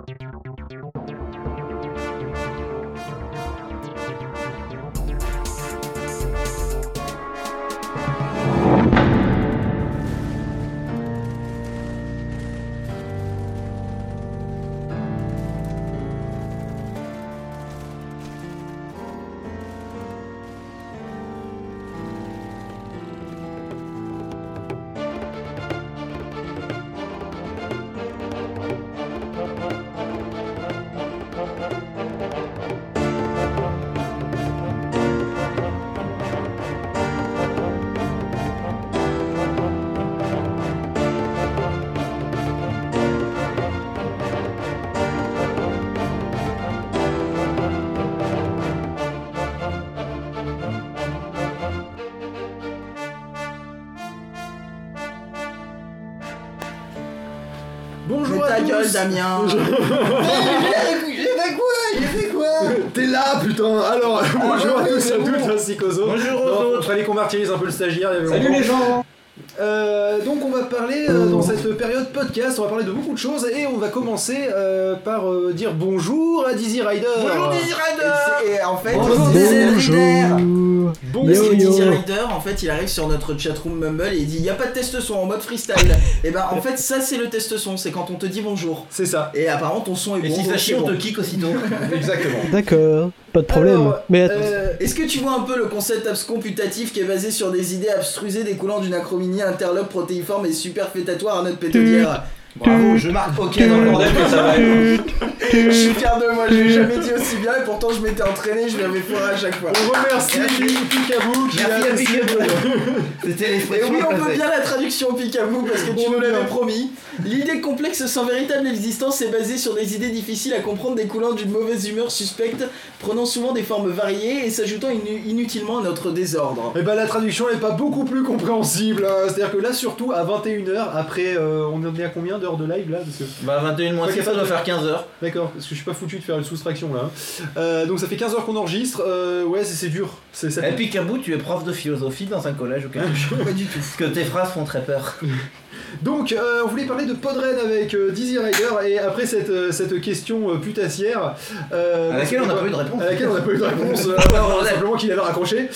Bonjour à tous. Gueule, Damien. J'ai fait quoi T'es là, putain. Alors, bonjour à tous et à toutes, ainsi qu'aux autres. Bonjour aux autres. Fallait qu'on martyrise un peu le stagiaire. Salut les gens. Donc on va parler dans cette période podcast, on va parler de beaucoup de choses et on va commencer par dire bonjour à Dizzy Rider. Bonjour Dizzy Rider. Et en fait, Bonjour. Parce que Dizzy Rider, en fait, il arrive sur notre chatroom Mumble et il dit il y a pas de test son en mode freestyle. Et ben en fait, ça c'est le test son, c'est quand on te dit bonjour. C'est ça. Et apparemment ton son est bon. Et si ça chie, on te kick aussitôt. Exactement. D'accord, pas de problème. Alors, mais Est-ce que tu vois un peu le concept abscomputatif qui est basé sur des idées abstrusées découlant d'une acrominie interlope protéiforme et superfétatoire à notre pétodière? Bravo, je marque OK dans le bordel que ça va être. Je suis fier de moi, je l'ai jamais dit aussi bien et pourtant je m'étais entraîné, je l'avais foiré à chaque fois. On remercie Picaboo qui a décidé C'était Et l'expression. oui, on peut bien la traduction Picaboo parce que tu On nous veut l'avais bien. promis. L'idée complexe sans véritable existence est basée sur des idées difficiles à comprendre découlant d'une mauvaise humeur suspecte, prenant souvent des formes variées et s'ajoutant inutilement à notre désordre. Et bah la traduction n'est pas beaucoup plus compréhensible, hein. C'est-à-dire que là surtout à 21h, après on en est à combien d'heures de live là parce que... Bah 21 moins 6, ça doit faire 15 heures. D'accord, parce que je suis pas foutu de faire une soustraction là. Donc ça fait 15 heures qu'on enregistre, ouais c'est dur. Ça Et puis Cabou, tu es prof de philosophie dans un collège ou quelque chose. Pas du tout. Parce que tes phrases font très peur. Donc on voulait parler de Podren avec Dizzy Rider et après cette question putassière À laquelle on n'a pas eu de réponse. À laquelle on n'a pas eu de réponse, à part simplement qu'il avait raccroché.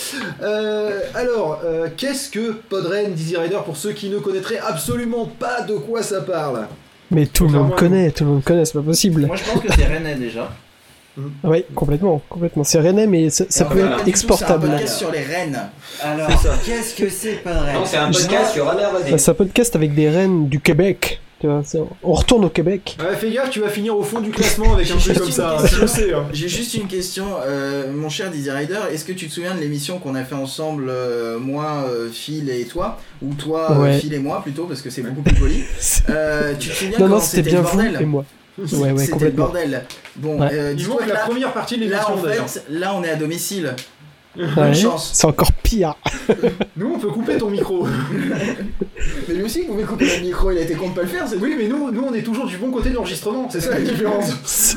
Qu'est-ce que Podren, Dizzy Rider, pour ceux qui ne connaîtraient absolument pas de quoi ça parle? mais tout le monde Contrairement connaît, c'est pas possible. Moi je pense que c'est Rennais déjà. Oui, complètement. C'est Rennais, mais ça Alors, peut voilà. être C'est un exportable. podcast sur les rennes. Alors, qu'est-ce que c'est Podren? Non, c'est un podcast sur Runner, vas-y. C'est un podcast avec des rennes du Québec. Tu vois, on retourne au Québec. Ouais, fais gaffe, tu vas finir au fond du classement avec un truc comme ça, je le sais. Hein. J'ai juste une question, mon cher Dizzy Rider, est-ce que tu te souviens de l'émission qu'on a fait ensemble, moi, Phil et toi, ou toi, Ouais. Phil et moi plutôt, parce que c'est beaucoup plus poli. Tu te souviens Non, comment c'était c'était bien le vous bordel? et moi. Ouais, C'était le complètement. bordel. Bon, Ouais. Il dis-toi manque que la là, première partie de là l'émission en d'ailleurs. fait, là on est à domicile. Ouais, Bonne chance. c'est encore pire. Nous on peut couper ton micro. Mais lui aussi, vous pouvez couper le micro, il a été con de pas le faire, c'est Oui mais nous on est toujours du bon côté de l'enregistrement, c'est ça la différence.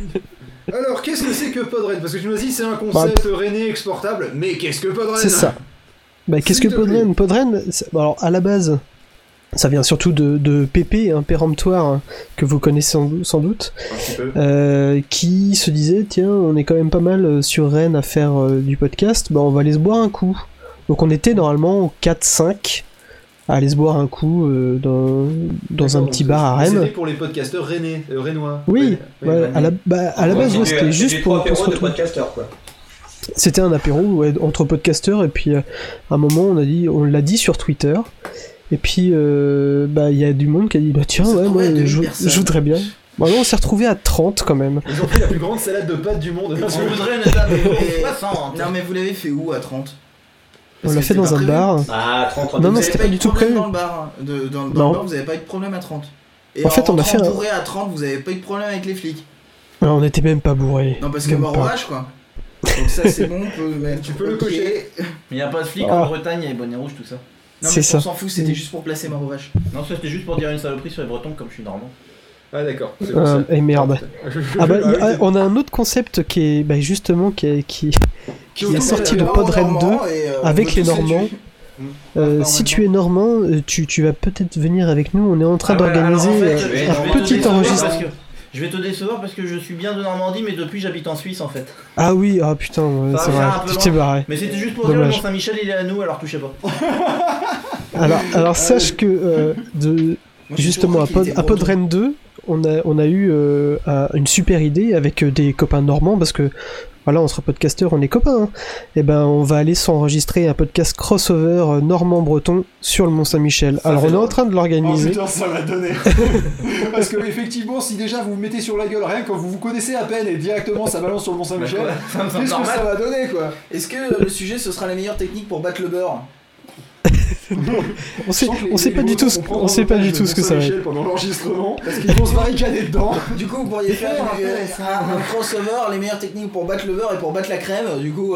Alors qu'est-ce que c'est que Podren? Parce que tu nous as dit c'est un concept rennais exportable, mais qu'est-ce que Podren? C'est ça. Bah, qu'est-ce que S'il te plaît. Podren, alors à la base, ça vient surtout de Pépé, un péremptoire hein, que vous connaissez sans doute, Un petit peu. qui se disait tiens, on est quand même pas mal sur Rennes à faire du podcast, bah on va aller se boire un coup. Donc on était normalement 4-5 à aller se boire un coup dans un petit bar à C'était Rennes. pour les podcasteurs rennais, rennois. Oui, Ouais, ouais, ouais. à la base ouais, c'était juste pour se de retrouver. podcasteurs quoi. C'était un apéro ouais, entre podcasteurs et puis à un moment on l'a dit sur Twitter et puis bah il y a du monde qui a dit bah tiens On s'est ouais moi retrouvé à 2 je personnes. voudrais bien. Bon, non, on s'est retrouvé à 30 quand même. Ils ont fait la plus grande salade de pâtes du monde. On voudrait une table Et- 60. Non mais vous l'avez fait où à 30? On l'a que fait c'était dans pas un prévu. bar. Ah, 30, 30. Non, non, Vous c'était avez pas eu du de tout problème prévu. dans le bar, dans le Non. bar vous avez pas eu de problème à 30. Et En fait, on a fait un- bourré à 30, vous avez pas eu de problème avec les flics. Alors, on était même pas bourrés. Non parce que Même mort au pas. vache quoi. Donc ça c'est bon, Tu peux le Ok. cocher. Mais y a pas de flics Ah. en Bretagne, il y a les bonnets rouges, tout ça. Non C'est mais ça. on s'en fout, c'était juste pour placer mort au vache. Non, ça c'était juste pour dire une saloperie sur les Bretons comme je suis normand. Ah d'accord. c'est pour ça. Et merde. Ah bah, oui, y a- on a un autre concept qui est bah, justement qui est sorti de Podren 2 avec les Normands. Si tu es normand, tu vas peut-être venir avec nous. On est en train d'organiser un petit enregistrement. Je vais te décevoir parce que je suis bien de Normandie, mais depuis j'habite en Suisse en fait. Ah oui, ah putain, ouais, Ça c'est va vrai, faire un peu tu t'es barré. Mais c'était juste pour dire le Dommage. Mont-Saint-Michel il est à nous, alors touchez pas. Alors sache que justement à Podren 2, on a eu une super idée avec des copains normands parce que voilà, on sera podcasteur, on est copains. Hein. Et ben on va aller s'enregistrer un podcast crossover normand-breton sur le Mont-Saint-Michel. Alors on est en train de Oh l'organiser. putain, ça va donner. Parce que effectivement, si déjà vous vous mettez sur la gueule rien quand vous vous connaissez à peine et directement ça balance sur le Mont-Saint-Michel, qu'est-ce que ça va donner quoi? Est-ce que le sujet ce sera la meilleure technique pour battre le beurre? On sait pas du tout ce que ça va être. Pendant l'enregistrement, parce qu'ils vont se barricader dedans. Du coup, vous pourriez faire un crossover, les meilleures techniques pour battre le beurre et pour battre la crème. Du coup,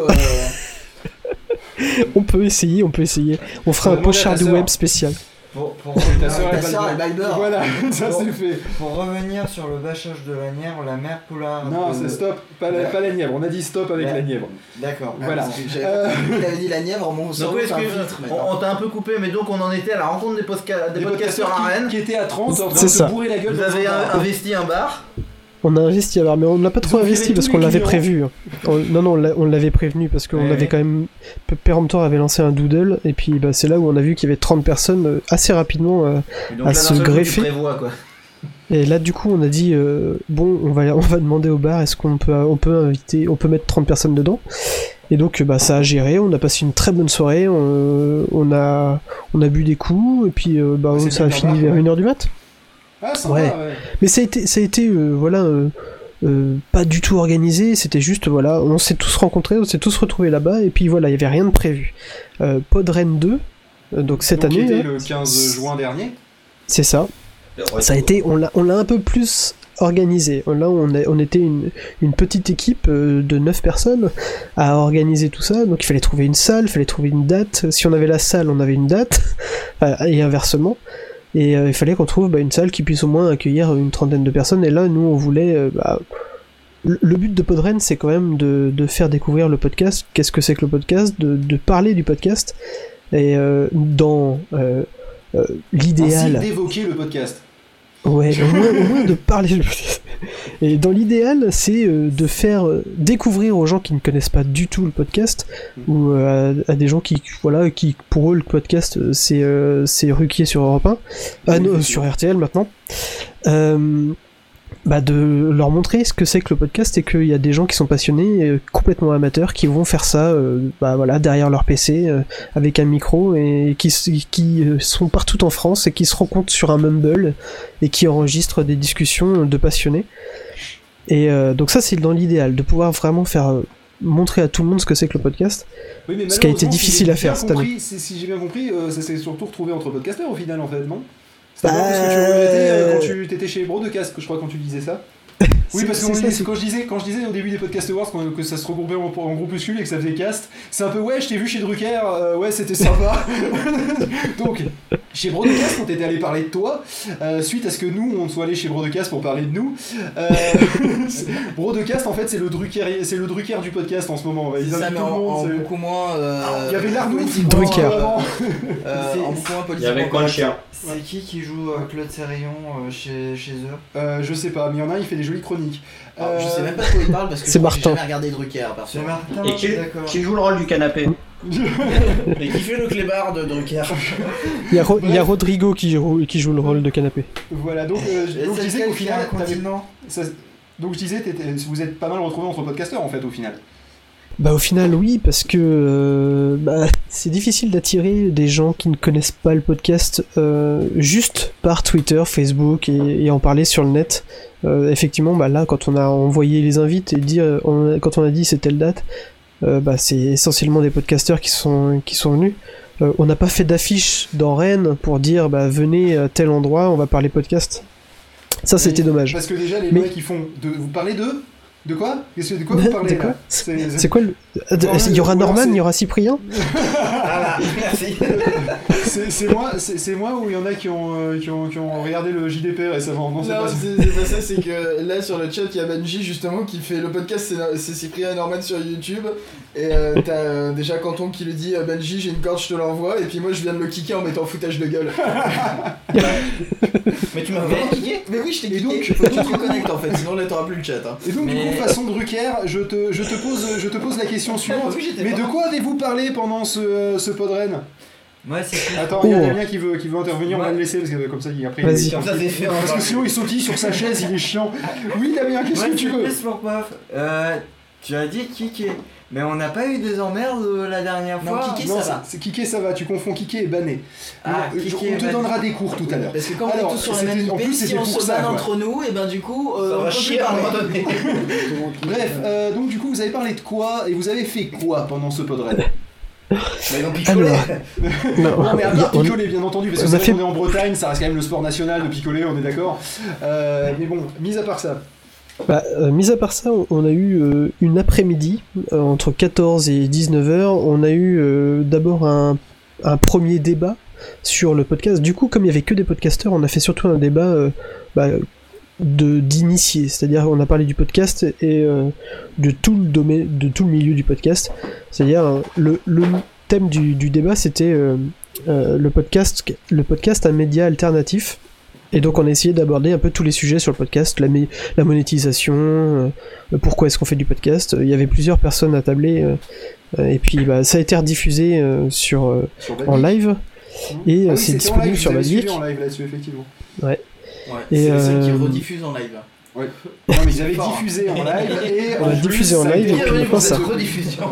On peut essayer. On fera un pochard de web spécial. Pour Ta sœur, ta elle sœur, elle bat le beurre. Voilà, ça Bon. c'est fait. Pour revenir sur le bâchage de la Nièvre, la mère Poulard. Non, c'est stop, pas la Nièvre. On a dit stop avec Ouais. la Nièvre. D'accord. Voilà. Il avait dit la Nièvre, mon Donc cerveau oui, fait un filtre maintenant. on t'a un peu coupé, mais donc on en était à la rencontre des podcasteurs à Rennes. qui étaient à 30 en train C'est de ça. se bourrer la gueule. Vous dans avez un bar. investi un bar. On a investi alors, mais on n'a pas trop Ils ont investi viré parce tous qu'on les l'avait clients. prévu. Non, on l'avait prévenu parce qu'on Ouais. avait quand même. Péremptoire avait lancé un doodle et puis bah, c'est là où on a vu qu'il y avait 30 personnes assez rapidement. Et donc À là, se d'un seul coup, greffer. tu prévois, quoi. Et là, du coup, on a dit bon, on va demander au bar est-ce on peut mettre 30 personnes dedans. Et donc, bah, ça a géré. On a passé une très bonne soirée. On a bu des coups et puis bah, Ouais, c'est ça a bien fini bar, vers ouais. 1h du mat. Ah, sympa, Ouais. ouais. Mais ça a été voilà, pas du tout organisé, c'était juste, voilà, on s'est tous rencontrés, on s'est tous retrouvés là-bas, et puis voilà, il y avait rien de prévu. Podren 2, donc cette Donc, qui année, était hein, le 15 juin dernier. c'est ça, ça a été, on l'a un peu plus organisé. Là, on était une petite équipe de 9 personnes à organiser tout ça, donc il fallait trouver une salle, il fallait trouver une date, si on avait la salle, on avait une date, et inversement. Et il fallait qu'on trouve une salle qui puisse au moins accueillir une trentaine de personnes. Et là, nous, on voulait... le but de Podren, c'est quand même de faire découvrir le podcast. Qu'est-ce que c'est que le podcast, de parler du podcast. Et dans l'idéal... Ainsi d'évoquer le podcast. Ouais, au moins de parler. Et dans l'idéal, c'est de faire découvrir aux gens qui ne connaissent pas du tout le podcast, ou à des gens qui pour eux le podcast c'est Ruquier sur Europe 1, non, sur RTL maintenant, de leur montrer ce que c'est que le podcast et qu'il y a des gens qui sont passionnés, complètement amateurs, qui vont faire ça derrière leur PC avec un micro et qui sont partout en France et qui se rencontrent sur un Mumble et qui enregistrent des discussions de passionnés. Et donc ça c'est dans l'idéal, de pouvoir vraiment faire montrer à tout le monde ce que c'est que le podcast. Oui, mais Ce qui a été malheureusement, difficile à faire cette année. Si j'ai bien compris, ça s'est surtout retrouvé entre podcasteurs au final en fait, non? C'est pas parce que tu regrettais quand tu étais chez Broadcast, je crois, quand tu disais ça. Oui, parce que quand je disais au début des Podcast Awards que ça se regroupait en groupuscule et que ça faisait cast, c'est un peu ouais, je t'ai vu chez Drucker, ouais, c'était sympa. Donc, chez Broadcast, on t'était allé parler de toi, suite à ce que nous, on soit allé chez Broadcast pour parler de nous. Broadcast, en fait, c'est le Drucker du podcast en ce moment. Ils C'est ça, invitent mais tout le monde. en c'est- beaucoup moins. Il y avait l'Arnoux, Drucker. En beaucoup moins Il politique. y avait quoi le chien? C'est qui joue Claude Sérillon chez eux? Je sais pas, mais il y en a un, il fait des jolies chroniques. Alors, je sais même pas de quoi il parle parce que C'est j'ai Martin. jamais regardé Drucker perso. C'est Martin, Et d'accord. qui joue le rôle du canapé? Mais qui fait le clébard de Drucker? Il y a Rodrigo qui joue le rôle de canapé. Voilà, donc je disais qu'au final, donc je disais, vous êtes pas mal retrouvés entre podcasteurs en fait au final. Bah au final oui, parce que c'est difficile d'attirer des gens qui ne connaissent pas le podcast juste par Twitter, Facebook et en parler sur le net. Effectivement, là quand on a envoyé les invites et quand on a dit c'est telle date, c'est essentiellement des podcasteurs qui sont venus. On n'a pas fait d'affiche dans Rennes pour dire venez à tel endroit, on va parler podcast. Ça c'était dommage. Parce que déjà les mecs ils font vous parlez d'eux? De quoi? De quoi vous parlez quoi là? C'est quoi il y aura Norman, il y aura Cyprien. Ah Voilà, merci. C'est moi ou il y en a qui ont regardé le JDP récemment? Non, c'est Non, pas c'est pas ça, c'est que là sur le chat il y a Benji justement qui fait le podcast, c'est Cyprien Norman sur YouTube. Et t'as déjà Canton qui lui dit Benji, j'ai une corde, je te l'envoie. Et puis moi je viens de le kicker en mettant foutage de gueule. Mais tu m'as bien kické. Mais oui, je t'ai Et kické. donc- Faut que tu te reconnectes en fait, sinon là t'auras plus le chat. Hein. Et donc du coup, façon Drucker, je te pose la question suivante. Oui, j'étais Mais pas de mal. quoi avez-vous parlé pendant ce podren? Moi, c'est plus. Attends, il y a Oh. Damien qui veut intervenir, on va Ouais. le laisser parce que comme ça il après. Vas-y. Comme ça, c'est fait. Parce que sinon il sautille sur sa chaise, il est chiant. Oui Damien, qu'est-ce Moi, que tu c'est veux? plus pour Pof. Tu as dit Kiké. Mais on n'a pas eu des emmerdes la dernière Non, fois. Kiké, Non, ça va. c'est Kiké, ça va, tu confonds Kiké et Bané. Ah, Kiké On et te Bané. donnera des cours tout à l'heure. Parce que quand on Alors, est tous sur la c'était- même en IP, plus, si c'était on pour se ça, banne quoi. entre nous, et ben du coup, Ça on va peut chier plus à un parler. moment donné. Bref, donc du coup vous avez parlé de quoi et vous avez fait quoi pendant ce podren? Bah, ils ont picolé. Alors, non, Non mais à il y a- part picoler bien entendu, parce que on c'est a vrai fait- qu'on est en Bretagne, ça reste quand même le sport national de picoler, on est d'accord. Mais bon, mis à part ça. mis à part ça, on a eu une après-midi, entre 14 et 19h, on a eu d'abord un premier débat sur le podcast. Du coup, comme il y avait que des podcasteurs, on a fait surtout un débat d'initiés, c'est-à-dire on a parlé du podcast et de tout le domaine, de tout le milieu du podcast. C'est-à-dire le thème du débat, c'était le podcast un média alternatif. Et donc on a essayé d'aborder un peu tous les sujets sur le podcast, la monétisation, pourquoi est-ce qu'on fait du podcast. Il y avait plusieurs personnes à tabler, et puis ça a été rediffusé Sur en live, et Ah oui, c'est c'était en disponible live, sur vous avez suivi Basic. en live là-dessus effectivement. Ouais, Et, c'est le seul qui euh, rediffuse en live. Ouais. Non mais ils avaient Fort. diffusé en live et On en a plus, diffusé en ça a live, été- et puis Bienvenue maintenant, pour ça. cette rediffusion.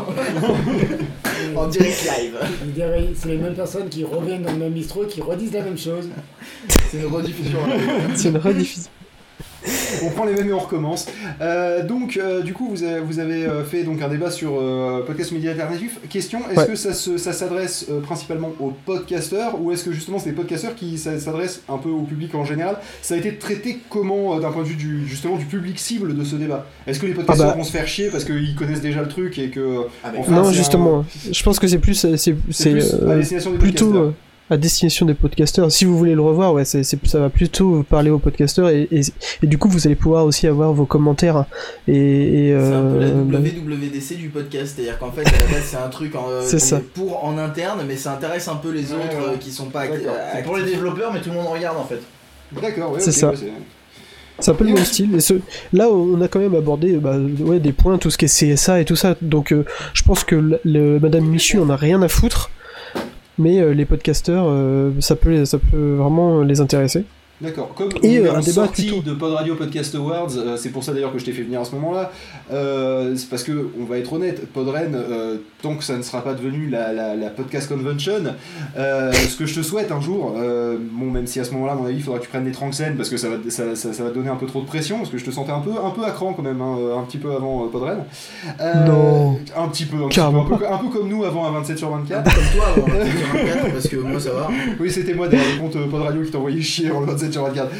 En direct live. Je dirais, c'est les mêmes personnes qui reviennent dans le même bistrot et qui redisent la même chose. C'est une rediffusion en live. C'est une rediffusion. On prend les mêmes et on recommence. Donc, du coup, vous avez fait donc un débat sur podcast média alternatif. Question, est-ce Ouais. que ça s'adresse principalement aux podcasteurs ou est-ce que justement c'est des podcasteurs qui s'adressent un peu au public en général? Ça a été traité comment d'un point de vue justement du public cible de ce débat? Est-ce que les podcasteurs vont se faire chier parce qu'ils connaissent déjà le truc et que... en fait, Non, c'est justement, je pense que c'est plus, c'est plus à destination des plutôt podcasteurs. à destination des podcasteurs. Si vous voulez le revoir, ouais, ça va plutôt parler aux podcasteurs et du coup vous allez pouvoir aussi avoir vos commentaires et C'est un peu la bah, WWDC du podcast, c'est-à-dire qu'en fait à la base c'est un truc C'est ça. pour en interne, mais ça intéresse un peu les autres ouais. qui sont pas D'accord. C'est pour les développeurs, mais tout le monde regarde en fait. D'accord, ouais, C'est ok, ça. ouais, c'est un peu le même style. Et là, on a quand même abordé des points, tout ce qui est CSA et tout ça. Donc, je pense que Madame Michu en a rien à foutre, mais les podcasteurs, ça peut vraiment les intéresser. D'accord. Comme Et on est un en débat sortie plutôt. de Pod Radio Podcast Awards, c'est pour ça d'ailleurs que je t'ai fait venir à ce moment-là. C'est parce que on va être honnête, Podren, tant que ça ne sera pas devenu la podcast convention, ce que je te souhaite un jour, bon même si à ce moment-là, à mon avis, il faudra que tu prennes des tranxènes parce que ça va te donner un peu trop de pression, parce que je te sentais un peu à cran quand même, hein, un petit peu avant Podren. Non. Un petit peu, Carrément un peu comme nous avant à 27 sur Un 24. peu comme toi avant 24, parce que moi ça va. Oui, c'était moi derrière le compte Pod Radio qui t'envoyait chier en 27 sur 24.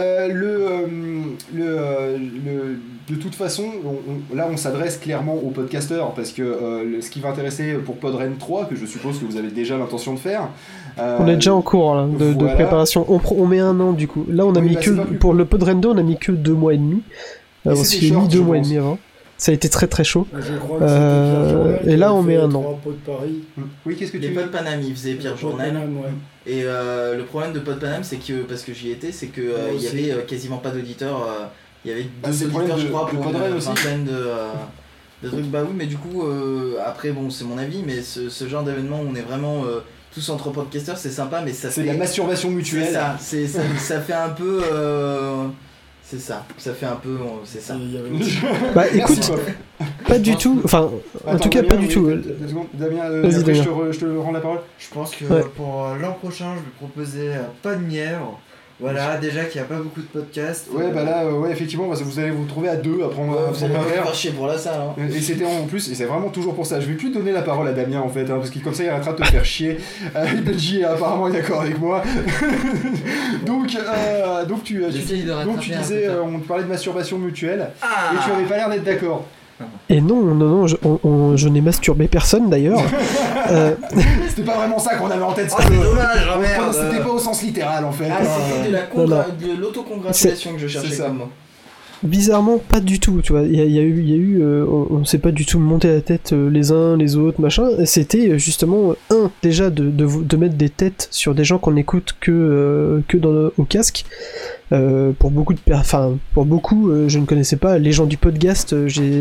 De toute façon, là on s'adresse clairement aux podcasteurs parce que ce qui va intéresser pour Podren 3, que je suppose que vous avez déjà l'intention de faire. On est déjà en cours là, de voilà. préparation. On met un an du coup. Là, on a Oui, mis bah, que c'est pas plus pour le Podren 2, on a mis que 2 mois et demi. Et On c'était s'y est mis short, 2 je mois et pense. demi avant. Ça a été très très chaud. Je crois que c'était Pierre Journal et qui là, avait on met fait un les an. 3 pots de Paris. Oui, qu'est-ce que Les tu potes Paname, ils faisaient Pierre Pots de Journal. Paname, ouais. Et le problème de Pod Paname, c'est que, parce que j'y étais, c'est que il y aussi. avait quasiment pas d'auditeurs. Il y avait Ah, 2 c'est le problème auditeurs, je de- crois, de pour Podren une aussi. vingtaine de trucs. Bah oui, mais du coup, après, bon, c'est mon avis, mais ce genre d'événement où on est vraiment tous entre podcasters, c'est sympa, mais ça C'est fait. la masturbation mutuelle. C'est ça, ça fait un peu. C'est ça fait un peu. C'est ça. Il y avait Bah Merci, écoute, quoi. pas du tout. Enfin, en Attends, tout cas, Damien, pas du oui, tout. 2 secondes. Damien, Vas-y, après, Damien. je te rends la parole. Je pense que Ouais. pour l'an prochain, je vais proposer pas de Nièvre. Voilà, déjà qu'il n'y a pas beaucoup de podcasts. Ouais, bah là, ouais, effectivement, parce que vous allez vous trouver à 2 après on va Vous allez faire. pas faire chier pour la salle. Hein. Et c'était en plus, et c'est vraiment toujours pour ça. Je vais plus donner la parole à Damien en fait, hein, parce que comme ça il arrêtera de te faire chier. Benji est apparemment d'accord avec moi. donc tu J'essaye de donc tu rattraper un disais, peu ça. on te parlait de masturbation mutuelle, Ah et tu avais pas l'air d'être d'accord. Et non, je n'ai masturbé personne d'ailleurs. C'était pas vraiment ça qu'on avait en tête. Oh, c'est dommage, ah, merde. C'était pas au sens littéral en fait. Ah, c'était de l'autocongratulation que je cherchais. C'est ça. comme mot. Bizarrement, pas du tout, tu vois. Il y a eu on s'est pas du tout monté la tête les uns les autres, machin. C'était justement déjà de mettre des têtes sur des gens qu'on écoute que au casque. Pour beaucoup je ne connaissais pas les gens du podcast.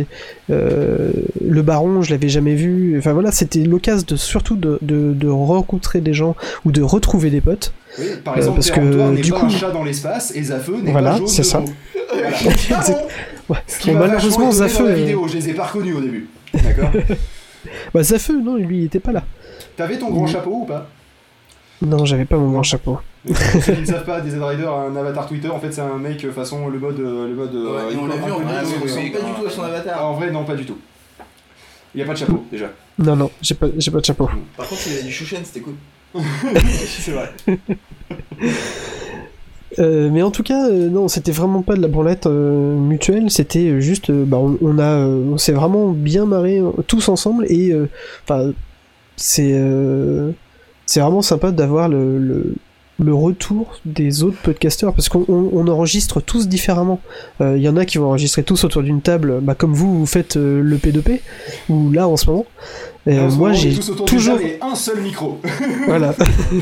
Le Baron, je l'avais jamais vu. Enfin voilà, c'était l'occasion surtout de rencontrer des gens ou de retrouver des potes. Oui, par exemple, parce que n'est du pas coup, un chat dans l'espace et Zafeu n'est voilà, pas jaune. c'est ça. Voilà. Ouais. Ce qui Bon, m'a malheureusement, vachement étonné Zafeu. dans la vidéo, je les ai pas reconnus au début. D'accord. Bah Zafeu, non, lui, il était pas là. T'avais ton grand chapeau ou pas? Non, j'avais pas mon grand chapeau. Pour ceux qui ne savent pas, DZ Rider a un avatar Twitter. En fait, c'est un mec façon le mode. Ouais, et on l'a vu en vidéo, on ressemble pas du tout à son avatar. En vrai, non, pas du tout. Il y a pas de chapeau déjà. Non, j'ai pas de chapeau. Par contre, il a du chouchen, c'était cool. C'est vrai. Mais en tout cas, non, c'était vraiment pas de la branlette mutuelle, c'était juste, on s'est vraiment bien marré tous ensemble et c'est vraiment sympa d'avoir le retour des autres podcasteurs parce qu'on enregistre tous différemment. Il y en a qui vont enregistrer tous autour d'une table, comme vous faites le P2P ou là en ce moment. Moi j'ai toujours et un seul micro. Voilà.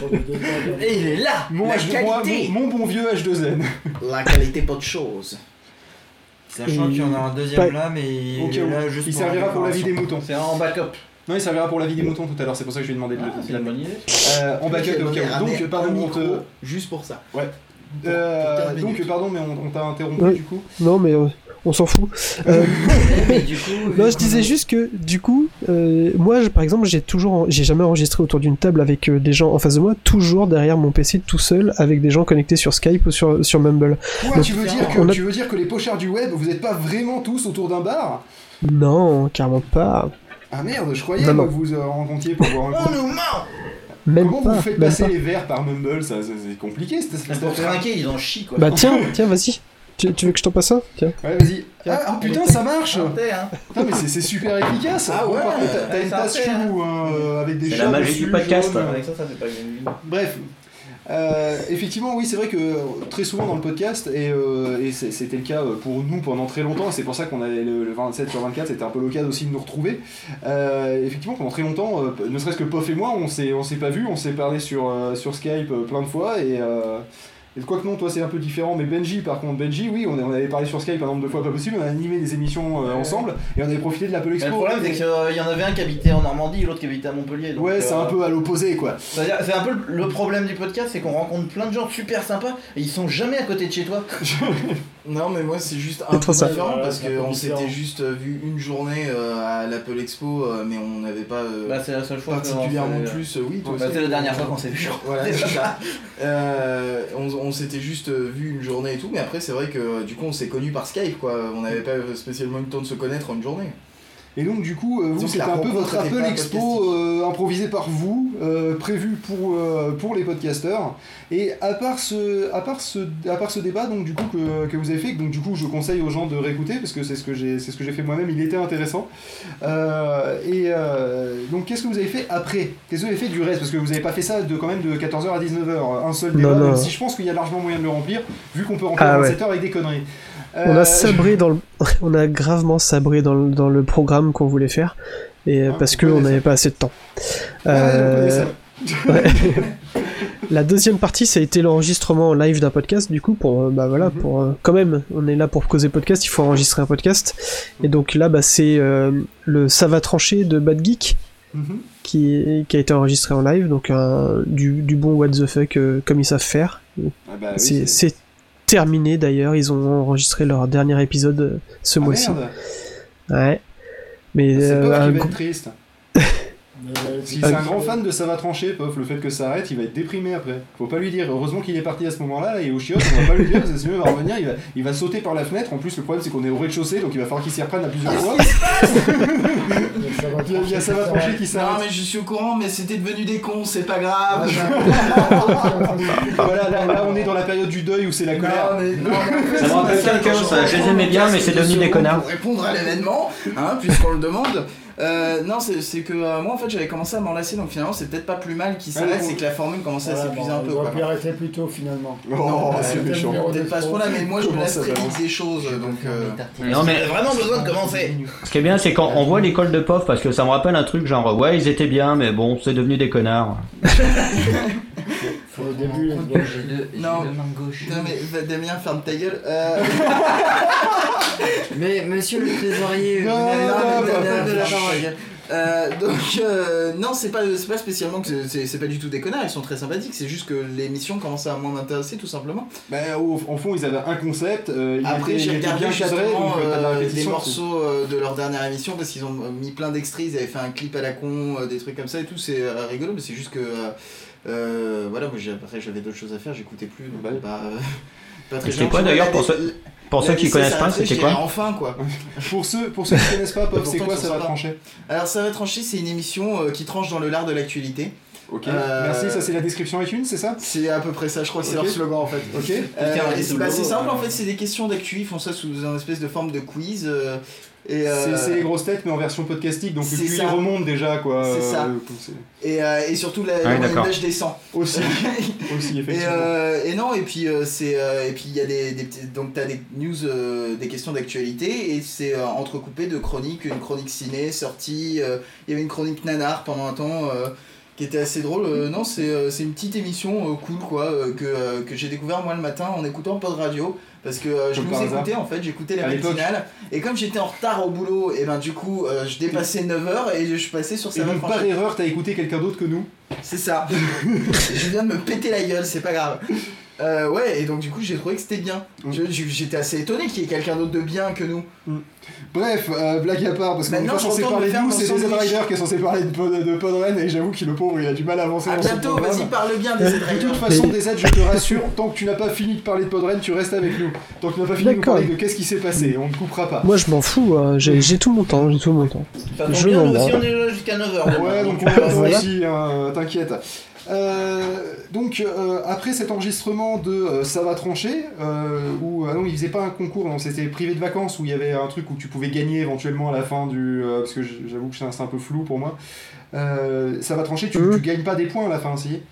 Et il est là. Mon bon vieux H2N. La qualité, pas de chose. Sachant qu'il y en a un deuxième là, mais il est là juste il servira pour la vie des moutons. C'est en backup. Non, il servira pour la vie des moutons tout à l'heure, c'est pour ça que je lui ai demandé de C'est la bonne idée. en backup au cas où. Donc, pardon, juste pour ça. Ouais. Donc, pardon, mais on t'a interrompu Ouais. du coup. Non, mais on s'en fout. Mais du coup, Non, je disais juste que du coup, moi, par exemple, j'ai jamais enregistré autour d'une table avec des gens en face de moi, toujours derrière mon PC tout seul, avec des gens connectés sur Skype ou sur Mumble. Quoi, Donc, tu veux dire que les pochards du web, vous êtes pas vraiment tous autour d'un bar? Non, carrément pas. Ah merde, je croyais Non, moi, non. que vous rencontriez pour boire un On coup. nous ment. Même Comment pas. vous faites même passer pas. les verres par Mumble? Ça, c'est compliqué cette espèce pour d'affaire. trinquer, il en chie quoi. Bah tiens, vas-y. Tu veux que je t'en passe un? Tiens. Ouais, vas-y. Ah putain, ça marche! Hein. Putain, mais c'est super efficace! Ah ouais, par contre, t'as ouais, une c'est tasse un thé, hein. chelou, avec des C'est chats la magie dessus, du podcast. jaunes. Avec ça fait pas une vie. Bref, effectivement, oui, c'est vrai que très souvent dans le podcast, et c'était le cas pour nous pendant très longtemps, et c'est pour ça qu'on avait le 27/24, c'était un peu l'occasion aussi de nous retrouver. Effectivement, pendant très longtemps, ne serait-ce que Pof et moi, on s'est pas vus, on s'est parlé sur Skype plein de fois, et quoi que non, toi c'est un peu différent, mais Benji, par contre, oui, on avait parlé sur Skype un nombre de fois pas possible, on a animé des émissions ensemble, et on avait profité de l'Apple Mais Expo. le problème, c'est qu'il y en avait un qui habitait en Normandie et l'autre qui habitait à Montpellier. Donc, Ouais, c'est un peu à l'opposé, quoi. C'est-à-dire, c'est un peu le problème du podcast, c'est qu'on rencontre plein de gens super sympas et ils sont jamais à côté de chez toi. Non, mais moi c'est juste un peu trop ça. différent parce C'est un peu qu'on différent. s'était juste vu une journée à l'Apple Expo, mais on n'avait pas Bah, c'est la seule fois particulièrement que plus. Oui, toi Bah, aussi. c'est la dernière fois qu'on s'est vu. Voilà, c'est ça. On s'était juste vu une journée et tout, mais après c'est vrai que du coup on s'est connus par Skype quoi. On n'avait pas spécialement eu le temps de se connaître en une journée. Et donc du coup, vous, Donc, c'était la un peu rencontre votre était Apple pas Expo improvisé par vous, prévu pour les podcasteurs. Et à part ce débat donc du coup que vous avez fait, donc du coup je conseille aux gens de réécouter parce que c'est ce que j'ai fait moi-même, il était intéressant. Donc qu'est-ce que vous avez fait après? Qu'est-ce que vous avez fait du reste? Parce que vous n'avez pas fait ça quand même de 14h à 19h, un seul débat, Non. même si je pense qu'il y a largement moyen de le remplir, vu qu'on peut remplir Ah ouais. 27h avec des conneries. On a sabré on a gravement sabré dans le programme qu'on voulait faire et parce que on on connaît n'avait ça. pas assez de temps. Ouais, on connaît ça. Ouais. La deuxième partie, ça a été l'enregistrement en live d'un podcast, du coup, pour quand même, on est là pour causer podcast, il faut enregistrer un podcast. Et donc là, c'est le Ça va trancher de Bad Geek Mhm. qui a été enregistré en live, donc du bon what the fuck comme ils savent faire. Ah bah oui, C'est terminé d'ailleurs, ils ont enregistré leur dernier épisode ce mois-ci. Merde. Ouais. Mais C'est pas un qui va gros- être triste. Si c'est un grand fan de Ça va trancher, Pof, le fait que ça arrête, il va être déprimé après. Faut pas lui dire. Heureusement qu'il est parti à ce moment-là, là, et au chiottes, on va pas lui dire, parce que sinon il va revenir, il va sauter par la fenêtre. En plus, le problème c'est qu'on est au rez-de-chaussée, donc il va falloir qu'il s'y reprenne à plusieurs fois. Il y a Ça va trancher qui s'arrête. Non, mais je suis au courant, mais c'était devenu des cons, c'est pas grave. Voilà, là on est dans la période du deuil où c'est la colère. Ça me rappelle quelqu'un, ça, je les aimais bien, mais c'est devenu des connards. Pour répondre à l'événement, hein, puisqu'on le demande. Non, c'est que moi en fait j'avais commencé à m'enlacer, donc finalement c'est peut-être pas plus mal qu'il s'arrête, c'est que la formule commençait à s'épuiser un peu. On aurait pu arrêter plus tôt finalement. Non, c'est méchant. Peut-être pas à ce point-là, mais moi je me laisse très vite des choses, donc Non, mais J'ai vraiment besoin de commencer. ce qui est bien, c'est quand on voit l'école de Pof, parce que ça me rappelle un truc genre, ouais, ils étaient bien, mais bon, c'est devenu des connards. Au début, les non. main gauche. Non mais Damien, ferme ta gueule. Mais monsieur le trésorier, Non, vous n'avez non, pas non, de la non, parole. Non, c'est pas spécialement que c'est pas du tout des connards, ils sont très sympathiques, c'est juste que l'émission commençait à moins m'intéresser tout simplement. En fond, ils avaient un concept. Après, j'ai regardé bien cadré, justement donc pas de la des répétition, morceaux de leur dernière émission parce qu'ils ont mis plein d'extraits, ils avaient fait un clip à la con, des trucs comme ça et tout, c'est rigolo, mais c'est juste que voilà, moi après j'avais d'autres choses à faire, j'écoutais plus, donc pas très C'était quoi d'ailleurs pour ceux qui connaissent pas, c'était quoi? Enfin quoi. Pour ceux qui connaissent pas, Pop, c'est quoi Ça va trancher? Alors Ça va trancher, c'est une émission qui tranche dans le lard de l'actualité. Ok, merci, ça c'est la description iTunes, c'est ça? C'est à peu près ça, je crois que c'est leur slogan en fait. Ok. C'est simple en fait, c'est des questions d'actu, ils font ça sous une espèce de forme de quiz. C'est les grosses têtes mais en version podcastique, donc le c'est QI ça. remonte déjà quoi. C'est ça. Et surtout le moyenne descend. Aussi effectivement. Et non, et puis il y a des donc t'as des news, des questions d'actualité et c'est entrecoupé de chroniques, une chronique ciné sortie, il y avait une chronique nanar pendant un temps qui était assez drôle. Non, c'est une petite émission cool quoi que j'ai découvert moi le matin en écoutant Pod Radio. Parce que je nous écoutais en fait, j'écoutais la matinale et comme j'étais en retard au boulot, et ben du coup je dépassais 9h et je passais sur Ça va trancher. Par erreur t'as écouté quelqu'un d'autre que nous. C'est ça. Je viens de me péter la gueule, c'est pas grave. Ouais, et donc du coup j'ai trouvé que c'était bien. J'étais assez étonné qu'il y ait quelqu'un d'autre de bien que nous. Bref, blague à part, parce qu'on est pas censé parler de nous, c'est Z-Rider qui est censé parler de Podren, et j'avoue qu'il le pauvre, il a du mal à avancer dans son bientôt, programme. vas-y, parle bien des Z-Rider. De toute façon, des Z, je te rassure, tant que tu n'as pas fini de parler de Podren, tu restes avec nous. Tant que tu n'as pas fini de nous parler de qu'est-ce qui s'est passé, on ne coupera pas. Moi je m'en fous, j'ai tout mon temps, Ça tombe Je bien, m'en nous aussi branle. on est là jusqu'à 9h. Ouais, donc on va Voilà. aussi, t'inquiète. Donc après cet enregistrement de Ça va trancher, où non il faisait pas un concours, non c'était privé de vacances où il y avait un truc où tu pouvais gagner éventuellement à la fin du parce que j'avoue que c'est un peu flou pour moi. Ça va trancher, tu gagnes pas des points à la fin, si?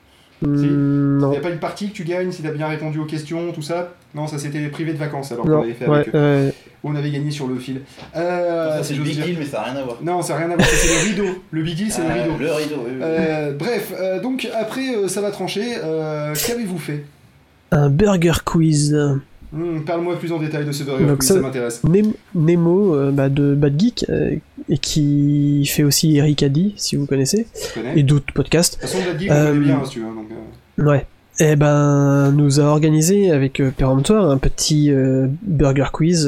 Non. Il y a pas une partie que tu gagnes si t'as bien répondu aux questions, tout ça? Non, ça c'était privé de vacances alors Non, qu'on avait fait avec eux. Où on avait gagné sur le fil. Ça c'est le Big Deal, mais ça n'a rien à voir. Non, ça n'a rien à voir, ça, c'est le rideau. Le Big Deal, c'est le rideau. Le rideau, oui. Bref, donc après Ça va trancher, qu'avez-vous fait? Un burger quiz. Parle-moi plus en détail de ce burger Donc quiz, ça- ça m'intéresse. Nemo de Bad Geek, et qui fait aussi Eric Addy, si vous connaissez, Je connais. et d'autres podcasts. De toute façon, Daddy, on connaît bien, si tu veux. Donc, Ouais. Et ben, nous a organisé avec Péremptoire un petit burger quiz,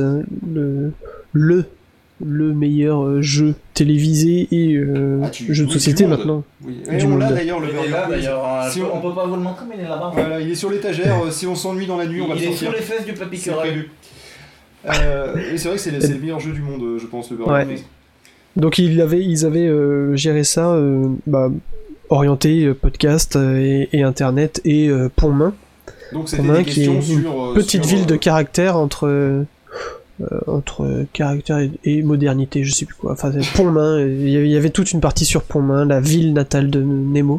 le meilleur jeu télévisé et jeu de société du monde. maintenant. oui. Du Et on l'a monde. d'ailleurs, le Il est burger là quiz. d'ailleurs, Si on peut pas vous le montrer, mais il est là-bas. Voilà, il est sur l'étagère. Si on s'ennuie dans la nuit, on va le Il est sortir. sur les fesses du papy C'est Curel. prévu. Et c'est vrai que c'est le meilleur jeu du monde, je pense, le burger Ouais. quiz. Donc ils avaient géré ça, orienté podcast et internet et Pont-Main. Donc c'était Pont-Main des qui est questions une sur... petite sur, ville de caractère entre caractère et modernité, je sais plus quoi. Enfin, c'est Pont-Main, il y avait toute une partie sur Pont-Main, la ville natale de Nemo.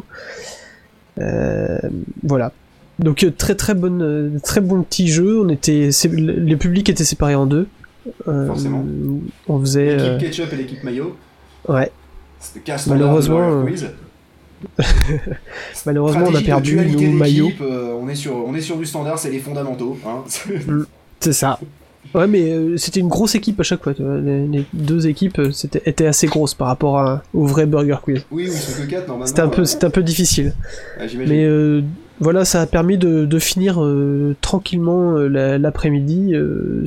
Voilà. Donc très bon petit jeu. Les publics étaient séparés en deux. Forcément. On faisait. L'équipe ketchup et l'équipe mayo. Ouais. C'était casse-standard Malheureusement, de burger quiz. Malheureusement, on a Stratégie de perdu dualité nos maillots. d'équipe, on est sur du standard, c'est les fondamentaux. Hein. C'est ça. Ouais, mais c'était une grosse équipe à chaque fois. Tu vois. Les deux équipes étaient assez grosses par rapport au vrai Burger Quiz. Oui, c'est que 4 normalement. C'était un peu difficile. J'imagine. Mais voilà, ça a permis de finir tranquillement l'après-midi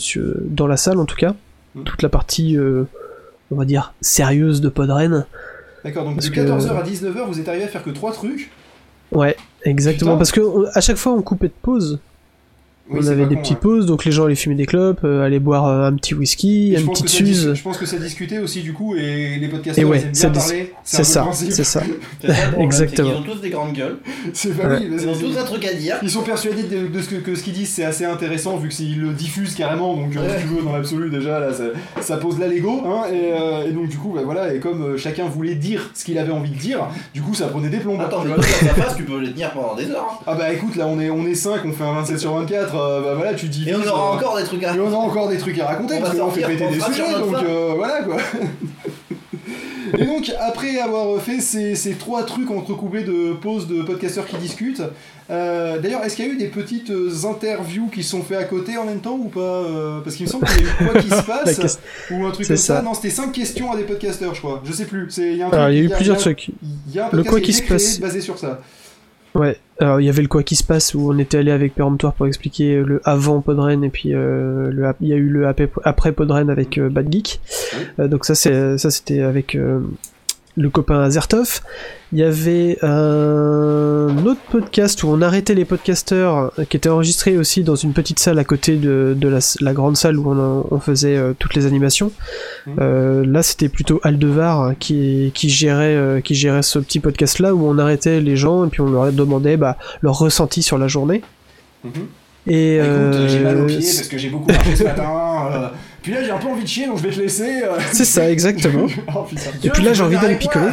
dans la salle en tout cas. Toute la partie, on va dire, sérieuse de Podren. D'accord, donc Parce de que- 14h à 19h, vous êtes arrivé à faire que 3 trucs. Ouais, exactement. Putain. Parce que à chaque fois on coupait de pause. Oui, On c'est avait pas des con, petites ouais. pauses, donc les gens allaient fumer des clopes, allaient boire un petit whisky, Et je une pense petite que ça suze. je pense que ça discutait aussi du coup, et les Et podcasteurs ouais, ils aiment ça bien dis- parler. C'est un peu ça, le principe. c'est ça. C'est ça le problème, Exactement. c'est qu'ils ont tous des grandes gueules. C'est pas Ouais. oui, Ils ont tous un truc à dire. Ils sont persuadés de que ce qu'ils disent c'est assez intéressant vu qu'ils le diffusent carrément, donc si tu veux dans l'absolu déjà là ça pose la Lego, hein, et donc du coup bah, voilà, et comme chacun voulait dire ce qu'il avait envie de dire, du coup ça prenait des plombes. Attends, tu mais vois. toi, dans ta face, tu peux les tenir pendant des heures. hein. Ah bah écoute là on est 5, on fait un 27/24, bah voilà tu dis. Et on aura encore des trucs à Et on a encore des trucs à raconter On parce va qu'on fait sortir, péter on des fera sur sujets, notre donc fin. voilà quoi. Et donc après avoir fait ces 3 trucs entrecoupés de pauses de podcasteurs qui discutent, d'ailleurs est-ce qu'il y a eu des petites interviews qui sont faites à côté en même temps ou pas parce qu'il me semble qu'il y a eu quoi qui se La passe question- ou un truc C'est comme ça. ça. Non, c'était 5 questions à des podcasteurs je crois, je sais plus. Il y a un Alors, truc- il y a eu plusieurs trucs. Il y a un Le podcast quoi qui qui a se été créé passe. basé sur ça. Ouais, alors il y avait le quoi qui se passe où on était allé avec Péremptoire pour expliquer le avant Podren et puis il y a eu le après Podren avec Bad Geek. Donc ça c'était avec le copain Azertov. Il y avait un autre podcast où on arrêtait les podcasteurs qui était enregistré aussi dans une petite salle à côté de la grande salle où on faisait toutes les animations. Là c'était plutôt Aldevar qui gérait ce petit podcast là où on arrêtait les gens et puis on leur demandait leur ressenti sur la journée. Mhm. Et Écoute, j'ai mal aux pieds parce que j'ai beaucoup marché ce matin. Puis là j'ai un peu envie de chier donc je vais te laisser. c'est ça exactement. Oh, putain. Et puis là j'ai envie d'aller avec moi.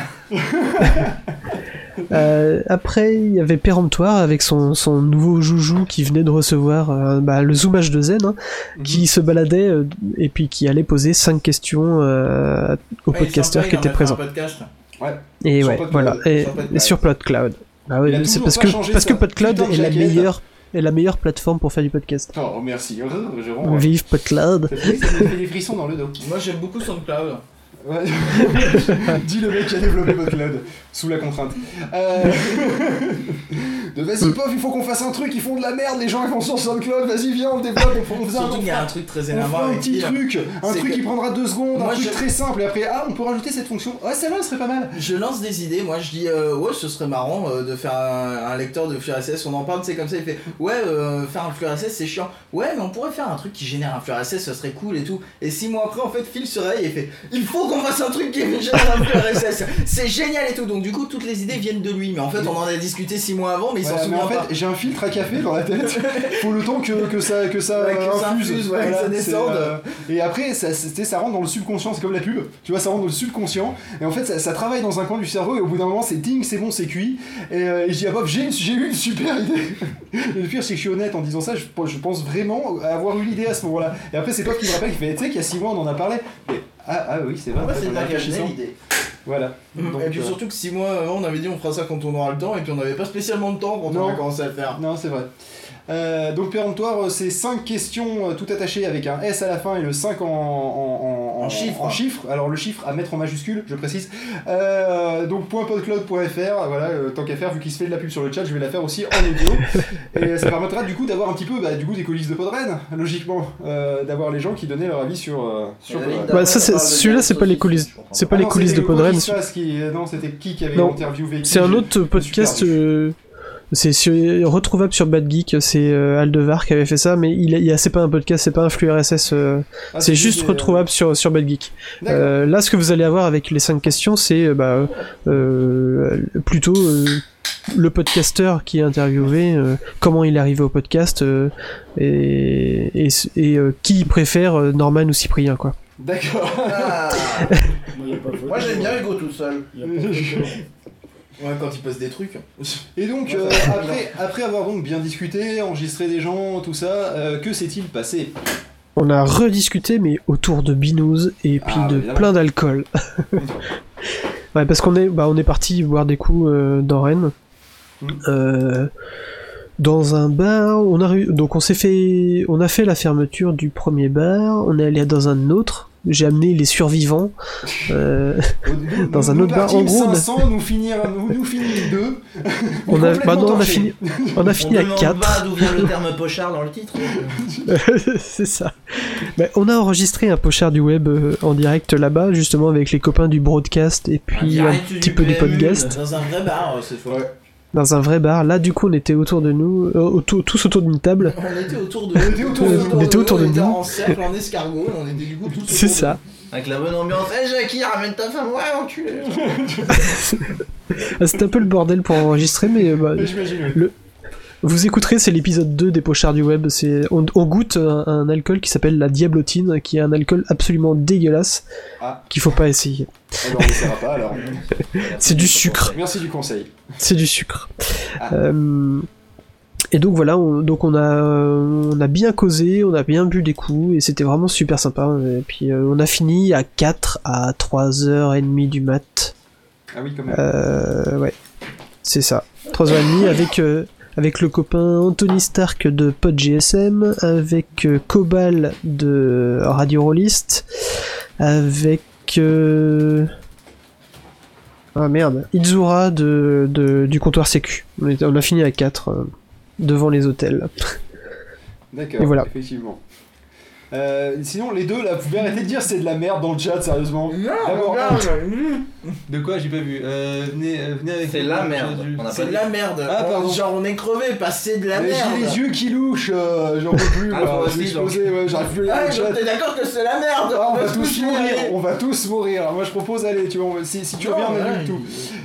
picoler. Après il y avait Péremptoire avec son nouveau joujou qui venait de recevoir le zoomage de Zen, qui se baladait et puis qui allait poser 5 questions aux podcasteurs qui étaient présents. Et Sur ouais, PodCloud. voilà. Et Sur PodCloud. et sur PodCloud. Ah Il a ouais, c'est toujours parce pas que changé sa PodCloud putain de est jaquette. la meilleure plateforme pour faire du podcast. Oh merci, Jérôme. Vive PodCloud. Ça me fait des frissons dans le dos. Moi j'aime beaucoup SoundCloud. Ouais. Dis le mec qui a développé PodCloud sous la contrainte. Vas-y pof, il faut qu'on fasse un truc, ils font de la merde, les gens ils font sur SoundCloud, vas-y viens on développe, on faisait Surtout qu'il y a un truc très énervant un avec petit Phil. truc, un C'est truc que- qui prendra 2 secondes, un Moi, truc je- très simple, et après on peut rajouter cette fonction. Ouais celle-là ce serait pas mal. Je lance des idées, moi je dis ouais ce serait marrant de faire un lecteur de flux RSS, on en parle, c'est comme ça, il fait ouais faire un flux RSS c'est chiant, ouais mais on pourrait faire un truc qui génère un flux RSS, ce serait cool et tout, et 6 mois après en fait Phil se réveille et fait il faut qu'on fasse un truc qui génère un flux RSS, c'est génial et tout, donc du coup toutes les idées viennent de lui, mais en fait on en a discuté 6 mois avant mais il s'en Ouais, mais souvient en pas. fait j'ai un filtre à café dans la tête, faut le temps que ça Ouais, que ça infuse, ouais, que ça c'est, descende. et après ça rentre dans le subconscient, c'est comme la pub, tu vois, ça rentre dans le subconscient, et en fait ça travaille dans un coin du cerveau, et au bout d'un moment c'est ding, c'est bon, c'est cuit, et je dis à Bob j'ai eu une super idée. Et le pire c'est que je suis honnête en disant ça, je pense vraiment avoir eu l'idée à ce moment là, et après c'est toi qui me rappelle, qui fait tu sais qu'il y a 6 mois on en a parlé, et, ah oui c'est vrai, Ouais, c'est on pas a qu'à réfléchi donner sans. l'idée. Voilà. Donc, Et puis surtout que 6 mois avant on avait dit on fera ça quand on aura le temps, et puis on n'avait pas spécialement de temps quand Non. on a commencé à le faire. Non, c'est vrai. Donc péremptoire, c'est 5 questions tout attachées avec un S à la fin et le 5 en chiffres. Alors le chiffre à mettre en majuscule, je précise. Donc .podcloud.fr, voilà, tant qu'à faire, vu qu'il se fait de la pub sur le chat, je vais la faire aussi en audio. Et ça permettra du coup d'avoir un petit peu des coulisses de Podren, logiquement, d'avoir les gens qui donnaient leur avis sur Ouais, ça, celui-là, c'est pas les coulisses. C'est pas les coulisses de Podren. Non, c'était qui avait Non. interviewé qui, C'est un j'ai- autre je me suis podcast. perdu. C'est retrouvable sur Bad Geek. C'est Aldevar qui avait fait ça, mais c'est pas un podcast, c'est pas un flux RSS. Ah, C'est juste des- retrouvable sur Bad Geek. D'accord. Là, ce que vous allez avoir avec les 5 questions, c'est plutôt le podcasteur qui est interviewé, comment il est arrivé au podcast, et qui préfère Norman ou Cyprien, quoi. D'accord. Ah. Moi, y a pas photo. Moi j'aime bien Hugo tout seul. Y a pas photo. Ouais, quand il poste des trucs. Et donc, Ouais, ça va. après avoir donc bien discuté, enregistré des gens, tout ça, que s'est-il passé? On a rediscuté, mais autour de binous et puis Ah, de évidemment. plein d'alcool. Ouais, parce qu'on est parti boire des coups dans Rennes. Dans un bar, donc on a fait la fermeture du premier bar, on est allé dans un autre, j'ai amené les survivants dans un autre bar. En gros, 500, nous finir 2. on a fini à On demande 4. pas d'où vient le terme pochard dans le titre. C'est ça. Bah, on a enregistré un pochard du web en direct là-bas, justement avec les copains du broadcast et puis un petit peu du podcast. Dans un vrai bar, cette fois. Ouais. Dans un vrai bar. Là, du coup, on était autour de nous, tous autour d'une table. On était autour de On était autour de on était nous. en cercle, en escargot, on était du coup tous autour C'est de ça. Avec la bonne ambiance. Eh Jackie, ramène ta femme, ouais, enculé. Ah, c'était un peu le bordel pour enregistrer, mais J'imagine. vous écouterez, c'est l'épisode 2 des pochards du web. On goûte un alcool qui s'appelle la diablotine, qui est un alcool absolument dégueulasse, qu'il faut pas essayer. Alors, on n'essaiera pas alors. C'est du sucre. Merci du conseil. C'est du sucre. Ah. Et donc voilà, on a bien causé, on a bien bu des coups, et c'était vraiment super sympa. Et puis on a fini à 4 à 3h30 du mat. Ah oui, quand même. Ouais, c'est ça. 3h30 avec le copain Anthony Stark de PodGSM, avec Cobal de Radio Rollist, avec ah merde, Izura du comptoir Sécu. On a fini à 4 devant les hôtels. D'accord, Et voilà. effectivement. Sinon, les deux, là, vous pouvez arrêter de dire c'est de la merde dans le chat, sérieusement. D'abord, de quoi j'ai pas vu venez avec C'est la merde. On a C'est pas de la merde. Ah, pardon. Genre on est crevé, parce que c'est de la Mais merde. j'ai les yeux qui louchent, j'en peux plus. Ah, moi, toi je aussi, vais exploser, ouais, j'arrive plus à Ah, lire le chat. t'es d'accord que c'est la merde. Ah, on va se tous coucher, mourir, allez. on va tous mourir. Alors, moi je propose, allez, tu vois, si tu Non, reviens, on voilà, annule tout.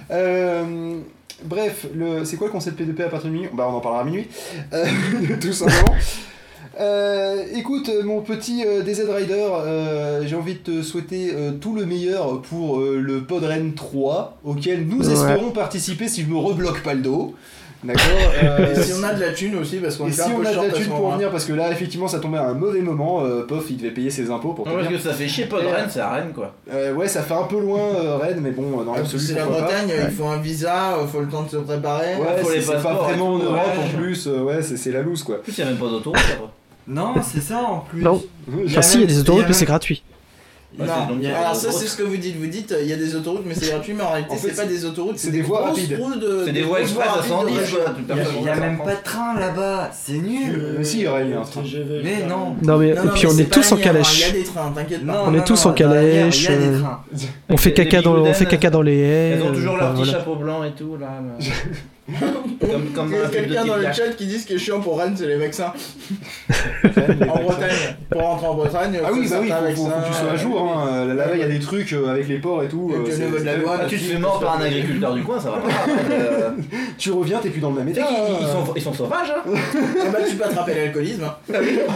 Bref, c'est quoi le concept P2P à partir de minuit? Bah, on en parlera à minuit, tout simplement. Écoute, mon petit DZ Rider, j'ai envie de te souhaiter tout le meilleur pour le Podren 3, auquel nous espérons participer si je me rebloque pas le dos. D'accord. Et si on a de la thune aussi, parce qu'on Et est si un peu on a de short la à ce thune pour moment-là. venir, parce que là, effectivement, ça tombait à un mauvais moment. Pof, il devait payer ses impôts pour te Non, parce dire. que ça fait chier, pas de Rennes, c'est à Rennes quoi. Ouais, ça fait un peu loin, Rennes, mais bon, dans l'absolu. C'est la pourquoi pas. Bretagne, il faut un visa, faut le temps de se préparer. Ouais, faut les c'est pas passeports et vraiment en tout, Europe ouais. en plus, ouais, c'est la loose quoi. En plus, y'a même pas d'autoroute après. Non, c'est ça en plus. Non. Enfin, si, il y a des autoroutes, mais c'est gratuit. Ouais, Non, c'est donc- alors ça c'est ce que vous dites. Vous dites il y a des autoroutes mais c'est gratuit, mais en réalité En fait, c'est pas des autoroutes, c'est des voies grosses rapides. routes C'est des voies express à 110 rapides de quoi. région. Il y a même pas de train là-bas, c'est nul. Mais si, il y aurait eu un train. Mais non. Non, mais, Non, et non, puis mais on c'est est pas tous en la Nièvre, hein, calèche. Il y a des trains, t'inquiète pas. Non, On est non, tous non, en dans la Nièvre, calèche, Il y a des trains. On fait Les caca Bigouden, dans les haies. Elles ont toujours leur petit voilà. chapeau blanc et tout là. Comme Il dans y a la pub de quelqu'un dans le Tic-Tac. chat qui dit ce qui est chiant pour Rennes, c'est les vaccins. En Bretagne. Pour rentrer en Bretagne, Ah oui, bah oui, certains faut que tu sois à jour. Hein. Là-bas, il y a des trucs avec les ports et tout. Et que c'est- le niveau de la douane, Ah, tu te fais mort par un agriculteur du coin, ça va pas. Tu reviens, t'es plus dans le même Tu sais état. qu'ils sont sauvages hein. Ah bah tu peux attraper l'alcoolisme. Hein.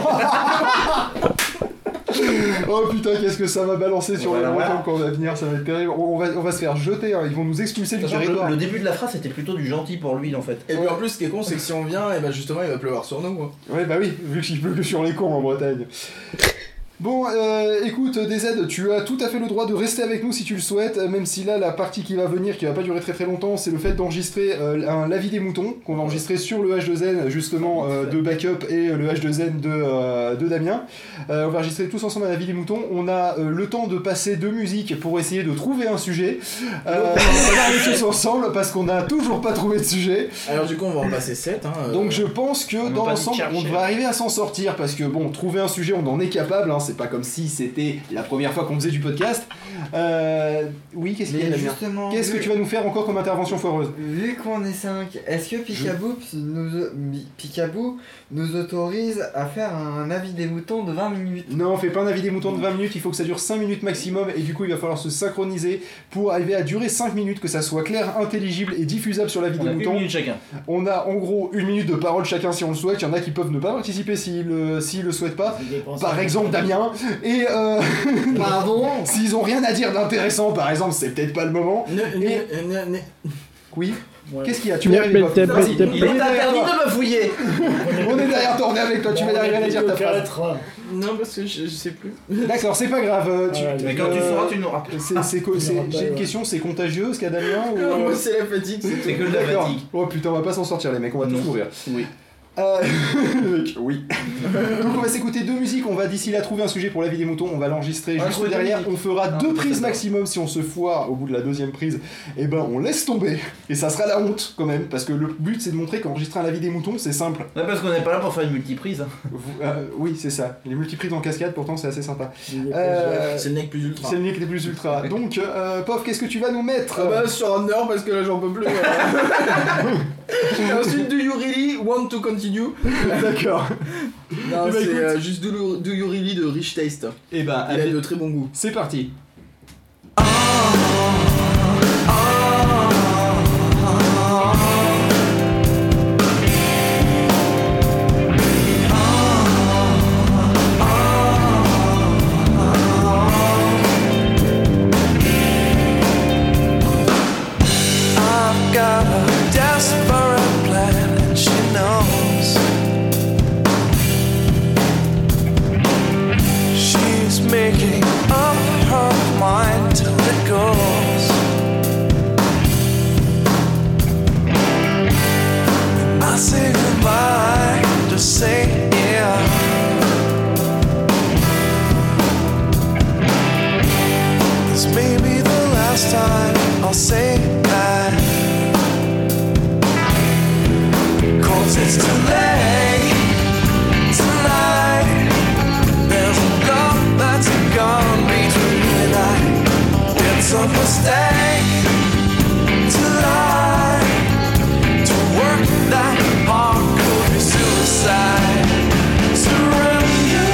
Oh putain, qu'est-ce que ça va balancer sur Voilà, le voilà. temps quand on va venir, ça va être terrible. On va se faire jeter, hein. Ils vont nous expulser du Sachant que territoire. le début de la phrase c'était plutôt du gentil pour lui en fait. Et puis en plus, ce qui est con, c'est que si on vient, et bah justement, il va pleuvoir sur nous. Quoi. Ouais, bah oui, vu qu'il pleut que sur les cons en Bretagne. Bon, écoute, DZ, tu as tout à fait le droit de rester avec nous si tu le souhaites, même si là, la partie qui va venir, qui va pas durer très très longtemps, c'est le fait d'enregistrer l'avis des moutons, qu'on va enregistrer sur le H2N, justement, de Backup et le H2N de Damien. On va enregistrer tous ensemble un avis des moutons. On a le temps de passer deux musiques pour essayer de trouver un sujet. On va parler tous ensemble, parce qu'on n'a toujours pas trouvé de sujet. Alors du coup, on va en passer 7. Hein, Donc je pense que on dans va pas l'ensemble, chercher. on devrait arriver à s'en sortir parce que bon, trouver un sujet, on en est capable. Hein, c'est pas comme si c'était la première fois qu'on faisait du podcast. Oui, qu'est-ce qu'il y a Mais Damien justement, Qu'est-ce que tu vas nous faire encore comme intervention foireuse vu qu'on est 5, est-ce que Picaboo nous autorise à faire un avis des moutons de 20 minutes? Non, on fait pas un avis des moutons de 20 minutes, il faut que ça dure 5 minutes maximum et du coup il va falloir se synchroniser pour arriver à durer 5 minutes, que ça soit clair, intelligible et diffusable sur l'avis On des a une moutons. minute chacun. On a en gros 1 minute de parole chacun si on le souhaite, il y en a qui peuvent ne pas participer s'ils le souhaitent pas. Par exemple Damien, et Pardon? s'ils ont rien à dire d'intéressant par exemple, c'est peut-être pas le moment. Oui. Ouais. Qu'est-ce qu'il y a Tu vas y arriver Bob. Vas-y, Il est interdit de me fouiller. on est derrière toi, on est avec toi, tu vas y arriver à dire ta phrase. Non, parce que je sais plus. D'accord, c'est pas grave. Mais quand tu sauras, tu nous rappelles. J'ai une question, c'est contagieux ce qu'a Damien ou... Non, moi c'est la fatigue. C'est que de la D'accord. fatigue. Oh putain, on va pas s'en sortir les mecs, on va tous Non. mourir. Oui. Oui. Donc on va s'écouter 2 musiques, on va d'ici là trouver un sujet pour la vie des moutons, on va l'enregistrer juste derrière, on fera 2 prises maximum. Si on se foire au bout de la 2e prise, et ben on laisse tomber, et ça sera la honte quand même, parce que le but c'est de montrer qu'enregistrer un la vie des moutons c'est simple. Ouais, parce qu'on n'est pas là pour faire une multiprise. Oui c'est ça, les multiprises en cascade pourtant c'est assez sympa. C'est le nec plus ultra. C'est le nec plus ultra. Donc Pof, qu'est-ce que tu vas nous mettre? Sur Under parce que là j'en peux plus. Et ensuite Do You Really Want to Continue? D'accord. Non, c'est juste Do You Really de Rich Taste. Et bah, il a de très bon goût. C'est parti. Making up her mind till it goes. When I say goodbye, just say yeah. This may be the last time I'll say that, 'cause it's too late tonight. There's a gulf that's gone between you and I. It's a mistake to lie. To work that hard could be suicide. Surrender.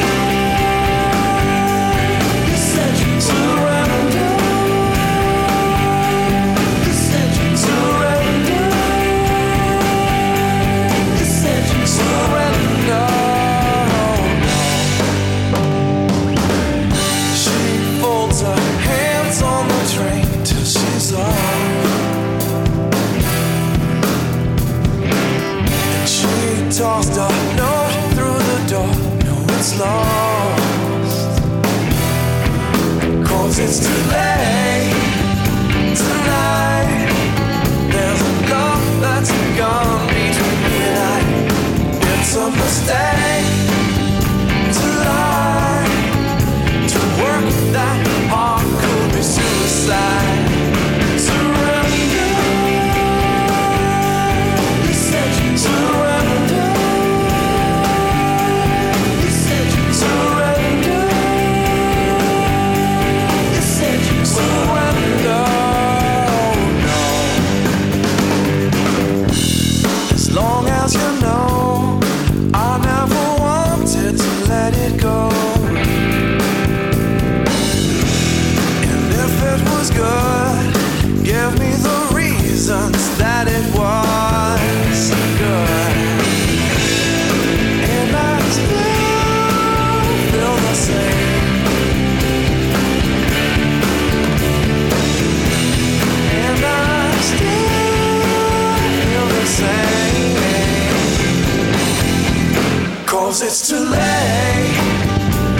You said you surrender. You said you surrender. You said you surrender. Her hands on the train till she's off, and she tossed a note through the door. No, it's lost, 'cause it's too late tonight. There's a gulf that's gone between me and I. It's a mistake to lie. To work that hard could be suicide. Surrender. You said you surrender. You said you surrender. You said you surrender. No. As long as you know, I never wanted to let it go. Good, give me the reasons that it was good, and I still feel the same, and I still feel the same, 'cause it's too late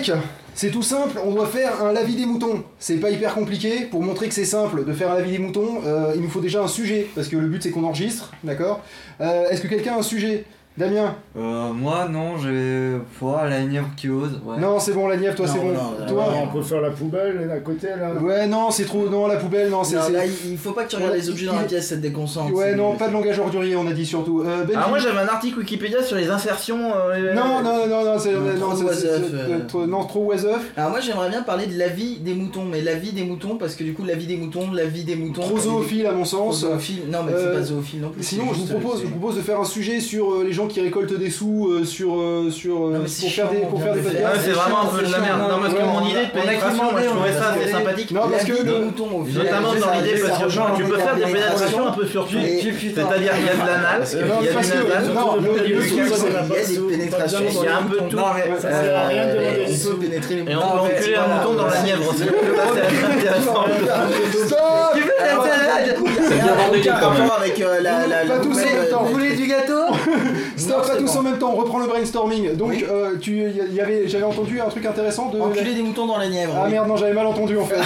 mecs, c'est tout simple, on doit faire un lavis des moutons. C'est pas hyper compliqué, pour montrer que c'est simple de faire un lavis des moutons, il nous faut déjà un sujet, parce que le but c'est qu'on enregistre, d'accord. Est-ce que quelqu'un a un sujet? Damien? Moi non, je vais voir la Nièvre qui ose. Ouais. Non, c'est bon, la Nièvre, toi Non, c'est bon. non, Toi? On peut faire la poubelle à côté là. Ouais, non, c'est trop. Non, la poubelle, non, c'est. Non, là, il faut pas que tu regardes les objets dans la pièce, ça te déconcentre. Ouais, non, pas de langage ordurier, on a dit surtout. Benji. Alors moi j'avais un article Wikipédia sur les insertions. Non, c'est. trop was off, Non, trop was off. Alors moi j'aimerais bien parler de la vie des moutons, mais la vie des moutons parce que du coup la vie des moutons. Trop zoophile à mon Trop sens. zoophile. Non mais c'est pas zoophile non plus. Sinon, c'est je vous juste, propose de faire un sujet sur les gens qui récoltent des sous mais pour c'est faire des chiant, podcasts. Ouais, c'est vraiment un peu de la merde. Non, parce que mon idée de pénétration, moi je trouvais ça assez sympathique. Non, parce que des moutons au final. Notamment dans l'idée parce que tu peux faire des pénétrations un peu sur tout. C'est-à-dire il y a de l'anal, il y a du nasal. Non, le Il y a des pénétrations. Il y a un peu de tout. Non mais Ça sert à rien de demander des On sous. peut pénétrer les Et moutons. on peut enculer un mouton dans la Nièvre aussi. Ça c'est assez intéressant. Stop. Il y a aucun rapport avec la Pas tous en même temps. vous voulez du gâteau? Stop, Non, pas c'est tous bon. en même temps, on reprend le brainstorming. Donc, Oui. j'avais entendu un truc intéressant de. Enculer des moutons dans la Nièvre. Ah oui. merde, non, j'avais mal entendu en fait.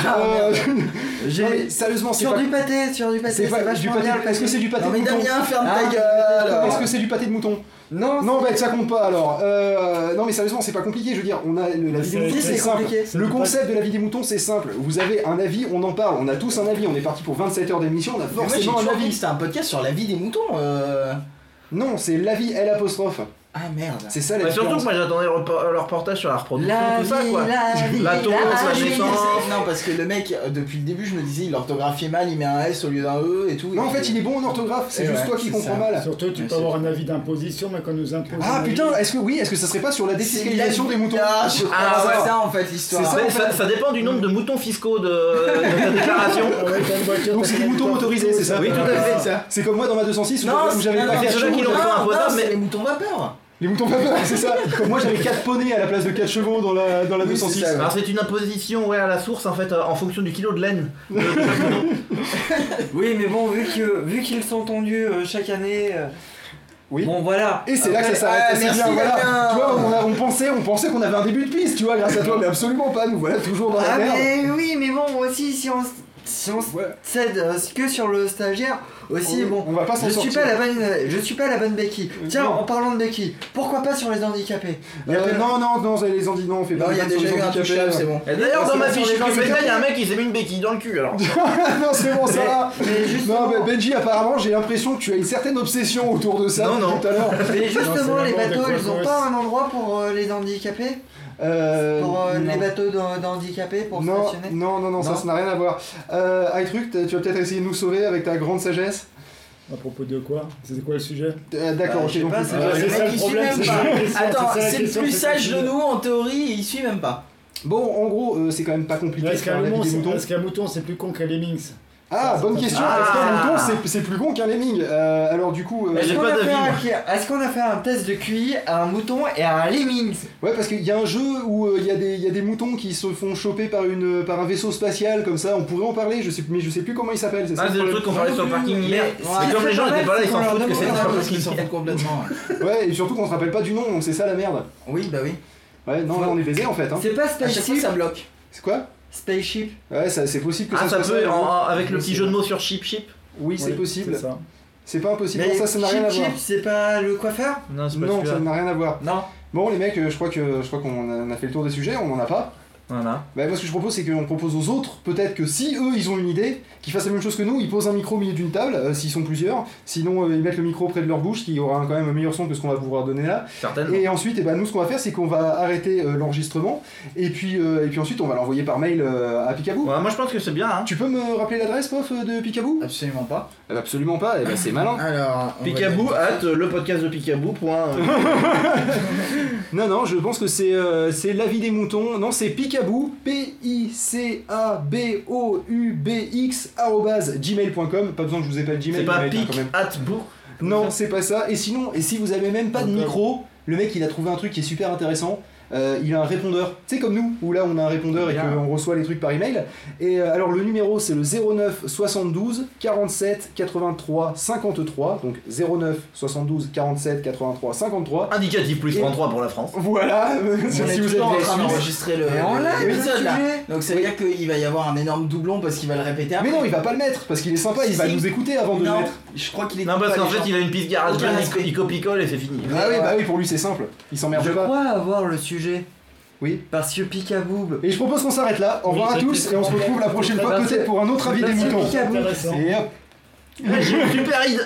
J'ai- non, mais sérieusement, c'est Sur pas. du pâté, c'est C'est pas du vachement pâté. bien le Est-ce que c'est du pâté Non de mais mouton? Damien, ferme ta Ah, gueule. Est-ce que c'est du pâté de mouton? Non, Non, bah ça compte pas alors. Non, mais sérieusement, c'est pas compliqué. Je veux dire, on a la vie des moutons, c'est simple. compliqué. Le concept de la vie des moutons, c'est simple. Vous avez un avis, on en parle. On a tous un avis. On est parti pour 27 heures d'émission. On a Mais moi j'ai forcément toujours un dit que avis. c'était un podcast sur la vie des moutons. Non, c'est l'avis L apostrophe. Ah merde. C'est ça la Mais surtout différence. que moi j'attendais le reportage sur la reproduction, La tout ça vie, quoi. La taupe, la oui, naissance. non parce que le mec depuis le début je me disais il orthographiait mal, il met un S au lieu d'un E et tout. Non, en fait, il est bon en orthographe. C'est Et juste ouais, toi qui c'est comprends ça. mal. Surtout, tu peux avoir un avis d'imposition, mais qu'on nous impose. Ah un avis. putain, est-ce que ça serait pas sur la défiscalisation des moutons? Ah, je crois Ah, que ouais. c'est ça en fait l'histoire. C'est ça. Ça dépend du nombre de moutons fiscaux de ta déclaration. Ah ouais, t'as une voiture, Donc t'as c'est des des moutons motorisés, c'est ça? Oui, tout à fait. ça. C'est comme moi dans ma 206 Non, où j'avais non, pas non, 4 c'est ceux chevaux. qui l'ont j'avais- fait imposable, c'est mais- les moutons vapeur. Les moutons vapeur, c'est ça. Comme moi j'avais 4 poneys à la place de 4 chevaux dans la Oui, 206. c'est ça, ouais. Alors c'est une imposition ouais, à la source en fait en fonction du kilo de laine. Oui, mais bon, vu qu'ils sont tendus chaque année, Oui. bon voilà. Et c'est là que ça s'arrête. Ah, C'est merci, bien, voilà. Damien. Tu vois, on pensait qu'on avait un début de piste, tu vois, grâce à toi, mais absolument pas. Nous voilà toujours dans la Ah merde. mais oui, mais bon, aussi si on Ouais. cède que sur le stagiaire, aussi bon. On va pas s'en Je suis sortir. je suis pas la bonne béquille. Tiens, Non. en parlant de béquille, pourquoi pas sur les handicapés? Non, les handis, non, on fait Non, pas. il y a de vannes sur déjà les eu un handicapés. touchable, c'est bon. Et d'ailleurs dans c'est ma pas sur fiche les gens Wikipédia il y a un handicapés. mec qui s'est mis une béquille dans le cul alors. Non, c'est bon, ça va. Mais justement, Non, mais Benji, apparemment, j'ai l'impression que tu as une certaine obsession autour de ça Non, depuis non. tout à l'heure. mais justement c'est les vraiment bateaux, des ils ont cocos. pas un endroit pour les handicapés? Pour Non. les bateaux d'handicapés pour Non, stationner? non, ça Non. n'a rien à voir. iTruc, tu vas peut-être essayer de nous sauver avec ta grande sagesse. À propos de quoi? C'était quoi le sujet? D'accord, ok, je sais donc. pas, c'est Ah, pas- c'est Le ça mec le il suit problème, même c'est pas. ça la question, Attends, c'est ça la c'est le question, plus c'est sage ça de le- nous en théorie, il suit même pas. Bon, en gros, c'est quand même pas compliqué de Est-ce faire la vie des moutons. qu'un mouton c'est plus con qu'un lemmings? Ah, bonne question. Ah. Est-ce qu'un mouton, c'est plus con qu'un lemming? Alors, du coup. Mais Est-ce j'ai qu'on pas a d'avis, fait est-ce qu'on a fait un test de QI à un mouton et à un lemmings? Ouais, parce qu'il y a un jeu où il y a des moutons qui se font choper par un vaisseau spatial comme ça. On pourrait en parler, mais je sais plus comment il s'appelle. Ah c'est le truc qu'on parlait sur le parking hier. Ouais. Mais comme les gens n'étaient pas là ils s'en foutent que c'est c'était qu'on sur leur le Parce qu'ils s'en parking. foutent complètement. Ouais, et surtout qu'on se rappelle pas du nom, donc c'est ça la merde. Oui, bah oui. Ouais, non, là on est baisé en fait. Hein. C'est pas À chaque fois spaceship? ça bloque. C'est quoi? Spaceship? Ouais, c'est possible que Ah ça ça soit peut ça. avec le petit jeu de mots sur chip. Oui, c'est Oui, possible. C'est ça. C'est pas impossible. Mais Non, ça n'a rien à Chip voir. Chip, c'est pas le coiffeur? Non c'est pas Non, ça celui-là. n'a rien à voir. Non. Bon, les mecs, je crois qu'on a fait le tour des sujets, on en a pas. Voilà. Bah, moi, ce que je propose, c'est qu'on propose aux autres, peut-être que si eux, ils ont une idée, qu'ils fassent la même chose que nous, ils posent un micro au milieu d'une table, s'ils sont plusieurs. Sinon, ils mettent le micro près de leur bouche, qui aura quand même un meilleur son que ce qu'on va pouvoir donner là. Certainement. Et ensuite, nous, ce qu'on va faire, c'est qu'on va arrêter l'enregistrement, et puis ensuite, on va l'envoyer par mail à Picaboo. Ouais, moi je pense que c'est bien hein. Tu peux me rappeler l'adresse, Pof, de Picaboo? Absolument pas. Absolument pas, et bah c'est malin. Alors, on va Picaboo dire- le podcast de Picaboo. Non, je pense que c'est l'avis des moutons. Non, c'est Picaboo, PICABOUBX @gmail.com. Pas besoin que je vous épelle Gmail. C'est pas mais quand pic même. at book. Non, c'est pas ça. Et sinon, et si vous avez même pas de micro, le mec il a trouvé un truc qui est super intéressant. il a un répondeur, tu sais comme nous, où là on a un répondeur et qu'on reçoit les trucs par email. Et alors le numéro c'est le 09 72 47 83 53, donc 09 72 47 83 53. Indicatif plus 33 pour la France. Voilà, si vous êtes en train d'enregistrer l'épisode là. Donc ça veut dire qu'il va y avoir un énorme doublon parce qu'il va le répéter après. Mais non, il va pas le mettre parce qu'il est sympa, il va nous écouter avant de le mettre. Je crois qu'il est. Non, parce qu'en fait il a une piste garage, il copie-colle et c'est fini. Ah oui, bah oui, pour lui c'est simple, il s'emmerde pas. Je crois avoir le sujet. Oui. Parce que Picaboob. Et je propose qu'on s'arrête là. Au revoir à tous et on se retrouve la prochaine fois peut-être pour un autre avis des moutons. Et hop. J'ai une super idée.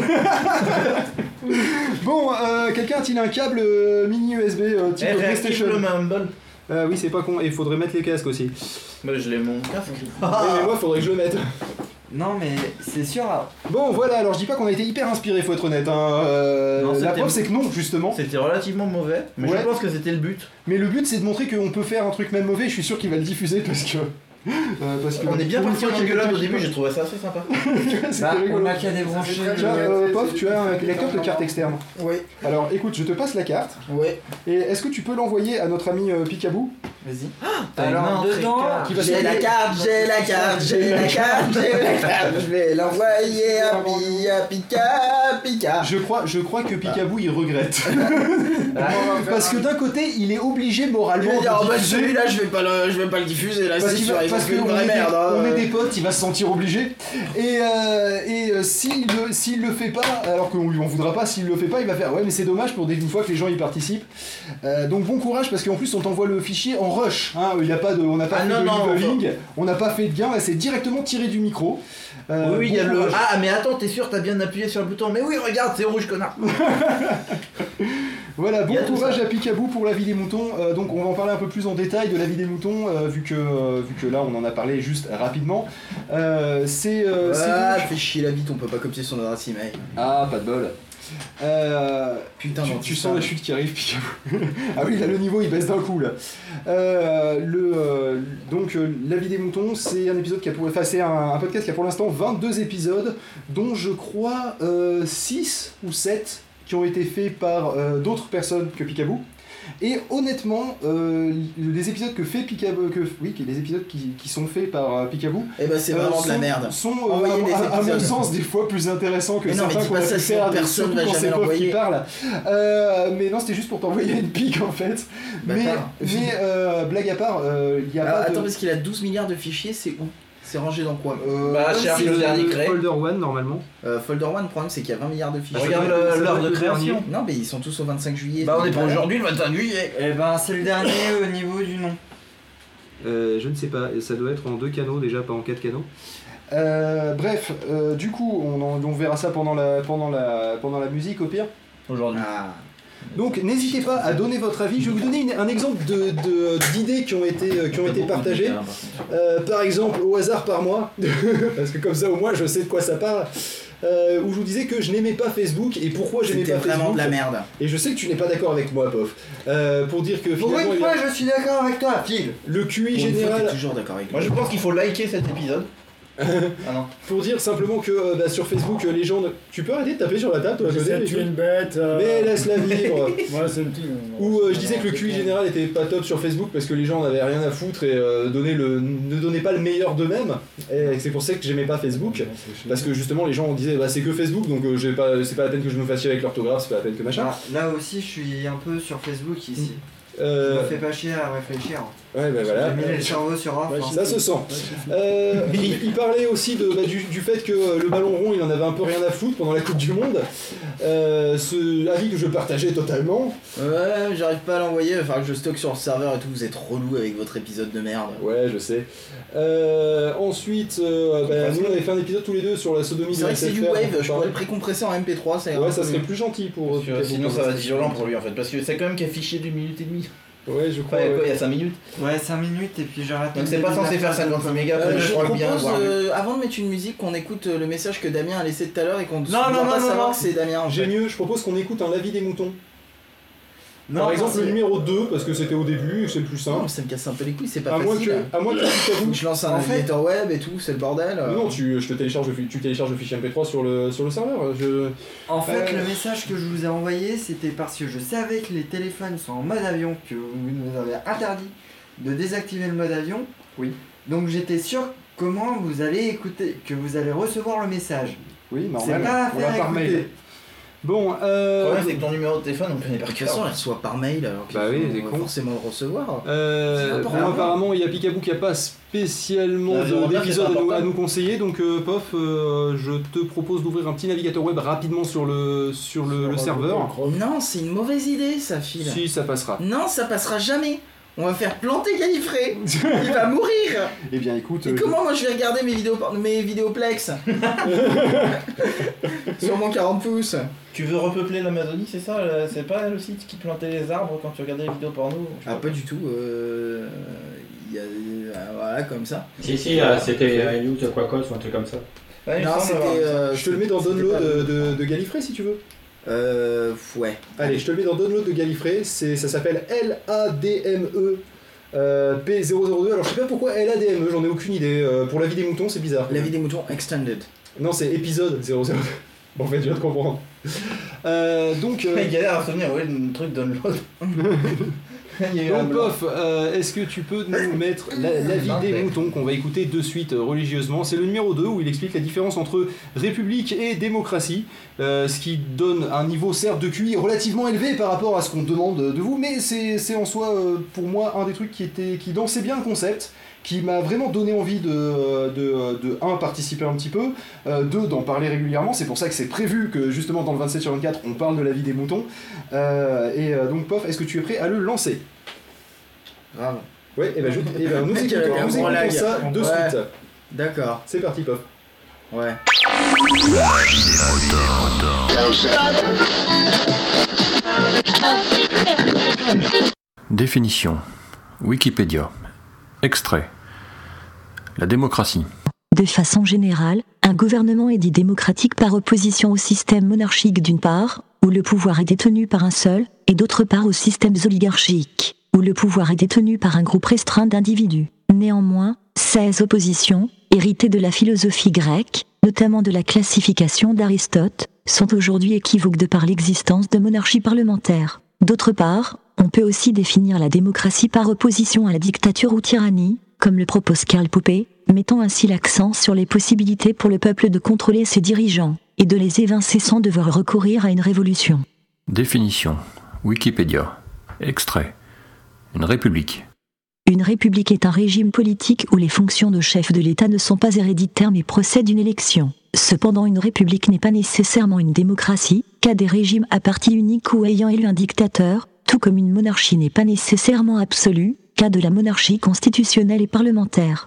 Bon, quelqu'un a-t-il un câble mini USB type PlayStation? Oui, c'est pas con. Et il faudrait mettre les casques aussi. Bah, je l'ai mon casque. Mais moi, faudrait que je le mette. Non, mais c'est sûr. Bon, voilà, alors je dis pas qu'on a été hyper inspiré, faut être honnête. Hein. La preuve, c'est que non, justement. C'était relativement mauvais, mais je pense que c'était le but. Mais le but, c'est de montrer qu'on peut faire un truc même mauvais. Je suis sûr qu'il va le diffuser parce que. On est bien parti en engueulade au début, j'ai trouvé ça assez sympa. On a qu'à débrancher. Tiens, Pof, tu as un lecteur de carte externe. Oui. Alors écoute, je te passe la carte. Oui. Et est-ce que tu peux l'envoyer à notre ami Picaboo? Vas-y. Alors dedans, j'ai la carte. Je vais l'envoyer à Pika. Je crois que Picaboo il regrette. Parce que d'un côté, il est obligé moralement. Il va dire, celui-là, je vais pas le diffuser là. Parce qu'on est des potes, il va se sentir obligé. Et s'il le fait pas, alors qu'on lui en voudra pas, s'il le fait pas, il va faire ouais, mais c'est dommage pour une fois que les gens y participent. Donc bon courage parce qu'en plus on t'envoie le fichier en rush. Hein, on n'a pas fait de debugging, on n'a pas fait de gain, c'est directement tiré du micro. Oui, il y a le. Ah, mais attends, t'es sûr, t'as bien appuyé sur le bouton? Mais oui, regarde, c'est rouge, connard. Voilà, bon courage à Picaboo pour la vie des moutons. Donc on va en parler un peu plus en détail de la vie des moutons, vu que là on en a parlé juste rapidement. C'est fais chier la bite, on peut pas copier son adresse email. Ah, pas de bol. Putain, tu sens la chute qui arrive, Picaboo. Ah oui, là le niveau il baisse d'un coup là. Donc la vie des moutons, c'est un épisode c'est un podcast qui a pour l'instant 22 épisodes, dont je crois 6 ou 7 qui ont été faits par d'autres personnes que Picaboo. Et honnêtement, les épisodes que fait Picaboo, les épisodes qui sont faits par Picaboo, c'est vraiment de la merde. Sont à mon sens des fois plus intéressants que certains qu'on a pu faire, surtout quand c'est Pof qui parle. Mais non, c'était juste pour t'envoyer une pique en fait. Mais blague à part, il y a pas attends, parce qu'il a 12 milliards de fichiers, c'est où? C'est rangé dans quoi? Cherche le dernier créé. Folder 1 normalement. Folder 1, le problème c'est qu'il y a 20 milliards de fichiers. Regarde l'heure de création. Non, mais ils sont tous au 25 juillet. Bah on est pas aujourd'hui le 25 juillet. Eh ben c'est le dernier au niveau du nom. Je ne sais pas, ça doit être en 2 canaux déjà, pas en 4 canaux. Bref, du coup, on verra ça pendant la musique au pire. Aujourd'hui. Donc n'hésitez pas à donner votre avis. Je vais vous donner un exemple d'idées qui ont été partagées. Par exemple, au hasard par moi, parce que comme ça au moins je sais de quoi ça parle. Où je vous disais que je n'aimais pas Facebook et pourquoi j'aimais pas Facebook. C'était vraiment de la merde. Et je sais que tu n'es pas d'accord avec moi, Pof. Pour dire que finalement. Pour une fois, je suis d'accord avec toi, Phil. Le QI général. Toujours d'accord avec moi. Je pense qu'il faut liker cet épisode. Ah non. Pour dire simplement que sur Facebook les gens tu peux arrêter de taper sur la table toi à côté, tu es une bête mais laisse-la vivre. Ouais, c'est le petit, ou je disais que le QI général était pas top sur Facebook parce que les gens n'avaient rien à foutre et ne donnaient pas le meilleur d'eux-mêmes, et c'est pour ça que j'aimais pas Facebook, parce que justement les gens disaient c'est que Facebook, donc c'est pas la peine que je me fasse chier avec l'orthographe, c'est pas la peine que machin. Là aussi je suis un peu sur Facebook ici. Ça me fait pas chier à réfléchir. Ouais, bah voilà. J'ai mis le cerveau sur off. Ça se sent. Il parlait aussi du fait que le ballon rond, il en avait un peu rien à foutre pendant la Coupe du Monde. Ce avis que je partageais totalement. Ouais, j'arrive pas à l'envoyer, enfin que je stocke sur le serveur et tout, vous êtes relou avec votre épisode de merde. Ouais, je sais. Ensuite, nous on avait fait un épisode tous les deux sur la sodomie. C'est vrai que c'est du wave, je pourrais le précompresser en MP3, ça ouais, ça serait plus gentil pour. Sinon ça va être violent pour lui en fait, parce que c'est quand même qu'un fichier d'une minute et demie. Ouais, je crois. Il y a 5 minutes. Ouais, 5 minutes et puis j'arrête. Donc c'est pas censé faire 50 mégas. Je propose, avant de mettre une musique, qu'on écoute le message que Damien a laissé tout à l'heure et qu'on ne doit pas savoir que c'est Damien. J'ai mieux, je propose qu'on écoute un avis des moutons. Non, par exemple, le numéro 2, parce que c'était au début, c'est le plus simple. Non, ça me casse un peu les couilles, c'est pas à facile. Moi que tu t'avoues. Je lance un navigateur web et tout, c'est le bordel. Non, tu télécharges le fichier MP3 sur le serveur. En fait, le message que je vous ai envoyé, c'était parce que je savais que les téléphones sont en mode avion, que vous nous avez interdit de désactiver le mode avion. Oui. Donc j'étais sûr comment vous allez écouter, que vous allez recevoir le message. Oui, normal. C'est pas à faire par mail. Bon, Le problème, c'est que ton numéro de téléphone, on connaît par De toute façon, elle reçoit par mail, alors qu'il faut forcément le recevoir. Apparemment, il y a Picaboo qui n'a pas spécialement d'épisode à nous conseiller, donc Pof, je te propose d'ouvrir un petit navigateur web rapidement sur le serveur. Non, c'est une mauvaise idée, ça, Phil. Si, ça passera. Non, ça passera jamais. On va faire planter Gallifrey. Il va mourir. Eh bien, écoute. Et comment moi je vais regarder mes vidéoplex sur mon 40 pouces. Tu veux repeupler l'Amazonie, c'est ça? C'est pas le site qui plantait les arbres quand tu regardais les vidéos porno? Pas du tout. Voilà, comme ça. Si, c'était News Quacos ou un truc comme ça. Ouais, non, c'était. Je te le mets dans download de Gallifrey si tu veux. Ouais. Allez, je te le mets dans download de Gallifrey. Ça s'appelle LADME P002. Alors, je sais pas pourquoi LADME, j'en ai aucune idée. Pour la vie des moutons, c'est bizarre. La vie des moutons extended. Non, c'est épisode 002. Bon, en fait, je viens de comprendre. Donc. Il galère à se souvenir, ouais, le truc download. Donc, Pof, est-ce que tu peux nous mettre la vie des moutons qu'on va écouter de suite religieusement? C'est le numéro 2 où il explique la différence entre république et démocratie, ce qui donne un niveau certes de QI relativement élevé par rapport à ce qu'on demande de vous, mais c'est en soi pour moi un des trucs qui dansait bien le concept, qui m'a vraiment donné envie de participer un petit peu, 2 d'en parler régulièrement. C'est pour ça que c'est prévu que justement dans le 27/24 on parle de la vie des moutons. Donc Pof, est-ce que tu es prêt à le lancer? Grave. Ouais, et ben nous écoutons ça de suite. D'accord. C'est parti, Pof. Ouais. Définition. Wikipédia. Extrait. La démocratie. De façon générale, un gouvernement est dit démocratique par opposition au système monarchique d'une part, où le pouvoir est détenu par un seul, et d'autre part aux systèmes oligarchiques, où le pouvoir est détenu par un groupe restreint d'individus. Néanmoins, ces oppositions, héritées de la philosophie grecque, notamment de la classification d'Aristote, sont aujourd'hui équivoques de par l'existence de monarchies parlementaires. D'autre part, on peut aussi définir la démocratie par opposition à la dictature ou tyrannie, comme le propose Karl Popper, mettant ainsi l'accent sur les possibilités pour le peuple de contrôler ses dirigeants, et de les évincer sans devoir recourir à une révolution. Définition. Wikipédia. Extrait. Une république. Une république est un régime politique où les fonctions de chef de l'État ne sont pas héréditaires mais procèdent d'une élection. Cependant, une république n'est pas nécessairement une démocratie, car des régimes à parti unique ou ayant élu un dictateur, tout comme une monarchie n'est pas nécessairement absolue, cas de la monarchie constitutionnelle et parlementaire.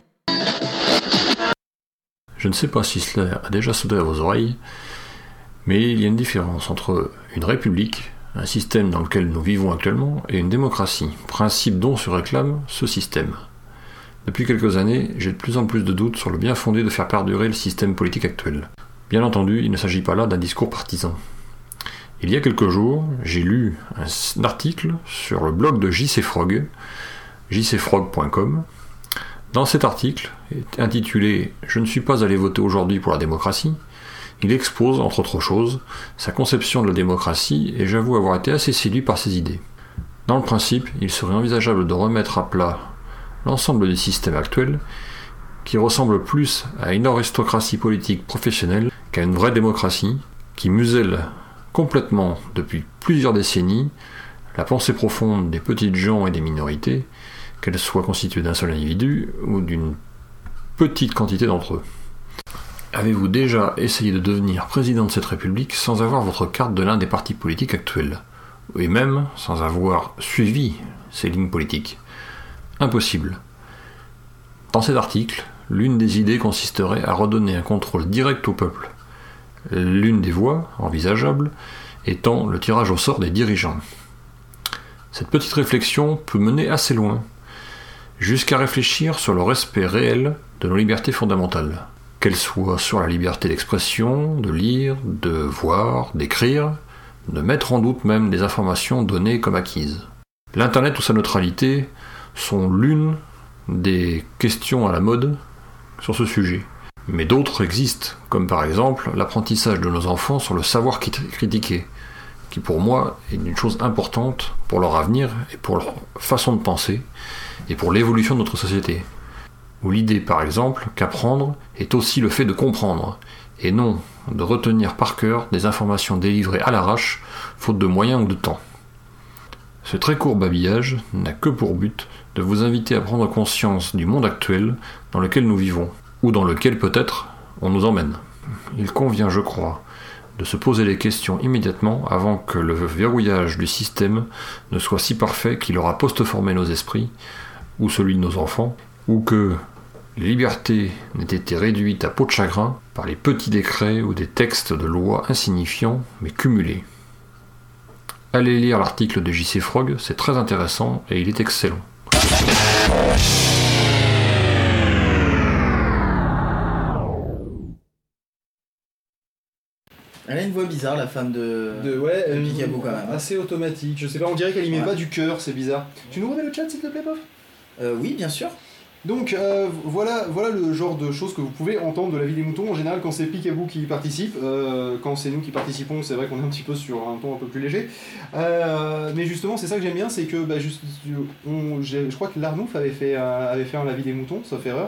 Je ne sais pas si cela a déjà sauté à vos oreilles, mais il y a une différence entre une république, un système dans lequel nous vivons actuellement, et une démocratie, principe dont se réclame ce système. Depuis quelques années, j'ai de plus en plus de doutes sur le bien fondé de faire perdurer le système politique actuel. Bien entendu, il ne s'agit pas là d'un discours partisan. Il y a quelques jours, j'ai lu un article sur le blog de JC Frog, jcfrog.com. Dans cet article, intitulé « Je ne suis pas allé voter aujourd'hui pour la démocratie », il expose, entre autres choses, sa conception de la démocratie et j'avoue avoir été assez séduit par ses idées. Dans le principe, il serait envisageable de remettre à plat l'ensemble du système actuel, qui ressemble plus à une aristocratie politique professionnelle qu'à une vraie démocratie, qui muselle complètement depuis plusieurs décennies la pensée profonde des petites gens et des minorités, qu'elles soient constituées d'un seul individu ou d'une petite quantité d'entre eux. Avez-vous déjà essayé de devenir président de cette république sans avoir votre carte de l'un des partis politiques actuels, et même sans avoir suivi ces lignes politiques? Impossible. Dans cet article, l'une des idées consisterait à redonner un contrôle direct au peuple. L'une des voies envisageables étant le tirage au sort des dirigeants. Cette petite réflexion peut mener assez loin, jusqu'à réfléchir sur le respect réel de nos libertés fondamentales, qu'elles soient sur la liberté d'expression, de lire, de voir, d'écrire, de mettre en doute même des informations données comme acquises. L'Internet ou sa neutralité sont l'une des questions à la mode sur ce sujet. Mais d'autres existent, comme par exemple l'apprentissage de nos enfants sur le savoir critiquer, qui pour moi est une chose importante pour leur avenir et pour leur façon de penser, et pour l'évolution de notre société. Ou l'idée par exemple qu'apprendre est aussi le fait de comprendre, et non de retenir par cœur des informations délivrées à l'arrache, faute de moyens ou de temps. Ce très court babillage n'a que pour but de vous inviter à prendre conscience du monde actuel dans lequel nous vivons, ou dans lequel peut-être on nous emmène. Il convient, je crois, de se poser les questions immédiatement avant que le verrouillage du système ne soit si parfait qu'il aura post-formé nos esprits, ou celui de nos enfants, ou que les libertés n'aient été réduites à peau de chagrin par les petits décrets ou des textes de loi insignifiants mais cumulés. Allez lire l'article de J.C. Frog, c'est très intéressant et il est excellent. Elle a une voix bizarre, la femme de Picaboo quand même. Assez automatique, je sais pas, on dirait qu'elle y met pas du cœur, c'est bizarre. Tu nous remets le chat s'il te plaît, Pof ? Oui, bien sûr. Donc voilà le genre de choses que vous pouvez entendre de la vie des moutons. En général, quand c'est Picaboo qui participe, quand c'est nous qui participons, c'est vrai qu'on est un petit peu sur un ton un peu plus léger. Mais justement, c'est ça que j'aime bien, c'est que je crois que l'Arnouf avait fait un La vie des moutons, sauf erreur.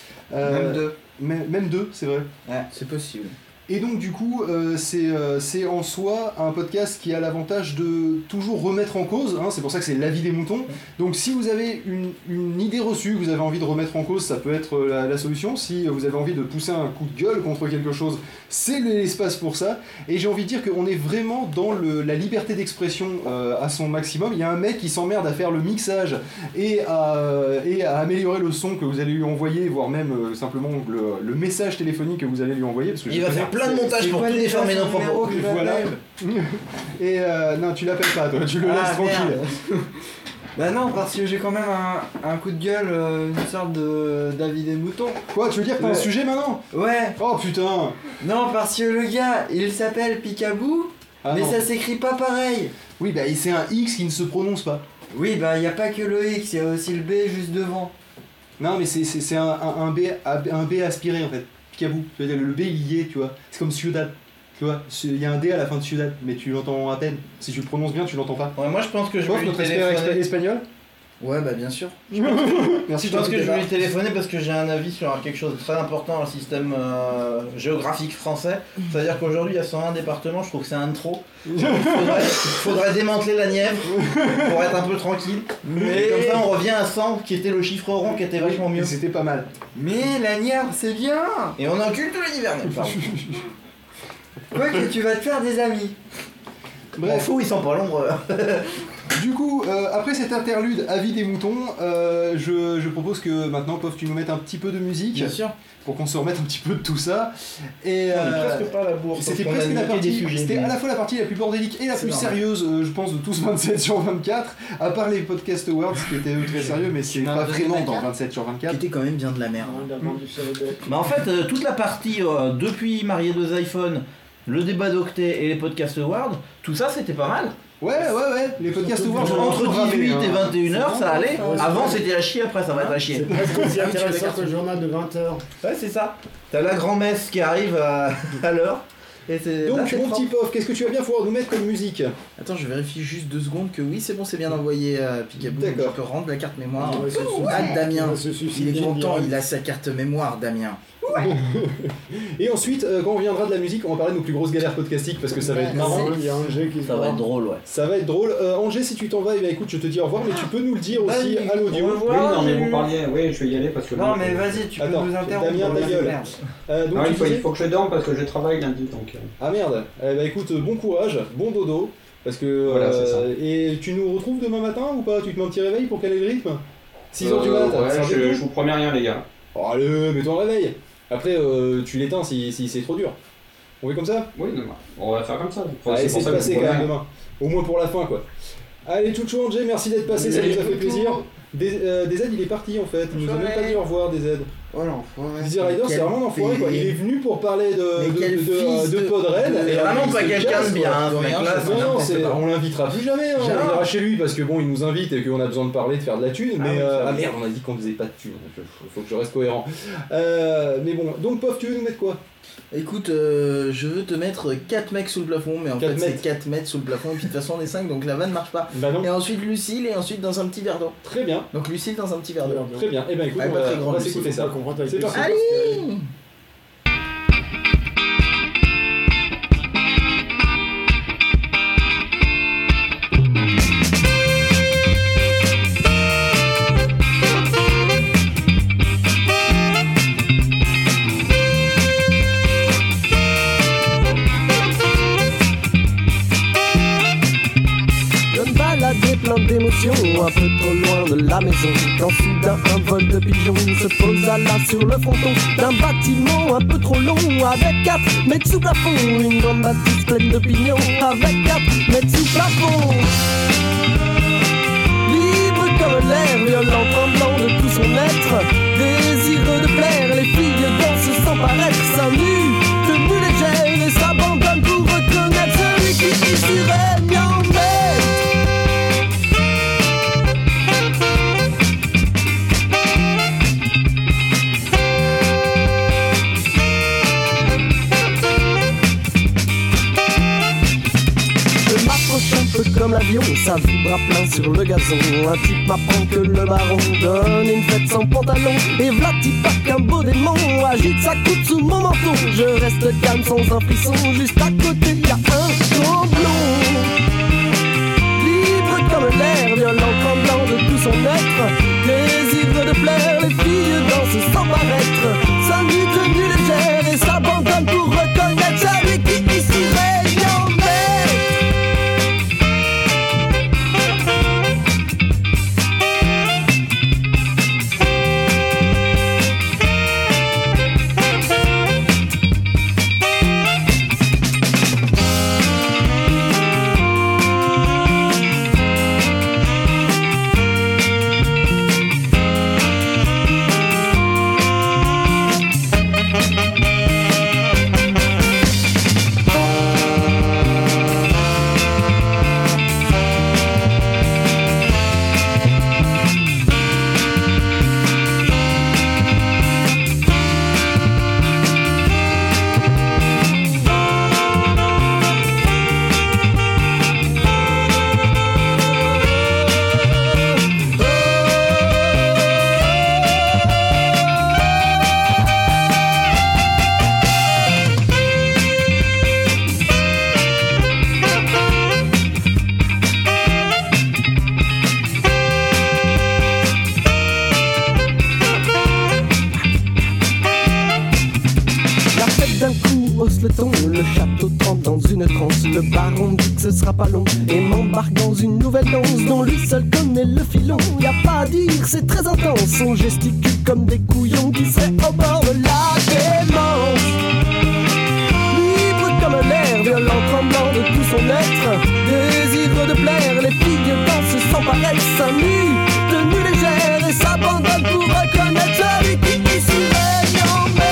Même deux, c'est vrai. Ouais, c'est possible. Et donc du coup, c'est en soi un podcast qui a l'avantage de toujours remettre en cause, hein, c'est pour ça que c'est l'avis des moutons. Donc si vous avez une idée reçue, que vous avez envie de remettre en cause, ça peut être la solution. Si vous avez envie de pousser un coup de gueule contre quelque chose, c'est l'espace pour ça. Et j'ai envie de dire qu'on est vraiment dans la liberté d'expression à son maximum. Il y a un mec qui s'emmerde à faire le mixage et à améliorer le son que vous allez lui envoyer, voire même simplement le message téléphonique que vous allez lui envoyer. Parce que il va faire plein de montages pour tout déformer nos propos. Voilà. Et non, tu l'appelles pas, toi, tu le laisses tranquille. Bah non, parce que j'ai quand même un coup de gueule, une sorte d'avis des moutons. Quoi, tu veux dire que t'as un sujet maintenant ? Ouais. Oh putain. Non, parce que le gars, il s'appelle Picaboo, mais non. Ça s'écrit pas pareil. Oui, bah c'est un X qui ne se prononce pas. Oui, bah y a pas que le X, y a aussi le B juste devant. Non, mais c'est un B aspiré en fait. Picaboo, le B il y est, tu vois. C'est comme Ciudad, tu vois. Il y a un D à la fin de Ciudad, mais tu l'entends à peine. Si tu le prononces bien, tu l'entends pas. Ouais, moi je pense que je vais lui notre expert espagnol. Ouais, bah bien sûr. Merci. Je pense que je vais lui téléphoner parce que j'ai un avis sur quelque chose de très important dans le système géographique français. C'est-à-dire qu'aujourd'hui il y a 101 départements, je trouve que c'est un de trop. Il faudrait démanteler la Nièvre pour être un peu tranquille. Mais comme ça on revient à 100 qui était le chiffre rond qui était vachement mieux. C'était pas mal. Mais la Nièvre c'est bien. Et on encule tous les hivers. Quoi que tu vas te faire des amis. Bref, fou, ils sont pas l'ombre. Du coup, après cet interlude avis des moutons, je propose que maintenant, Pof, tu nous mettes un petit peu de musique. Bien sûr. Pour qu'on se remette un petit peu de tout ça. Et on est presque pas à la bourre. C'était presque la partie. C'était à la fois la partie la plus bordélique et la plus sérieuse, je pense, de tous 27 sur 24. À part les Podcast Awards, qui étaient très sérieux, mais c'est pas vraiment dans 27 sur 24. Qui était quand bien de la merde. Bah en fait, toute la partie depuis Marié 2 iPhone, le débat d'Octet et les Podcast Awards, tout ça c'était pas mal. Ouais, les podcasts Awards entre 18 et 21h ça allait. Avant c'était à chier, après ça va être à chier. C'est aussi intéressant que le journal de 20h. Ouais, c'est ça. T'as la grand-messe qui arrive à l'heure. Donc mon petit Pof, qu'est-ce que tu vas bien pouvoir nous mettre comme musique ? Attends, je vérifie juste 2 secondes que oui, c'est bon, c'est bien envoyé à Picaboo. D'accord. Je peux rendre la carte mémoire. Damien, il est content, il a sa carte mémoire, Damien. Et ensuite, quand on reviendra de la musique, on va parler de nos plus grosses galères podcastiques parce que ça va être marrant. Il y a Angers qui ça va être drôle, ouais. Ça va être drôle. Angers, si tu t'en vas, écoute, je te dis au revoir, mais tu peux nous le dire aussi à l'audio. Oui, non, mais vous parliez, oui, je vais y aller parce que. Non, mais vas-y, tu peux nous interrompre. Damien, ta gueule. Donc, il faut que je dorme parce que je travaille lundi. Donc... Ah merde. Écoute, bon courage, bon dodo. Parce que. Voilà, c'est ça. Et tu nous retrouves demain matin ou pas ? Tu te mets un petit réveil pour caler le rythme ? 6h du matin. Ouais, je vous promets rien, les gars. Oh, allez, mets-toi un réveil. Après, tu l'éteins si c'est trop dur. On fait comme ça ? Oui, demain. On va faire comme ça. Allez, c'est passé quand même demain. Au moins pour la fin, quoi. Allez, Chouchou Angers, merci d'être passé, ça nous a fait plaisir. DZ, il est parti en fait. Il nous a même pas dit au revoir, DZ. Oh l'enfoiré. Dizzy Rider, c'est vraiment un enfoiré quoi. Il est venu pour parler de Podred. Et vraiment pas quelqu'un de bien, ce mec-là. Non, on l'invitera plus jamais. On ira chez lui parce que bon, il nous invite et qu'on a besoin de parler, de faire de la thune. Mais merde, on a dit qu'on faisait pas de thune. Faut que je reste cohérent. Mais bon, donc Pof, tu veux nous mettre quoi? Écoute, je veux te mettre 4 mecs sous le plafond, mais en fait c'est 4 mètres sous le plafond, et puis de toute façon on est 5, donc la vanne marche pas. Bah non. Et ensuite Lucille, et ensuite dans un petit verre d'eau. Très bien. Donc Lucille dans un petit verre d'eau. Très bien. Et ben écoute, on va s'écouter ça. C'est parti. Allez. Plein d'émotions, un peu trop loin de la maison. Quand soudain un vol de pigeons se posa là sur le fronton d'un bâtiment un peu trop long, avec 4 mètres sous plafond. Une grande bâtisse pleine de pignons, avec 4 mètres sous plafond. Libre comme l'air, violent, tremblant de tout son être, désireux de plaire, les filles dansent sans paraître, seins nus, tenues légères, et s'abandonnent pour reconnaître celui qui ici règne en maître. Un peu comme l'avion, ça vibre à plein sur le gazon. Un type m'apprend que le baron donne une fête sans pantalon. Et v'là pas qu'un beau démon agite sa coupe sous mon menton. Je reste calme sans un frisson, juste à côté y'a un tromblon. Libre comme l'air, violent, tremblant de tout son être, désireux de plaire, les filles dansent sans paraître, sa nuit tenue légère et s'abandonne pour reconnaître celui qui ici règne en maître. Le château trempe dans une transe. Le baron dit que ce sera pas long et m'embarque dans une nouvelle danse dont lui seul connaît le filon. Y a pas à dire, c'est très intense. On gesticule comme des couillons qui seraient au bord de la démence. Libre comme l'air, violent, tremblant de tout son être, désireux de plaire, les filles dansent sans paraître, seins nus, tenues légères et s'abandonnent pour reconnaître celui qui ici règne en maître.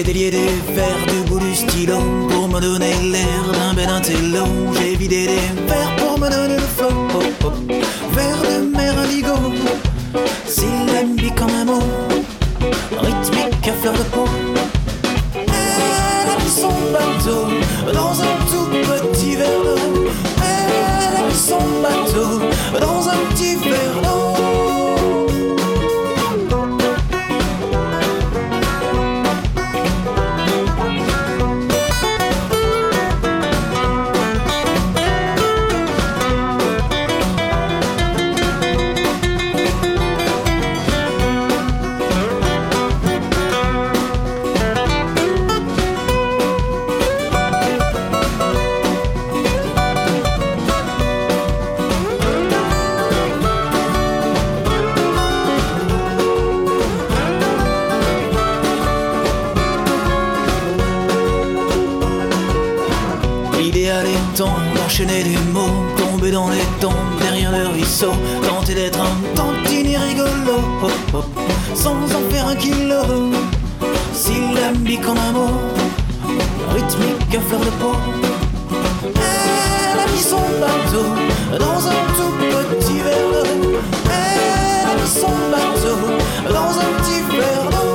délié des verres du bout du stylo pour me donner l'air d'un bel intello. J'ai vidé des verres pour me donner le flow. Oh, oh. Verre de mer indigo, syllabique comme un mot, rythmique à fleur de peau. Elle a mis son bateau dans un tout petit verre d'eau. Elle a mis son bateau dans un petit verre d'eau. Enchaîner des mots, tomber dans les tombes derrière le ruisseau, tenter d'être un tantinet rigolo, oh, oh, sans en faire un kilo. Syllabique comme un mot, rythmique à fleur de peau. Elle a mis son bateau dans un tout petit verre d'eau. Elle a mis son bateau dans un petit verre d'eau.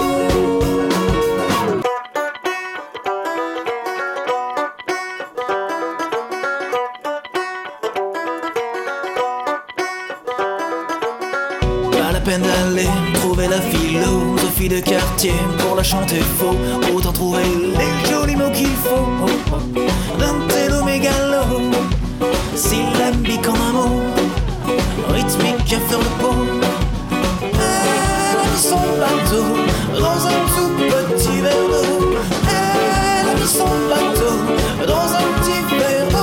Peine d'aller trouver la philosophie de quartier pour la chanter faux. Autant trouver les jolis mots qu'il faut. Oh, oh. D'un télo mégalo, syllabique comme un mot, rythmique à fleur de peau. Elle a mis son bateau dans un tout petit verre d'eau. Elle a mis son bateau dans un petit verre d'eau.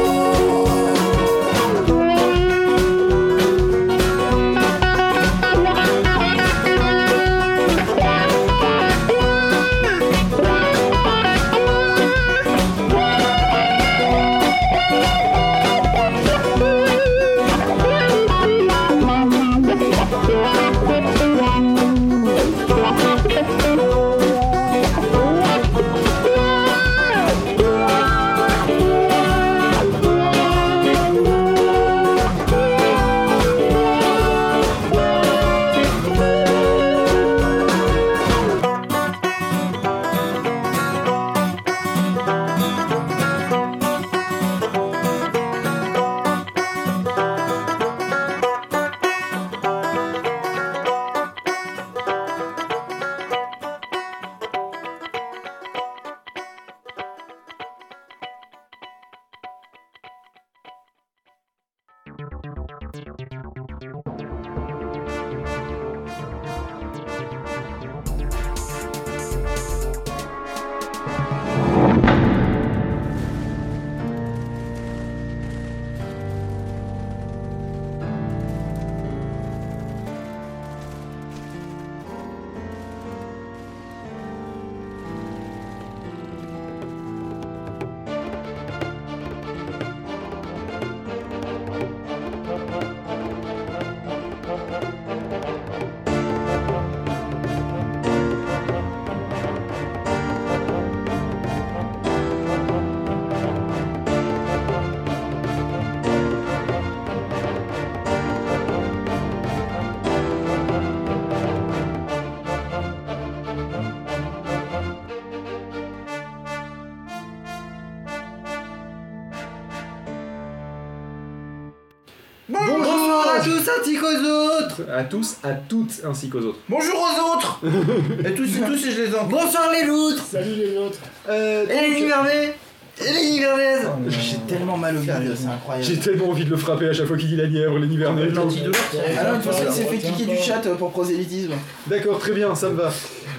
Bonjour à tous ainsi qu'aux autres. À tous, à toutes ainsi qu'aux autres. Bonjour aux autres. Et tous et je les entends. Bonsoir les loutres. Salut les loutres. Et les nivernais. Et les nivernaises. J'ai tellement mal au milieu, c'est incroyable. J'ai tellement envie de le frapper à chaque fois qu'il dit la lièvre, les nivernais. Ah non, une fois il s'est fait kicker du chat pour prosélytisme. D'accord, très bien, ça me va.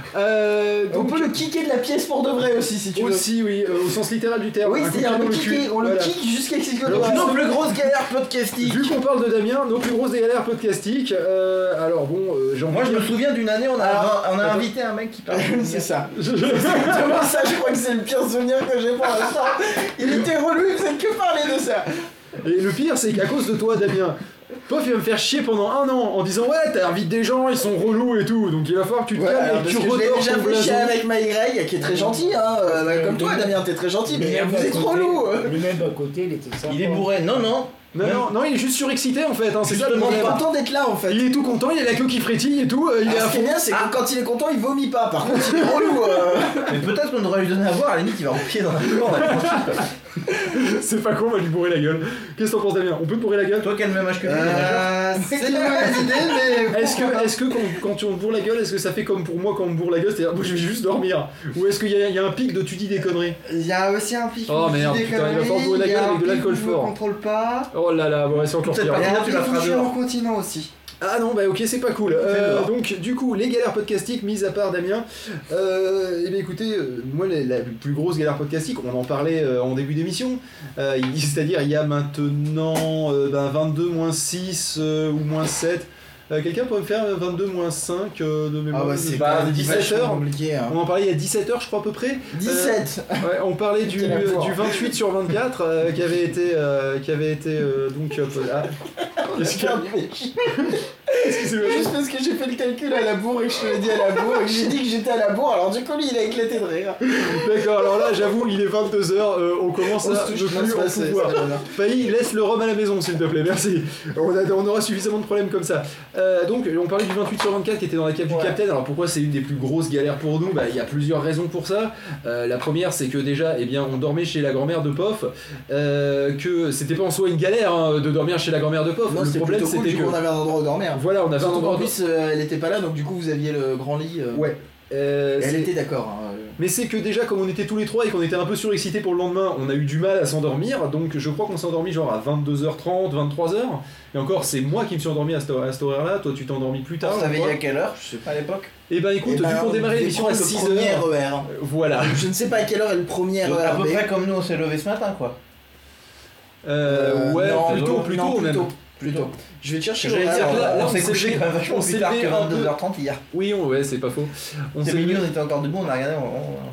On peut le kicker de la pièce pour de vrai aussi si tu veux. Aussi, oui, au sens littéral du terme. Oui, c'est-à-dire on le kick jusqu'à ce qu'il se Alors, nos plus grosses galères podcastiques. Vu qu'on parle de Damien, nos plus grosses galères podcastiques. Alors bon, moi je me souviens d'une année, on a invité un mec qui parlait. C'est ça. C'est exactement ça, je crois que c'est le pire souvenir que j'ai pour l'instant. Il était relou, il faisait que parler de ça. Et le pire, c'est qu'à cause de toi, Damien, Pof, il va me faire chier pendant 1 an en disant ouais, t'invites des gens, ils sont relous et tout, donc il va falloir que tu te calmes et que tu je l'ai redors déjà ton fait chier blason. avec MyGreg qui est très gentil, hein, comme toi Damien, t'es très gentil, mais vous êtes relou. Lui-même à côté, il était sympa. Il est bourré, non. Non, il est juste surexcité en fait, hein, c'est ça le Il est problème. content d'être là en fait. Il est tout content, il a la queue qui frétille et tout, il est à Ce qui est fond. bien, c'est que quand il est content, il vomit pas. Par contre, il est relou. Mais peut-être qu'on devrait lui donner à boire, à la limite il va en pied dans la gueule. C'est pas con, on va lui bourrer la gueule. Qu'est-ce que t'en penses, Damien? On peut te bourrer la gueule? Toi qui as le même âge que lui, C'est une mauvaise idée, mais. Est-ce que quand tu me bourres la gueule, est-ce que ça fait comme pour moi quand on me bourre la gueule, c'est-à-dire moi je vais juste dormir? Ou est-ce qu'il y a un pic de tu dis des conneries? Il y a aussi un pic. Oh merde, putain, il va falloir bourrer la gueule avec de l'alcool Je ne fort. contrôle pas. Oh là là, bon, c'est encore Cette pire. partie-là, Et tu la un feras pic dehors. continent aussi. Ah non, bah ok, c'est pas cool. Donc, du coup, les galères podcastiques, mis à part Damien, eh bien écoutez, moi, la plus grosse galère podcastique, on en parlait en début d'émission, c'est-à-dire il y a maintenant 22 moins 6 ou moins 7. Quelqu'un pourrait me faire 22 moins 5 de mémoire? Ah ouais, c'est pas pas 17 heures. compliqué. Hein. On en parlait il y a 17 heures, je crois, à peu près. 17 Ouais, on parlait du 28 sur 24 qui avait été donc ah. Qu'est-ce qu'il y a? Juste parce que j'ai fait le calcul à la bourre et que je te l'ai dit à la bourre et que j'ai dit que j'étais à la bourre, alors du coup lui il a éclaté de rire. D'accord, alors là j'avoue il est 22h, on commence à ne plus en pouvoir. Failli, laisse le rhum à la maison s'il te plaît, merci. On aura suffisamment de problèmes comme ça. Donc on parlait du 28 sur 24 qui était dans la cave du Capitaine. Alors pourquoi c'est une des plus grosses galères pour nous? Bah il y a plusieurs raisons pour ça. La première c'est que déjà on dormait chez la grand-mère de Pof, que c'était pas en soi une galère hein, de dormir chez la grand-mère de Pof. Non, Le problème c'était que on avait un endroit où dormir. Voilà, on avait un endroit. En plus elle était pas là donc du coup vous aviez le grand lit. Ouais. Elle était d'accord. Hein. Mais c'est que déjà comme on était tous les trois et qu'on était un peu surexcités pour le lendemain, on a eu du mal à s'endormir, donc je crois qu'on s'est endormi genre à 22h30, 23h, et encore c'est moi qui me suis endormi à cette horaire-là, toi tu t'es endormi plus tard. On s'est réveillé à quelle heure? Je sais pas à l'époque. Et ben écoute, vu qu'on démarrait l'émission à 6h... Voilà. Je ne sais pas à quelle heure est le premier RER. À peu près comme nous on s'est levé ce matin quoi. Ouais, non, plutôt. Je vais te chercher. J'allais dire là, on s'est couché quand même vachement plus tard que 22h30 hier. Oui, ouais, c'est pas faux. C'est mignon, on était encore debout, on a regardé.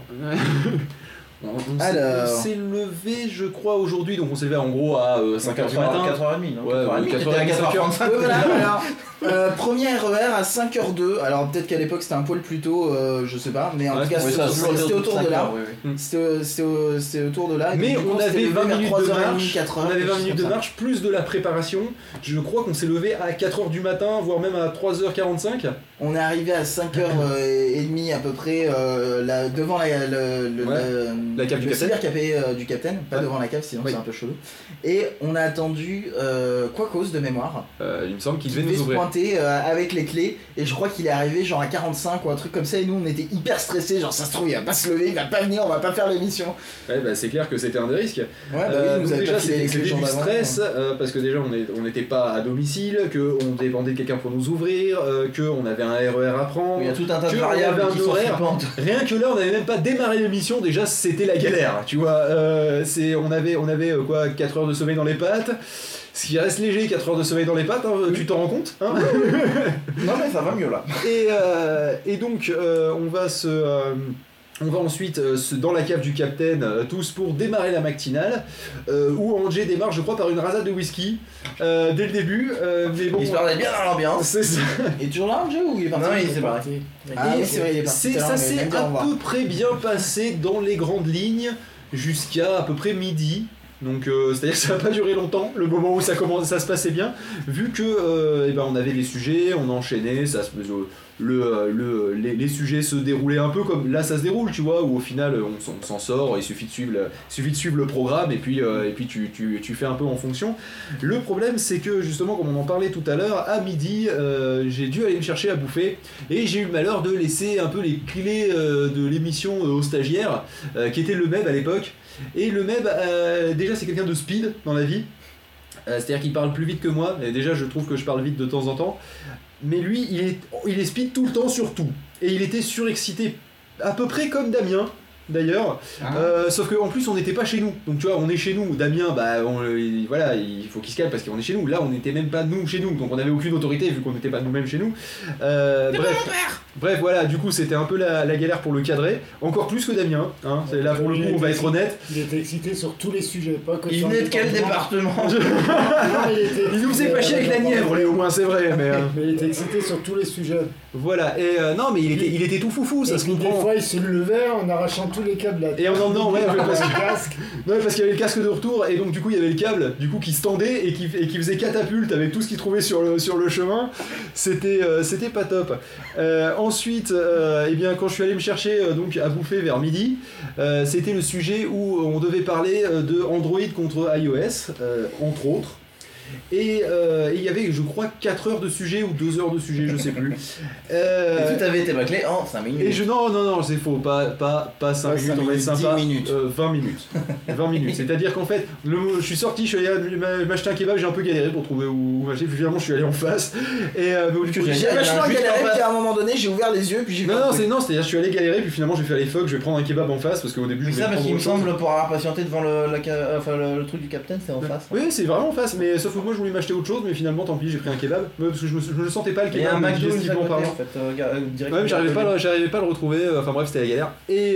On s'est levé, je crois, aujourd'hui, donc on s'est levé en gros à 5h du matin. 4h30, non? Ouais, 4h30, 5h. Voilà. Premier RER à 5h02. Alors peut-être qu'à l'époque c'était un poil plus tôt, je sais pas, mais en tout cas c'était autour de là. C'était autour de là. Mais on avait 20 minutes de marche. 4h, On avait 20 minutes de marche plus de la préparation. Je crois qu'on s'est levé à 4h du matin, voire même à 3h45. On est arrivé à 5h30 à peu près devant la cave du Capitaine. Du Capitaine, pas devant la cave sinon c'est un peu chelou. Et on a attendu Quacos de mémoire. Il me semble qu'il devait nous ouvrir. Avec les clés et je crois qu'il est arrivé genre à 45 ou un truc comme ça et nous on était hyper stressés, genre ça se trouve il va pas se lever, il va pas venir, on va pas faire l'émission. Ouais bah c'est clair que c'était un des risques. Donc déjà c'était du stress parce que déjà on n'était pas à domicile, qu'on dépendait de quelqu'un pour nous ouvrir, qu'on avait un RER à prendre, il y a tout un tas de variables qui sont flippantes. Rien que là on n'avait même pas démarré l'émission, déjà c'était la galère, tu vois. On avait quoi 4 heures de sommeil dans les pattes. Ce qui reste léger, 4 heures de sommeil dans les pattes, hein, tu t'en rends compte hein. Non mais ça va mieux là. Et donc on va ensuite dans la cave du Capitaine tous pour démarrer la matinale où Angé démarre je crois par une rasade de whisky dès le début mais bon, histoire d'être bien dans l'ambiance. C'est ça. Il est toujours là Angé ou il est parti? Non il s'est parti. C'est vrai il est parti. Ça s'est à peu près bien passé dans les grandes lignes jusqu'à à peu près midi. Donc c'est-à-dire que ça n'a pas duré longtemps, le moment où ça se passait bien, vu que on avait les sujets, on enchaînait, les sujets se déroulaient un peu comme là ça se déroule, tu vois, où au final on s'en sort, il suffit de suivre le programme et puis tu fais un peu en fonction. Le problème c'est que justement comme on en parlait tout à l'heure, à midi j'ai dû aller me chercher à bouffer et j'ai eu le malheur de laisser un peu les clés de l'émission aux stagiaires qui était le MEB à l'époque. Et le MEB, déjà c'est quelqu'un de speed dans la vie, c'est-à-dire qu'il parle plus vite que moi, et déjà je trouve que je parle vite de temps en temps, mais lui il est speed tout le temps sur tout, et il était surexcité, à peu près comme Damien, d'ailleurs. Sauf qu'en plus on n'était pas chez nous. Donc tu vois, on est chez nous. Damien, voilà, il faut qu'il se calme parce qu'on est chez nous. Là, on n'était même pas nous chez nous. Donc on n'avait aucune autorité vu qu'on n'était pas nous-mêmes chez nous. Bref, voilà, du coup c'était un peu la galère pour le cadrer. Encore plus que Damien. Hein. Là pour le coup, on va être honnête. Il était excité sur tous les sujets, pas que il venait de quel département? Il nous faisait pas chier avec la Nièvre, au moins, c'est vrai. Mais il était excité sur tous les sujets. Voilà, et non, mais il était tout foufou, ça se comprend. Des fois, il se levait en arrachant tous les câbles là. Et en emmenant, parce qu'il y avait le casque de retour, et donc du coup, il y avait le câble qui se tendait et qui faisait catapulte avec tout ce qu'il trouvait sur le chemin. C'était pas top. Ensuite, eh bien, quand je suis allé me chercher donc à bouffer vers midi, c'était le sujet où on devait parler de Android contre iOS, entre autres. Et il y avait, je crois, 4 heures de sujet ou 2 heures de sujet, je sais plus. Et tout avait été bâclé en 5 minutes. Et non, c'est faux, pas 5 minutes, on va être sympa. 10 minutes. 20 minutes. 20 minutes. C'est-à-dire qu'en fait, je suis sorti, je suis allé m'acheter un kebab, j'ai un peu galéré pour trouver où m'acheter, puis finalement je suis allé en face. Et j'ai vachement galéré, puis à un moment donné, j'ai ouvert les yeux, puis j'ai Non, c'est-à-dire je suis allé galérer, puis finalement j'ai fait allez fuck, je vais prendre un kebab en face, parce qu'au début je voulais parce qu'il me semble, pour avoir patienté devant le truc du capitaine, c'est en face. Oui, c'est vraiment en face, mais sauf que moi je voulais m'acheter autre chose, mais finalement tant pis, j'ai pris un kebab, parce que je le sentais pas le kebab. Et un McDo digestivement parlant. En fait, ouais, mais j'arrivais pas à le retrouver, enfin bref, c'était la galère.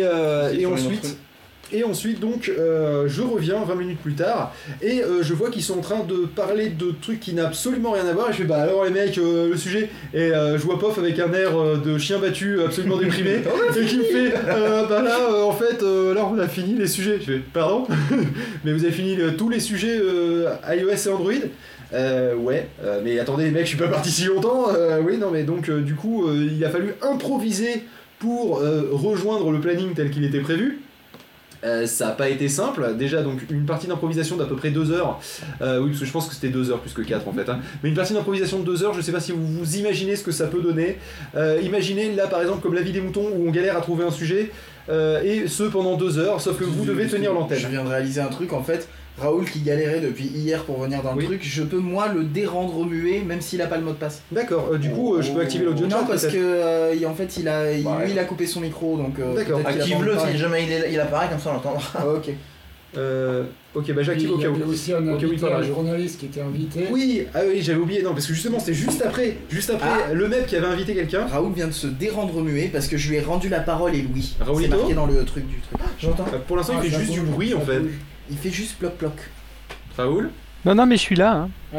Et ensuite donc je reviens 20 minutes plus tard et je vois qu'ils sont en train de parler de trucs qui n'ont absolument rien à voir et je fais bah alors les mecs le sujet et je vois Pof avec un air de chien battu absolument déprimé et qui me fait en fait là on a fini les sujets. Je fais pardon mais vous avez fini tous les sujets iOS et Android? Ouais, mais attendez les mecs, je suis pas parti si longtemps. Oui, non, mais donc du coup, il a fallu improviser pour rejoindre le planning tel qu'il était prévu. Ça n'a pas été simple. Déjà, donc une partie d'improvisation d'à peu près 2 heures. Oui, parce que je pense que c'était 2 heures plus que 4 en fait. Hein. Mais une partie d'improvisation de 2 heures, je sais pas si vous vous imaginez ce que ça peut donner. Imaginez là par exemple comme la vie des moutons où on galère à trouver un sujet. Et ce pendant 2 heures, sauf que vous devez tenir l'antenne. Je viens de réaliser un truc en fait. Raoul qui galérait depuis hier pour venir dans le truc, je peux moi le dérendre muet même s'il a pas le mot de passe. D'accord, du coup je peux activer l'audio chat. Non parce que en fait il a coupé son micro donc. D'accord. Active-le si jamais il apparaît comme ça on l'entendra. Ah, ok. Ok, bah j'active au cas où. Il y avait aussi un journaliste qui était invité. Oui, j'avais oublié, non, parce que justement c'était juste après le mec qui avait invité quelqu'un. Raoul vient de se dérendre muet parce que je lui ai rendu la parole et Louis. Raoul c'est marqué dans le truc du truc. J'entends. Pour l'instant il fait juste du bruit en fait. Il fait juste ploc. Raoul? Non, mais je suis là. Hein. Les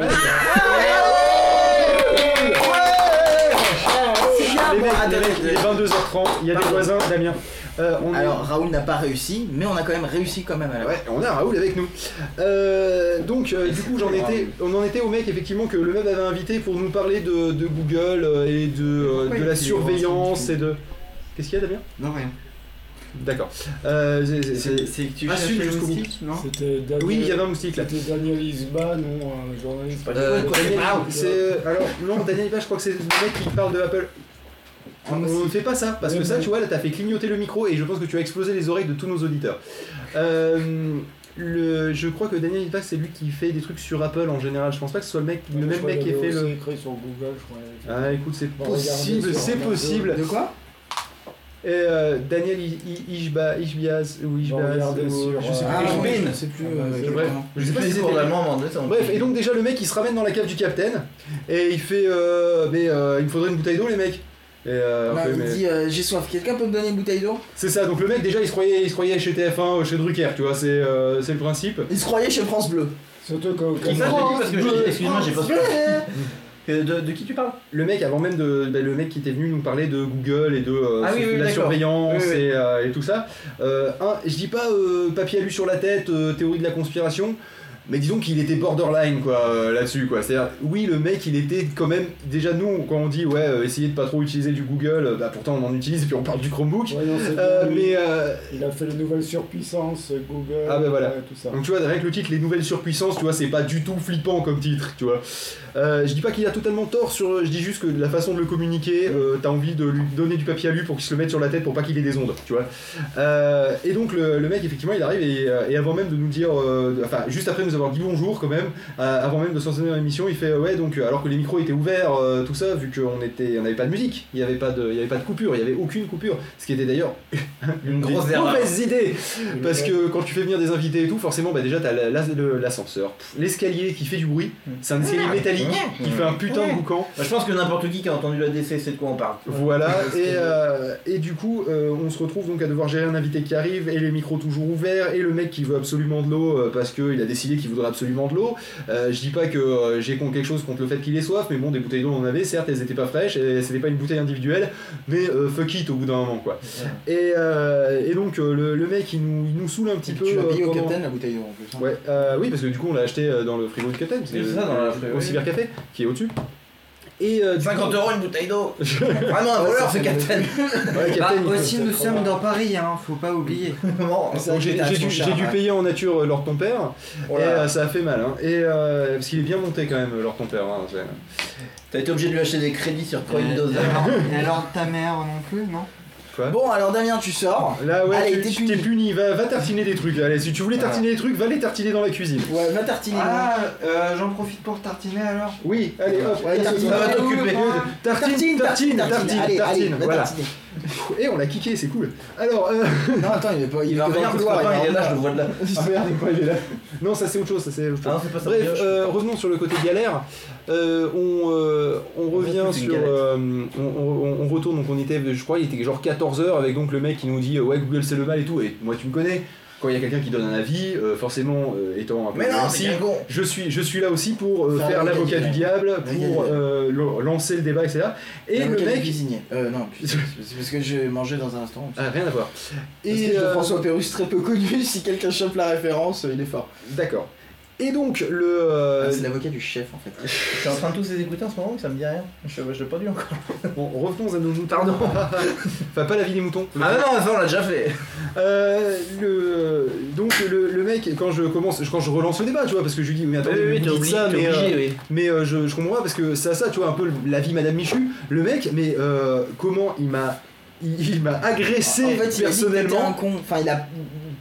mecs, il est 22h30, il y a des voisins, Damien. Alors Raoul n'a pas réussi, mais on a quand même réussi à la Ouais, on a Raoul avec nous. Donc du coup on en était au mec effectivement que le mec avait invité pour nous parler de Google et de la surveillance et de... Qu'est-ce qu'il y a Damien? Non rien. D'accord. C'est que tu cherches le moustique, non? Oui, il y avait un moustique là. C'était Daniel Isba, non, un journaliste. Alors non, Daniel Isba, je crois que c'est le mec qui parle de Apple. On ne fait pas ça, parce que ça, tu vois, là, t'as fait clignoter le micro et je pense que tu as explosé les oreilles de tous nos auditeurs. Je crois que Daniel Isba, c'est lui qui fait des trucs sur Apple en général. Je pense pas que ce soit le même mec qui ait fait le. Écrit sur Google, je crois. Ah, écoute, c'est possible. De quoi? Daniel Ishbiaz ou Ishbiaz, je sais plus. Bref, je sais pas si c'était allemand. Bref, et donc déjà le mec il se ramène dans la cave du capitaine et il fait mais il me faudrait une bouteille d'eau les mecs. Il dit j'ai soif, quelqu'un peut me donner une bouteille d'eau? C'est ça, donc le mec déjà il se croyait chez TF1, chez Drucker, tu vois, c'est le principe. Il se croyait chez France Bleu. Surtout quand excuse-moi, j'ai pas de qui tu parles? Le mec avant même le mec qui était venu nous parler de Google et de la surveillance et tout ça. Je dis pas papier alu sur la tête, théorie de la conspiration. Mais disons qu'il était borderline quoi là-dessus quoi. C'est-à-dire oui le mec il était quand même déjà nous quand on dit essayez de pas trop utiliser du Google, pourtant on en utilise et puis on parle du Chromebook. Ouais, non, il a fait les nouvelles surpuissances Google. Ah bah voilà. Tout ça. Donc tu vois avec le titre les nouvelles surpuissances tu vois c'est pas du tout flippant comme titre tu vois. Je dis pas qu'il a totalement tort je dis juste que la façon de le communiquer t'as envie de lui donner du papier alu pour qu'il se le mette sur la tête pour pas qu'il ait des ondes tu vois. Et donc le mec effectivement il arrive et avant même de nous dire juste après nous nous avoir dit bonjour quand même, avant même de se lancer dans l'émission. Il fait ouais, donc alors que les micros étaient ouverts, tout ça, vu qu'on n'avait pas de musique, il n'y avait pas de coupure, il n'y avait aucune coupure, ce qui était d'ailleurs une grosse mauvaise idée, parce que quand tu fais venir des invités et tout, forcément déjà t'as l'ascenseur, l'escalier qui fait du bruit, c'est un escalier métallique qui fait un putain de boucan. Je pense que n'importe qui a entendu la DC sait de quoi on parle. Voilà, et du coup on se retrouve donc à devoir gérer un invité qui arrive, et les micros toujours ouverts, et le mec qui veut absolument de l'eau parce qu'il a décidé qu'il voudrait absolument de l'eau. Je dis pas que j'ai quelque chose contre le fait qu'il ait soif, mais bon, des bouteilles d'eau on en avait, certes elles étaient pas fraîches, et c'était pas une bouteille individuelle, mais fuck it au bout d'un moment quoi. Et donc le mec il nous saule un petit peu. Tu l'as payé au Captain la bouteille d'eau en plus. Ouais, oui, parce que du coup on l'a acheté dans le frigo du Captain, c'est ça, dans au cybercafé qui est au-dessus. Et 50 € une bouteille d'eau. Vraiment un voleur ce Captain. Aussi nous sommes dans Paris, hein, faut pas oublier. Donc j'ai dû payer en nature Lord ton père, et ça a fait mal, hein. Et parce qu'il est bien monté quand même Lord ton père, hein. T'as été obligé de lui acheter des crédits sur CoinDozer. Et alors ta mère non plus, non? Quoi? Bon, alors Damien, tu sors. Là, ouais, allez, t'es puni. Va tartiner des trucs. Allez, si tu voulais tartiner des trucs, va les tartiner dans la cuisine. Ouais, va tartiner. J'en profite pour tartiner alors. Oui, allez, hop. Ouais, tartine, ça va t'occuper. Tartine. Voilà. Et on l'a kické, c'est cool. Alors, non, attends, il va revenir couloir, il est là, je le vois de là. Ah merde, quoi, il est là. Non, ça c'est autre chose, Ah, c'est pas ça. Bref, revenons sur le côté galère. On revient sur. On retourne, donc on était, je crois, il était genre 14h avec donc le mec qui nous dit ouais, Google c'est le mal et tout. Et moi, tu me connais. Quand il y a quelqu'un qui donne un avis, forcément, étant un peu je suis là aussi pour faire l'avocat du diable, pour lancer le débat, etc. Et le mec cuisinier. Non, c'est parce que je mangeais dans un restaurant. Rien à voir. Et François Pérusse très peu connu. Si quelqu'un chope la référence, il est fort. D'accord. Et donc c'est l'avocat du chef en fait. Je suis en train de tous les écouter en ce moment, ça me dit rien. Je l'ai pas lu encore. Bon, revenons à nos moutons. Pardon. Enfin, pas la vie des moutons. Ah non, ça on l'a déjà fait. Donc le mec, quand je relance le débat, tu vois, parce que je lui dis, mais attendez, oui, vous dites ça, mais oui. je comprends pas, parce que c'est ça, tu vois, un peu la vie Madame Michu. Le mec, mais comment il m'a agressé en fait, personnellement. Il a un con. Enfin, il a.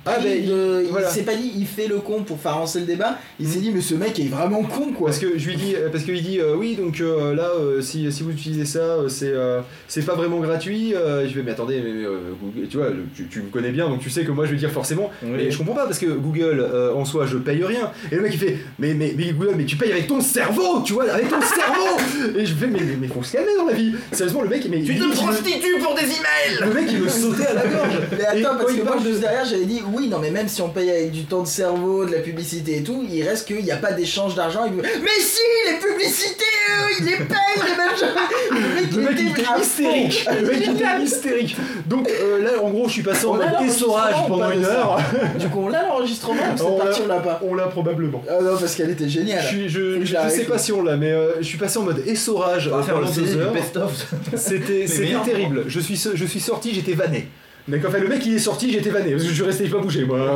Il s'est pas dit il fait le con pour faire avancer le débat, il s'est dit mais ce mec est vraiment con quoi. Parce que je lui dis, parce qu'il dit oui donc là si vous utilisez ça c'est pas vraiment gratuit. Je vais mais attendez Google, tu vois tu me connais bien donc tu sais que moi je vais dire forcément mais je comprends pas parce que Google en soi je paye rien. Et le mec il fait mais Google mais tu payes avec ton cerveau, tu vois, avec ton cerveau. Et je fais mais faut se calmer dans la vie. Sérieusement le mec tu te prostitues pour des emails. Le mec il me sautait à la gorge. Mais attends parce que moi juste derrière j'avais dit oui non mais même si on paye avec du temps de cerveau, de la publicité et tout, il reste qu'il n'y a pas d'échange d'argent. Mais si, les publicités, ils les payent les mêmes gens. Le mec il était hystérique. Le mec il était hystérique. Donc là en gros je suis passé en mode essorage pendant une heure. Du coup on l'a l'enregistrement ou cette partie on l'a pas? On l'a probablement. Ah non parce qu'elle était géniale. Je sais pas si on l'a mais je suis passé en mode essorage pendant 2 heures. C'était terrible. Je suis sorti, j'étais vanné. Donc enfin le mec il est sorti, j'étais vanné parce que je suis resté pas bougé moi.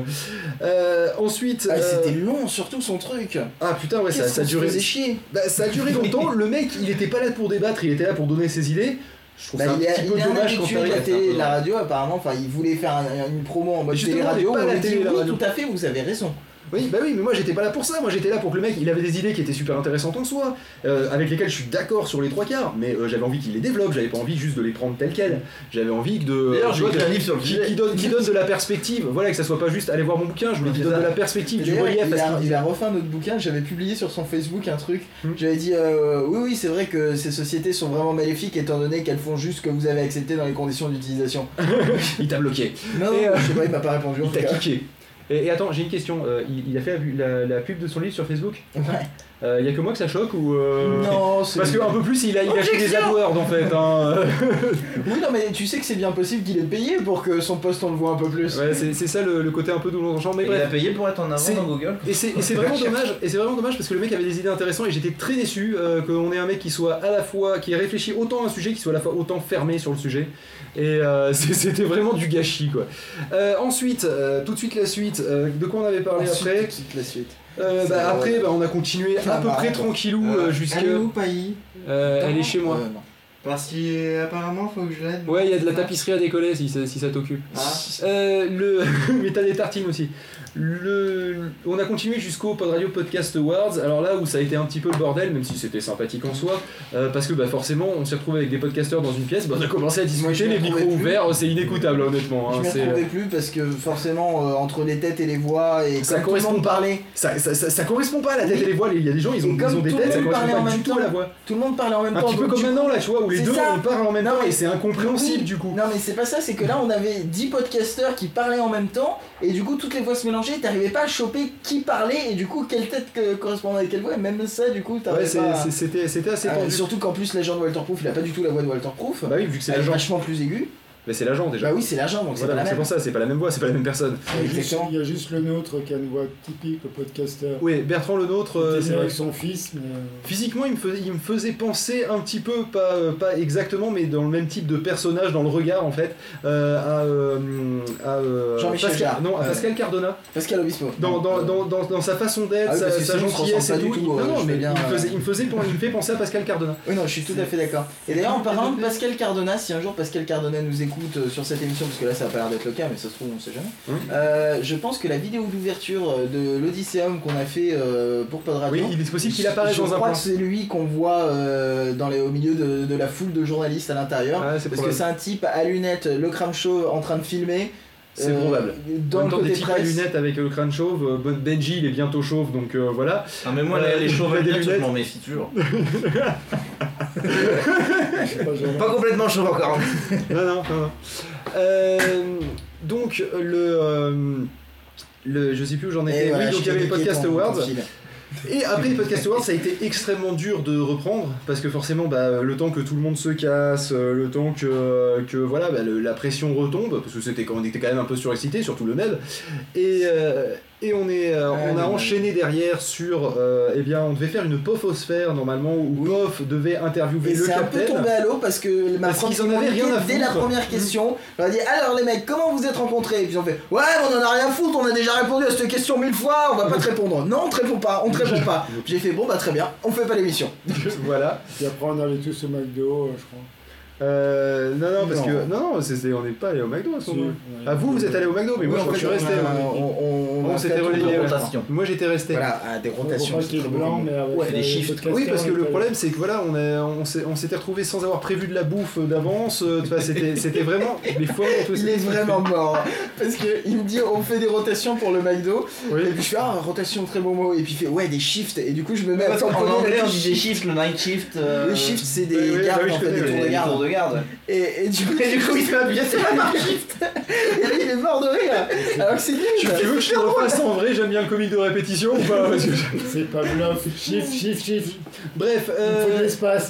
Ensuite c'était long surtout son truc. Ah putain ouais ça a duré. Chier. Ça a duré longtemps. Le mec il était pas là pour débattre, il était là pour donner ses idées. Je trouve ça un petit peu dommage quand la télé, la radio apparemment, enfin il voulait faire une promo en mode télé radio. On a dit oui tout à fait vous avez raison. Oui, bah oui, mais moi j'étais pas là pour ça, moi j'étais là pour que le mec il avait des idées qui étaient super intéressantes en soi, avec lesquelles je suis d'accord sur les 3 quarts, mais j'avais envie qu'il les développe, j'avais pas envie juste de les prendre telles quelles, j'avais envie de. D'ailleurs, j'ai écrit un livre sur le sujet. Qui donne de la perspective, voilà, que ça soit pas juste aller voir mon bouquin, je voulais qu'il donne de la perspective, du relief à ce qu'il il a refait un autre bouquin, j'avais publié sur son Facebook un truc, j'avais dit oui, c'est vrai que ces sociétés sont vraiment maléfiques étant donné qu'elles font juste ce que vous avez accepté dans les conditions d'utilisation. Il t'a bloqué. Non, je sais pas, il m'a pas répondu. Il t'a kické. Et attends, j'ai une question. Il a fait la pub de son livre sur Facebook. Ouais. Y a que moi que ça choque ou Non, c'est... Parce qu'un peu plus il a acheté des AdWords en fait. Hein. Oui, non, mais tu sais que c'est bien possible qu'il ait payé pour que son post on le voit un peu plus. Ouais, c'est ça le côté un peu douloureux dans le champ. Mais bref. Il a payé pour être en avant dans Google. Et c'est vraiment dommage. Et c'est vraiment dommage parce que le mec avait des idées intéressantes et j'étais très déçu qu'on ait un mec qui soit à la fois qui ait réfléchi autant à un sujet, qui soit à la fois autant fermé sur le sujet. Et c'était vraiment du gâchis quoi. Ensuite, tout de suite la suite. De quoi on avait parlé après? Tout de suite la suite. Après, on a continué à peu près tranquillou jusqu'à. Elle est où, Pailly Elle est chez moi. Parce qu'apparemment, faut que je l'aide. Ouais, il y a de la tapisserie à décoller si ça t'occupe. Mais t'as des tartines aussi. On a continué jusqu'au Pod Radio Podcast Awards, alors là où ça a été un petit peu le bordel, même si c'était sympathique en soi, parce que forcément on s'est retrouvé avec des podcasteurs dans une pièce, on a commencé à discuter, les micros ouverts, c'est inécoutable honnêtement. Je m'y retrouvais plus parce que forcément entre les têtes et les voix et ça correspond pas. Ça correspond pas à la tête et les voix, il y a des gens ils ont des têtes, ça correspond pas du tout à la voix. Tout le monde parlait en même temps. Un petit peu comme maintenant là, tu vois, où les deux on parle en même temps et c'est incompréhensible du coup. Non mais c'est pas ça, c'est que là on avait 10 podcasteurs qui parlaient en même temps et du coup toutes les voix se mélangeaient, t'arrivais pas à choper qui parlait et du coup quelle tête correspondait à quelle voix, et même ça du coup t'arrivais pas. C'était assez tendu. Surtout qu'en plus l'agent de Walter Proof il a pas du tout la voix de Walter Proof. Bah oui, vu que c'est l'agent. Vachement plus aigu. Mais c'est l'agent déjà. Bah oui, c'est l'agent, donc voilà, c'est pour ça, c'est pas la même voix, c'est pas la même personne. Il y a juste le nôtre qui a une voix typique, le podcasteur. Oui, Bertrand le nôtre, c'est avec son fils, mais... Physiquement, il me faisait penser un petit peu, pas exactement, mais dans le même type de personnage, dans le regard en fait, à Jean-Michel Jarre. Non, à Pascal Cardona. Pascal Obispo. Dans sa façon d'être, sa gentillesse et tout. Non, mais il me fait penser à Pascal Cardona. Oui, non, je suis tout à fait d'accord. Et d'ailleurs, en parlant de Pascal Cardona, si un jour Pascal Cardona nous écoute sur cette émission, parce que là ça a pas l'air d'être le cas, mais ça se trouve on sait jamais. Je pense que la vidéo d'ouverture de l'Odysseum qu'on a fait pour Pod Radio, oui, il est possible qu'il apparaisse dans un Je crois que c'est lui qu'on voit au milieu de la foule de journalistes à l'intérieur, parce que c'est un type à lunettes, le crâne chauve en train de filmer. C'est probable. Dans le côté des types à lunettes avec le crâne chauve, Benji il est bientôt chauve donc voilà. Ah mais moi les chauves à lunettes je m'en méfie toujours. Pas complètement chauve encore. Non. Donc je sais plus où j'en étais. Voilà, oui, donc il y avait les Podcast Awards. Et après les Podcast Awards, ça a été extrêmement dur de reprendre parce que forcément le temps que tout le monde se casse, le temps que voilà la pression retombe parce que on était quand même un peu surexcité, surtout le Ned, et on a enchaîné derrière sur on devait faire une POFosphère normalement où POF devait interviewer le capitaine. C'est un peu tombé à l'eau parce que ma dès la première question, on a dit alors les mecs comment vous êtes rencontrés, et puis ils ont fait ouais mais on en a rien à foutre, on a déjà répondu à cette question 1000 fois, on va pas te répondre. Non on te répond pas, J'ai fait bon très bien, on fait pas l'émission. Voilà. Et après on allait tous au McDo, je crois. On n'est pas allé au McDo à ce moment. Ah vous êtes allé au McDo, mais moi je suis resté. On s'était relayé. Moi j'étais resté. Voilà, des rotations. Des shifts. Oui, parce que le problème c'est que voilà, on s'était retrouvé sans avoir prévu de la bouffe d'avance. C'était vraiment les fois où il est vraiment mort parce que il me dit on fait des rotations pour le McDo et puis je fais rotation très bon mot et puis il fait ouais des shifts et du coup je me mets à en anglais on dit des shifts, le night shift. Les shifts c'est des gardes en fait, des tours de garde. Et du coup il fait appuyer sur la shift et là il est mort de rire alors que c'est nul. Tu veux que je te refasse en vrai, j'aime bien le comique de répétition ou pas? C'est pas bluff, shift. Bref, il faut de l'espace.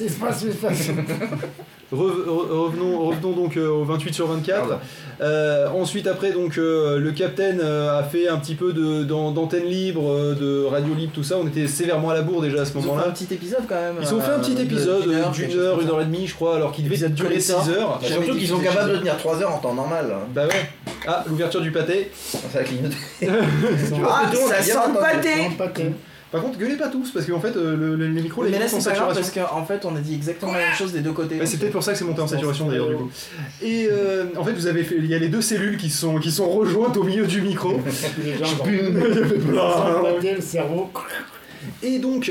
Revenons donc au 28 sur 24. Ensuite après donc le Captain a fait un petit peu d'antenne libre, de radio libre, tout ça. On était sévèrement à la bourre déjà à ce moment-là. Ils ont fait un petit épisode quand même. Ils ont fait un petit épisode d'une heure, 1h30 je crois, alors qu'il devait durer 6 heures. Surtout qu'ils sont capables de tenir 3 heures en temps normal. Bah ouais. Ah, l'ouverture du pâté. Ça a clignoté. Ça sent le pâté. Par contre, gueulez pas tous parce qu'en fait les micros mais là c'est pas grave parce qu'en fait on a dit exactement la même chose des deux côtés. C'est peut-être pour ça que c'est monté en saturation d'ailleurs du coup. Et en fait il y a les deux cellules qui sont rejointes au milieu du micro. Le cerveau. Et donc,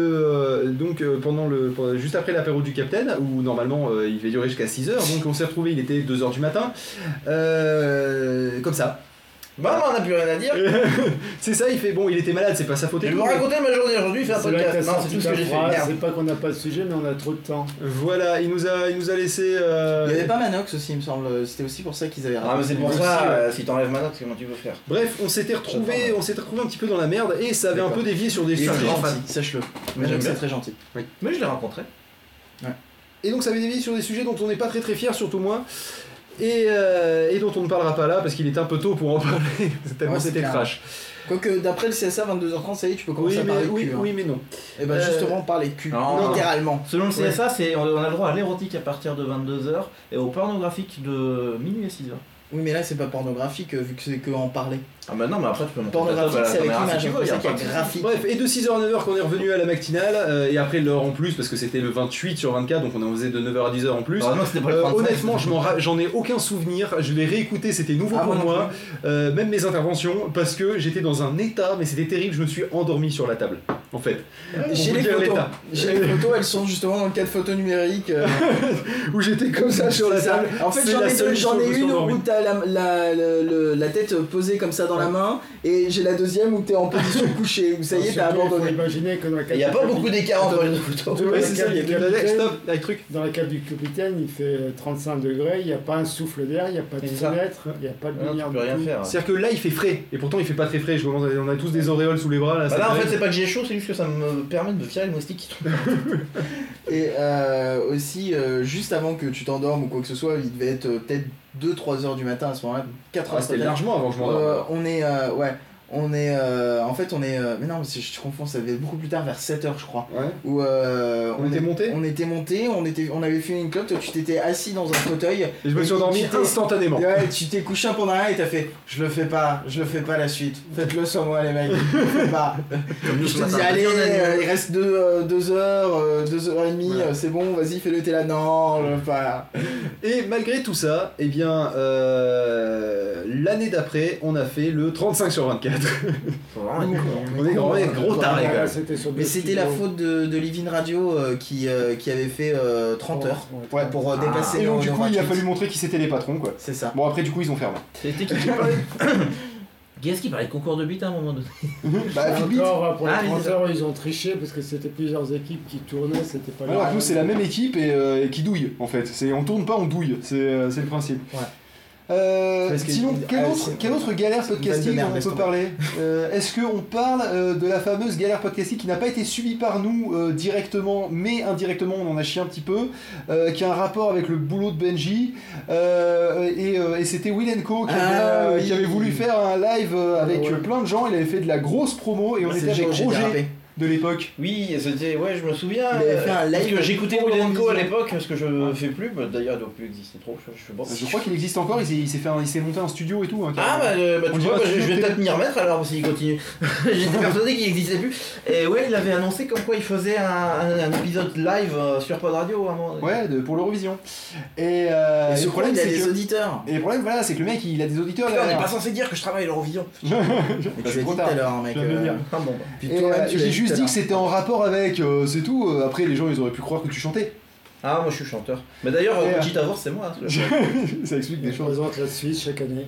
juste après l'apéro du Capitaine, où normalement il devait durer jusqu'à 6h, donc on s'est retrouvé, il était 2h du matin, comme ça. Bah, on n'a plus rien à dire. C'est ça, il fait bon, il était malade, c'est pas sa faute. Je vais vous raconter ma journée aujourd'hui, il fait un podcast. Non, c'est tout ce que j'ai fait. C'est pas qu'on n'a pas de sujet, mais on a trop de temps. Voilà, il nous a laissé. Il y avait pas Manox aussi, il me semble. C'était aussi pour ça qu'ils avaient. Ah, mais c'est pour ça, si t'enlèves Manox, comment tu veux faire? Bref, on s'était retrouvé un petit peu dans la merde et ça avait un peu dévié sur des sujets. Sache-le. Manox c'est très gentil. Oui. Mais je l'ai rencontré. Ouais. Et donc ça avait dévié sur des sujets dont on n'est pas très fiers, surtout moi. Et dont on ne parlera pas là parce qu'il était un peu tôt pour en parler, tellement c'était trash. Quoique d'après le CSA 22h30 ça y est tu peux commencer à parler de cul. Oui mais non. Et bah justement parler de cul, littéralement. Selon le CSA on a le droit à l'érotique à partir de 22h et au pornographique de minuit à 6h. Oui mais là c'est pas pornographique vu que c'est que en parler. Ah bah non, mais après tu peux monter Pornographique, c'est avec l'image, si tu veux, c'est y a pas de graphique. Bref, et de 6h à 9h qu'on est revenu à la matinale, et après l'heure en plus, parce que c'était le 28 sur 24, donc on en faisait de 9h à 10h en plus. Non, c'était pas le 35, Honnêtement, j'en ai aucun souvenir, je l'ai réécouté, c'était nouveau pour moi, même mes interventions, parce que j'étais dans un état, mais c'était terrible, je me suis endormi sur la table, en fait. J'ai les photos, elles sont justement dans le cadre photo numérique. Où j'étais comme ça sur la table. En fait, j'en ai une où t'as la tête posée comme ça dans la main, et j'ai la deuxième où t'es en position couchée, où ça y est, t'as abandonné. Il n'y a pas beaucoup d'écart entre les deux photos. Ouais, c'est ça, il y a stop, avec truc. Dans la cave du capitaine, il fait 35 degrés, il n'y a pas un souffle d'air, il n'y a pas de fenêtre, il n'y a pas de lumière. Tu peux rien faire. C'est-à-dire que là, il fait frais, et pourtant il fait pas très frais. On a tous des auréoles sous les bras. Là, en fait, c'est pas que j'ai chaud, c'est juste que ça me permet de virer le moustique qui tombe. Et aussi, juste avant que tu t'endormes ou quoi que ce soit, il devait être peut-être 2-3 heures du matin à ce moment-là, 4 heures. C'était largement avant que je m'endorme. En fait, mais non, je confonds, ça devait être beaucoup plus tard, vers 7h, je crois. Ouais. Où on était monté. On avait fumé une clope, toi tu t'étais assis dans un fauteuil. Et je me suis endormi instantanément. Ouais, tu t'es couché un peu dans rien et t'as fait, je le fais pas la suite. Faites-le sur moi, les mecs. Je le fais pas. Je te dis, allez, il reste 2 heures, 2 heures et demie, c'est bon, vas-y, fais-le, t'es là. Non, je le fais pas. Et malgré tout ça, eh bien, l'année d'après, on a fait le 35 sur 24. On est gros taré. Mais c'était la faute de Livin Radio qui avait fait 30 heures pour dépasser. Et donc du coup il a fallu montrer qui c'était les patrons, quoi. C'est ça. Bon, après du coup ils ont fermé. C'était qui parlait Qui est-ce qui parlait de concours de bite à un moment donné? Encore pour les 30 heures ils ont triché parce que c'était plusieurs équipes qui tournaient, c'était pas alors nous c'est la même équipe et qui douille en fait. On tourne pas, on douille, c'est le principe. Ouais. Sinon, quelle autre galère podcasting on peut parler? Est-ce qu'on parle de la fameuse galère podcasting qui n'a pas été subie par nous directement, mais indirectement on en a chié un petit peu, qui a un rapport avec le boulot de Benji, et c'était Will & Co qui avait voulu faire un live avec plein de gens, il avait fait de la grosse promo et on était avec Roger de l'époque. Oui, c'était, ouais, je me souviens. Il avait fait un live. Parce que j'écoutais Will & Co à l'époque, parce que je fais plus. D'ailleurs, il doit plus exister trop. Je crois qu'il existe encore. Il s'est monté un studio et tout. Hein, tu vois, je vais peut-être m'y remettre alors s'il continue. J'étais persuadé qu'il n'existait plus. Et ouais, il avait annoncé comme quoi il faisait un épisode live sur Pod Radio à un moment. Ouais, pour l'Eurovision. Et le problème, il a des auditeurs. Et le problème, voilà, c'est que le mec, il a des auditeurs. On n'est pas censé dire que je travaille à l'Eurovision. Tu l'as dit tout à l'heure, mec. J'ai juste dit que c'était en rapport avec, c'est tout. Après, les gens, ils auraient pu croire que tu chantais. Ah, moi je suis chanteur. Mais d'ailleurs, Petit Avor, c'est moi. Ça explique des choses. On présente la Suisse chaque année.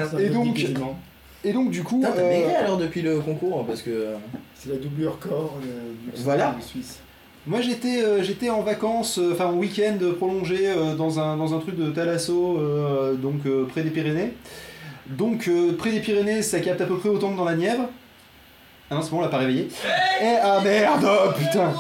Et donc, du coup. T'as maigri alors depuis le concours parce que. C'est la doublure corps voilà. Suisse. Moi j'étais en vacances, enfin en week-end prolongé dans un truc de Thalasso, donc près des Pyrénées. Donc près des Pyrénées, ça capte à peu près autant que dans la Nièvre. Ah non, c'est bon, on l'a pas réveillé. Ah merde, oh, putain.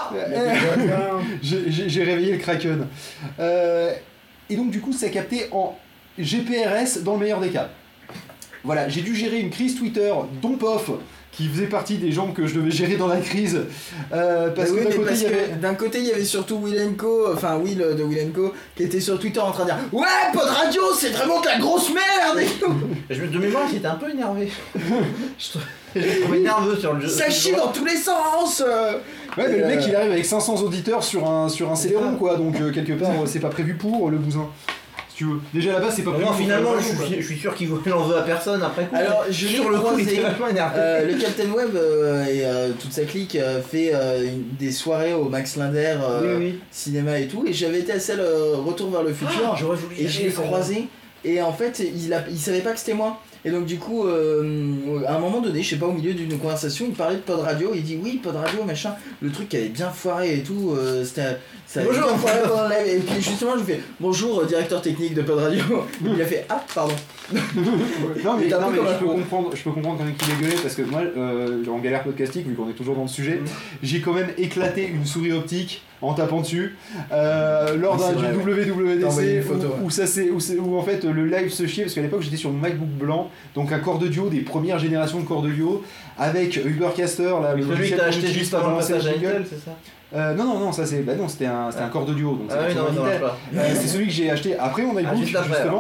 J'ai réveillé le Kraken. Et donc du coup, ça captait en GPRS dans le meilleur des cas. Voilà, j'ai dû gérer une crise Twitter, dont Pof, qui faisait partie des gens que je devais gérer dans la crise. Parce que d'un côté, il y avait surtout Will & Co, enfin Will de Will & Co, qui était sur Twitter en train de dire « Ouais, Pod Radio, c'est vraiment de la grosse merde !» et de mémoire, j'étais un peu énervé. J'ai trouvé nerveux sur le jeu. Ça chie dans tous les sens. Ouais, mais le mec, il arrive avec 500 auditeurs sur un Celeron, quoi, donc quelque part, c'est pas prévu pour le bousin. Si tu veux. Déjà là-bas, c'est pas prévu. Non, finalement, je suis sûr qu'il en veut à personne après coup. Alors, je sur le coup, il était vachement énervé. Le Captain Web et toute sa clique fait des soirées au Max Linder, cinéma et tout, et j'avais été à celle Retour vers le futur, et je l'ai croisé, et en fait, il savait pas que c'était moi. Et donc du coup, à un moment donné, je sais pas, au milieu d'une conversation, il parlait de Pod Radio, il dit oui, Pod Radio, machin, le truc qui avait bien foiré et tout, ça avait bien foiré pendant le live. Et puis justement, je lui fais bonjour, directeur technique de Pod Radio. Il a fait ah, pardon. Non mais je peux comprendre quand même qu'il est gueulé, parce que moi, en galère podcastique, vu qu'on est toujours dans le sujet, j'ai quand même éclaté une souris optique en tapant dessus lors du WWDC où en fait le live se chiait, parce qu'à l'époque j'étais sur mon MacBook blanc, donc un corps d'audio des premières générations de corps d'audio avec Ubercaster là, le celui que t'as acheté juste avant le passage à Intel, c'est ça? Non, ça c'est c'était un corps d'audio, donc c'est celui que j'ai acheté après mon iBook justement.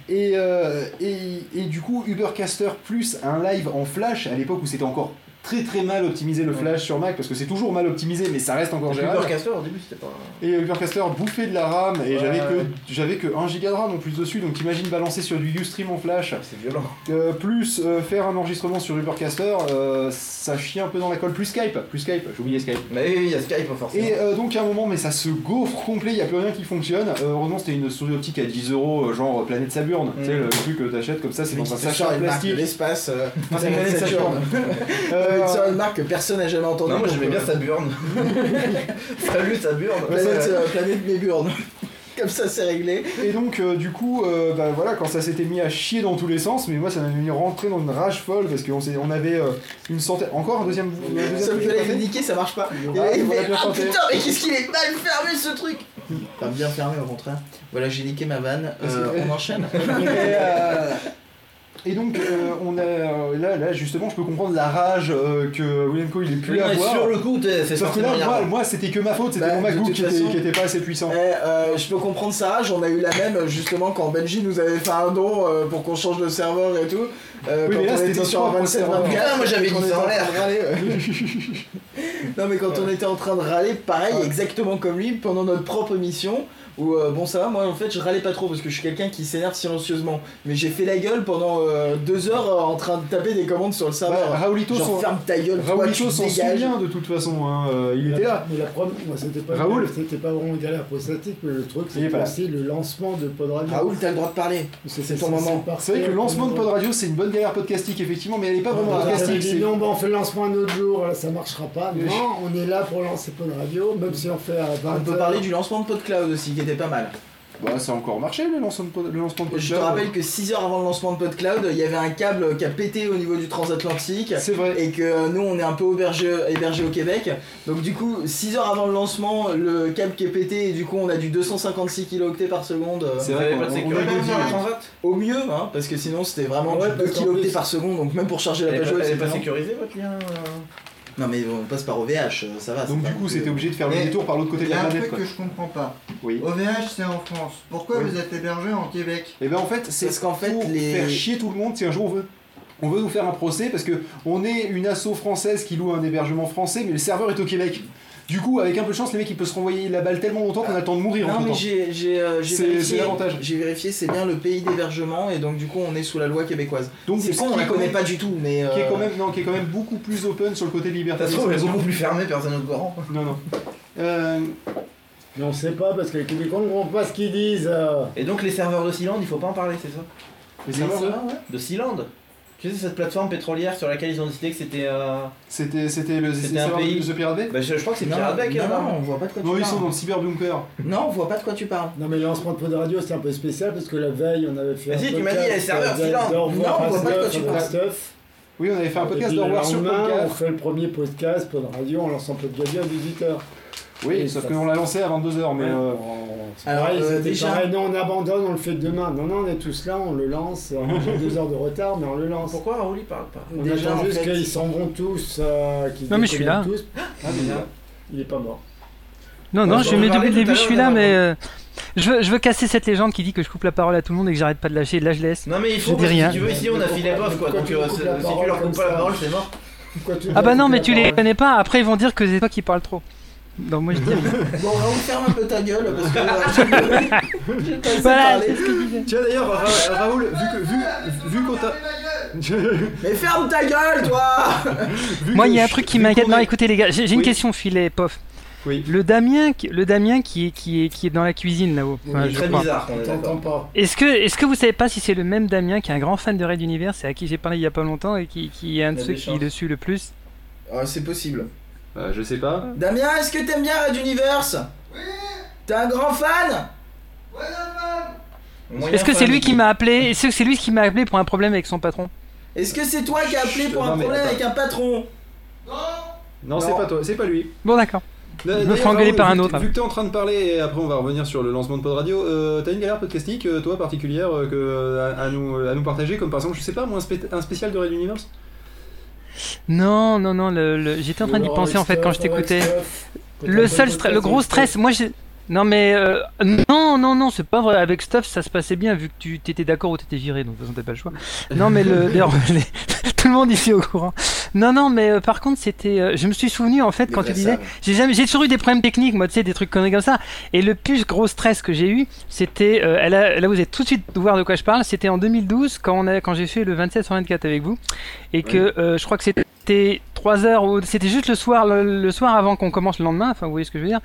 Et du coup, Ubercaster plus un live en flash, à l'époque où c'était encore très très mal optimisé le flash sur Mac, parce que c'est toujours mal optimisé, mais ça reste encore gérable. Ubercaster au début c'était pas... Et Ubercaster bouffait de la RAM, et j'avais que 1 giga de RAM en plus dessus, donc t'imagines balancer sur du Ustream en flash. C'est violent. Plus faire un enregistrement sur Ubercaster, ça chie un peu dans la colle. Plus Skype, j'ai oublié Skype. Mais oui, il y a Skype forcément. Et donc à un moment, mais ça se gaufre complet, il n'y a plus rien qui fonctionne. Heureusement c'était une souris optique à 10€, genre Planète Saburn, tu sais, le truc que t'achètes comme ça, c'est dans un sachet en plastique. L'espace, c'est Planète Saburn. C'est une marque que personne n'a jamais entendue. Non, moi j'aimais bien Saburn. Salut Saburn. Planète Méburn. Comme ça c'est réglé. Et donc du coup, voilà, quand ça s'était mis à chier dans tous les sens, mais moi ça m'a mis rentrer dans une rage folle parce qu'on avait une centaine, encore un deuxième. Sauf que là il est niqué, ça marche pas. Putain, mais qu'est-ce qu'il est mal fermé ce truc. Enfin bien fermé au contraire. Voilà, j'ai niqué ma vanne. On enchaîne. Et donc, on a là justement, je peux comprendre la rage que William Co il est plus à voir. Sur le coup, c'est sauf que là, moi, c'était que ma faute, c'était mon MacBook qui était pas assez puissant. Je peux comprendre sa rage, on a eu la même justement quand Benji nous avait fait un don pour qu'on change de serveur et tout. Oui, mais là, c'était sur 27 24. Moi j'avais dit ça en l'air. Non, mais quand on était en train de râler, pareil, exactement comme lui, pendant notre propre émission. Où bon ça va, moi en fait je râlais pas trop parce que je suis quelqu'un qui s'énerve silencieusement, mais j'ai fait la gueule pendant 2 heures en train de taper des commandes sur le serveur. Raoulito ferme ta gueule, Raoulito s'en souvient de toute façon, hein, il était là. Mais la première, moi c'était pas vraiment une galère prostatique, mais le truc c'était aussi le lancement de Pod Radio. Raoul, t'as le droit de parler, c'est ton moment. C'est vrai que le lancement de Pod Radio c'est une bonne galère podcastique effectivement, mais elle est pas vraiment podcastique. Dit non, on fait le lancement un autre jour, ça marchera pas. Non, on est là pour lancer Pod Radio, même si on fait à 20 On peut parler du lancement de PodCloud aussi, qui était pas mal. Bah ça a encore marché le lancement de PodCloud. Je te rappelle que 6 heures avant le lancement de PodCloud, il y avait un câble qui a pété au niveau du transatlantique. C'est vrai. Et que nous on est un peu hébergé au Québec. Donc du coup 6 heures avant le lancement, le câble qui est pété et du coup on a du 256 kilo-octets par seconde. C'est vrai qu'on a au mieux, hein, parce que sinon c'était vraiment 2 kilo-octets par seconde, donc même pour charger la page web. Elle est pas sécurisée votre lien Non mais on passe par OVH, ça va. Donc du coup c'était obligé de faire le détour par l'autre côté de la planète. Il y a un truc que je comprends pas. Oui. OVH c'est en France. Pourquoi vous êtes hébergé en Québec? Et ben en fait c'est parce qu'en fait pour faire chier tout le monde si un jour on veut nous faire un procès parce que on est une asso française qui loue un hébergement français mais le serveur est au Québec. Du coup, avec un peu de chance, les mecs ils peuvent se renvoyer la balle tellement longtemps qu'on a le temps de mourir. Non, mais j'ai vérifié. L'avantage. J'ai vérifié, c'est bien le pays d'hébergement et donc du coup on est sous la loi québécoise. Donc c'est con, on la connaît pas du tout, mais qui est quand même beaucoup plus open sur le côté de liberté. Ça se trouve, elle est beaucoup plus fermée, personne n'est au courant. Non. Mais on sait pas parce que les Québécois ne comprennent pas ce qu'ils disent. Et donc les serveurs de Sealand, il faut pas en parler, c'est ça? Les serveurs de Sealand. Tu sais, cette plateforme pétrolière sur laquelle ils ont décidé que c'était. C'était un pays de Pirate Bay. Bah, je crois que c'est Pirate Bay. Non, on voit pas de quoi tu parles. Non, ils sont dans le cyberbunker. Non, on voit pas de quoi tu parles. Non, mais le lancement de Pod Radio c'était un peu spécial parce que la veille on avait fait. Vas-y, tu m'as dit, il y a les serveurs Sealand. Non, on voit pas de quoi tu parles. Oui, on avait fait un podcast de revoir sur podcast. On fait le premier podcast Pod Radio en lançant Pod Radio à 18h. Oui, sauf qu'on l'a lancé à 22h, mais. Alors, déjà, pareil, non, on abandonne, on le fait demain. Non, on est tous là, on le lance. J'ai 2 heures de retard, mais on le lance. Pourquoi Raoul il parle pas? On attend juste qu'ils s'en vont tous. Non, mais je suis là. Il est pas mort. Non, je mets depuis le début, je suis là, mais. Je veux casser cette légende qui dit que je coupe la parole à tout le monde et que j'arrête pas de lâcher. Là, je laisse. Non, mais il faut, je dis rien. Si tu veux, ici on a filé bof quoi. Donc si tu leur coupes pas la parole, c'est mort. Ah bah non, mais tu les connais pas. Après, ils vont dire que c'est toi qui parles trop. Non, moi je dis rien. Bon, Raoul, ferme un peu ta gueule parce que j'ai pas assez parlé. Tiens d'ailleurs, Raoul, vu qu'on t'a. Mais ferme ta gueule, toi. Moi, il y a un truc qui m'inquiète. Non, écoutez les gars, j'ai une question filet, pof. Oui. Le Damien qui est dans la cuisine là-haut. Oui, très bizarre. On t'entend pas. Est-ce que vous savez pas si c'est le même Damien qui est un grand fan de Raid Universe et à qui j'ai parlé il y a pas longtemps et qui est un de ceux qui est dessus le plus? C'est possible. Je sais pas. Damien, est-ce que t'aimes bien Red Universe? Oui. T'es un grand fan? Ouais, est-ce que c'est lui qui m'a appelé? Est-ce que c'est lui qui m'a appelé pour un problème avec son patron? Est-ce que c'est toi qui as appelé pour un problème avec un patron? Non, c'est pas toi, c'est pas lui. Bon, d'accord. Je me ferai engueuler par un autre. Vu que t'es en train de parler, et après on va revenir sur le lancement de Pod Radio, t'as une galère podcastique, toi, particulière, à nous partager, comme par exemple, je sais pas, moi, un spécial de Red Universe? Non, j'étais en train d'y penser en fait quand je t'écoutais. Le gros stress, moi Non mais non, c'est pas vrai. Avec Stuff, ça se passait bien vu que tu t'étais d'accord ou t'étais viré, donc de toute façon t'as pas le choix. Non mais d'ailleurs, tout le monde ici est au courant. Non mais par contre c'était, je me suis souvenu en fait quand tu disais, j'ai toujours eu des problèmes techniques, moi tu sais des trucs conneries comme ça. Et le plus gros stress que j'ai eu, c'était, là vous allez tout de suite voir de quoi je parle. C'était en 2012 quand j'ai fait le 27 sur 24 avec vous et que je crois que c'était 3 heures ou c'était juste le soir avant qu'on commence le lendemain. Enfin vous voyez ce que je veux dire.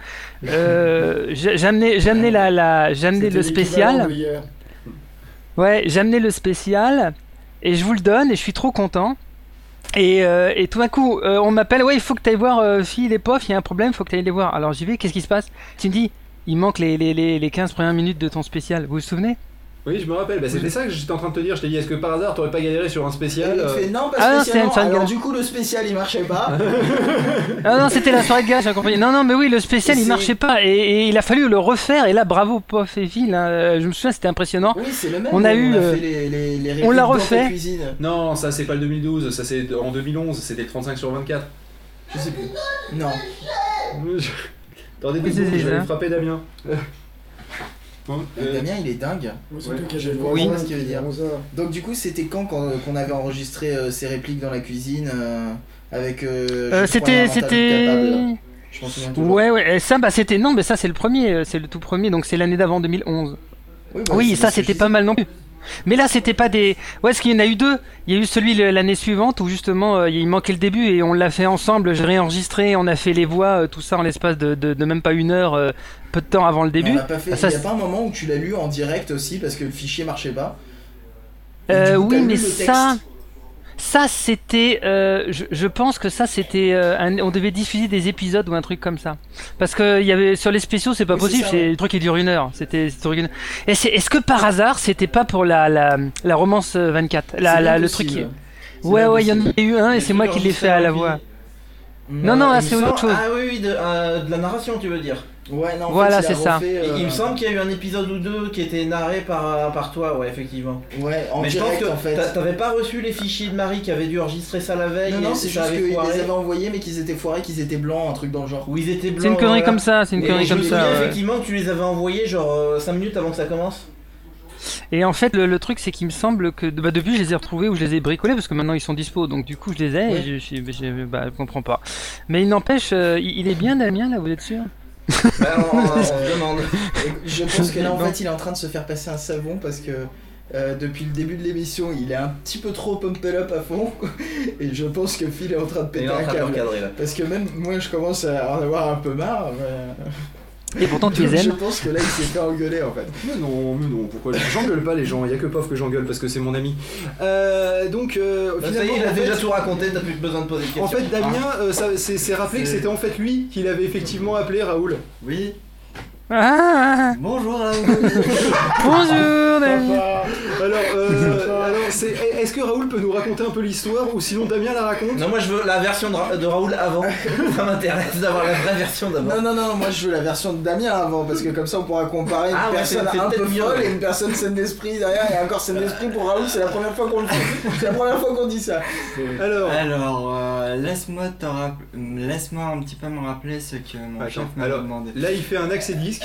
J'amenais le spécial. Ouais, j'amenais le spécial et je vous le donne et je suis trop content. Et tout d'un coup, on m'appelle, ouais, il faut que tu ailles voir Phil et Pof, il y a un problème, il faut que tu ailles les voir. Alors j'y vais, qu'est-ce qui se passe? Tu me dis, il manque les 15 premières minutes de ton spécial, vous vous souvenez? Oui, je me rappelle, c'était ça que j'étais en train de te dire. Je t'ai dit, est-ce que par hasard t'aurais pas galéré sur un spécial? Il fait non, pas spécialement. Alors du coup, le spécial il marchait pas. Non, c'était la soirée de gars, j'ai compris. Non, mais oui, le spécial il marchait pas et il a fallu le refaire. Et là, bravo, Pof et Phil, hein, je me souviens, c'était impressionnant. Oui, c'est le même. On a fait les on l'a refait. Non, ça c'est pas le 2012, ça c'est en 2011, c'était le 35 sur 24. Je sais plus. Non. Attendez, je vais frapper Damien. Damien il est dingue. Oui. Ce qu'il veut dire. Donc du coup c'était quand qu'on avait enregistré ces répliques dans la cuisine avec c'était je m'en souviens toujours. Ouais ça c'était non mais ça c'est le premier, c'est le tout premier, donc c'est l'année d'avant 2011. Oui, ça c'était pas mal non plus. Mais là c'était pas des... Ouais, parce qu'il y en a eu deux. Il y a eu celui l'année suivante où justement il manquait le début et on l'a fait ensemble, j'ai réenregistré, on a fait les voix, tout ça en l'espace de même pas une heure, peu de temps avant le début. On l'a pas fait. Il y a pas un moment où tu l'as lu en direct aussi parce que le fichier marchait pas? Oui mais ça c'était, je pense que ça c'était, on devait diffuser des épisodes ou un truc comme ça. Parce que il y avait sur les spéciaux c'est pas possible, c'est le truc qui dure 1 heure. C'était original. Et est-ce que par hasard c'était pas pour la romance 24, le truc qui... Ouais il y en a eu un et c'est moi qui l'ai fait à la voix. Non là c'est autre chose. Ah oui, de la narration tu veux dire. Ouais, non, voilà, c'est ça. Il me semble qu'il y a eu un épisode ou deux qui était narré par toi, ouais, effectivement. Ouais, mais direct, je pense que t'avais pas reçu les fichiers de Marie qui avait dû enregistrer ça la veille. Non, c'est juste qu'ils les avaient envoyés, mais qu'ils étaient foirés, qu'ils étaient blancs, un truc dans le genre. Oui, ils étaient blancs. C'est une connerie comme ça, c'est une connerie comme ça. Effectivement, tu les avais envoyés genre 5 minutes avant que ça commence. Et en fait, le truc, c'est qu'il me semble que depuis, je les ai retrouvés ou je les ai bricolés parce que maintenant ils sont dispo. Donc du coup, je les ai et je comprends pas. Mais il n'empêche, il est bien Damien là, vous êtes sûr? On demande. Je pense que là en fait il est en train de se faire passer un savon parce que depuis le début de l'émission il est un petit peu trop pumped up à fond et je pense que Phil est en train de péter un câble parce que même moi je commence à en avoir un peu marre et pourtant tu les aimes. Je pense que là il s'est fait engueuler en fait. Mais non, pourquoi? J'engueule pas les gens, il y a que Pof que j'engueule parce que c'est mon ami. Donc finalement, il a déjà tout raconté, t'as plus besoin de poser de questions. En fait Damien c'est rappelé que c'était en fait lui qui l'avait effectivement appelé Raoul. Oui. Bonjour Raoul. Bonjour Damien. Alors est-ce que Raoul peut nous raconter un peu l'histoire ou sinon Damien la raconte? Non, moi je veux la version de Raoul avant. Ça m'intéresse d'avoir la vraie version d'abord. Non, moi je veux la version de Damien avant parce que comme ça on pourra comparer une personne un peu folle et une personne saine d'esprit derrière et encore saine d'esprit pour Raoul, c'est la première fois qu'on le fait. C'est la première fois qu'on dit ça. Alors laisse-moi un petit peu me rappeler ce que mon chef m'a demandé. Là il fait un accès disque.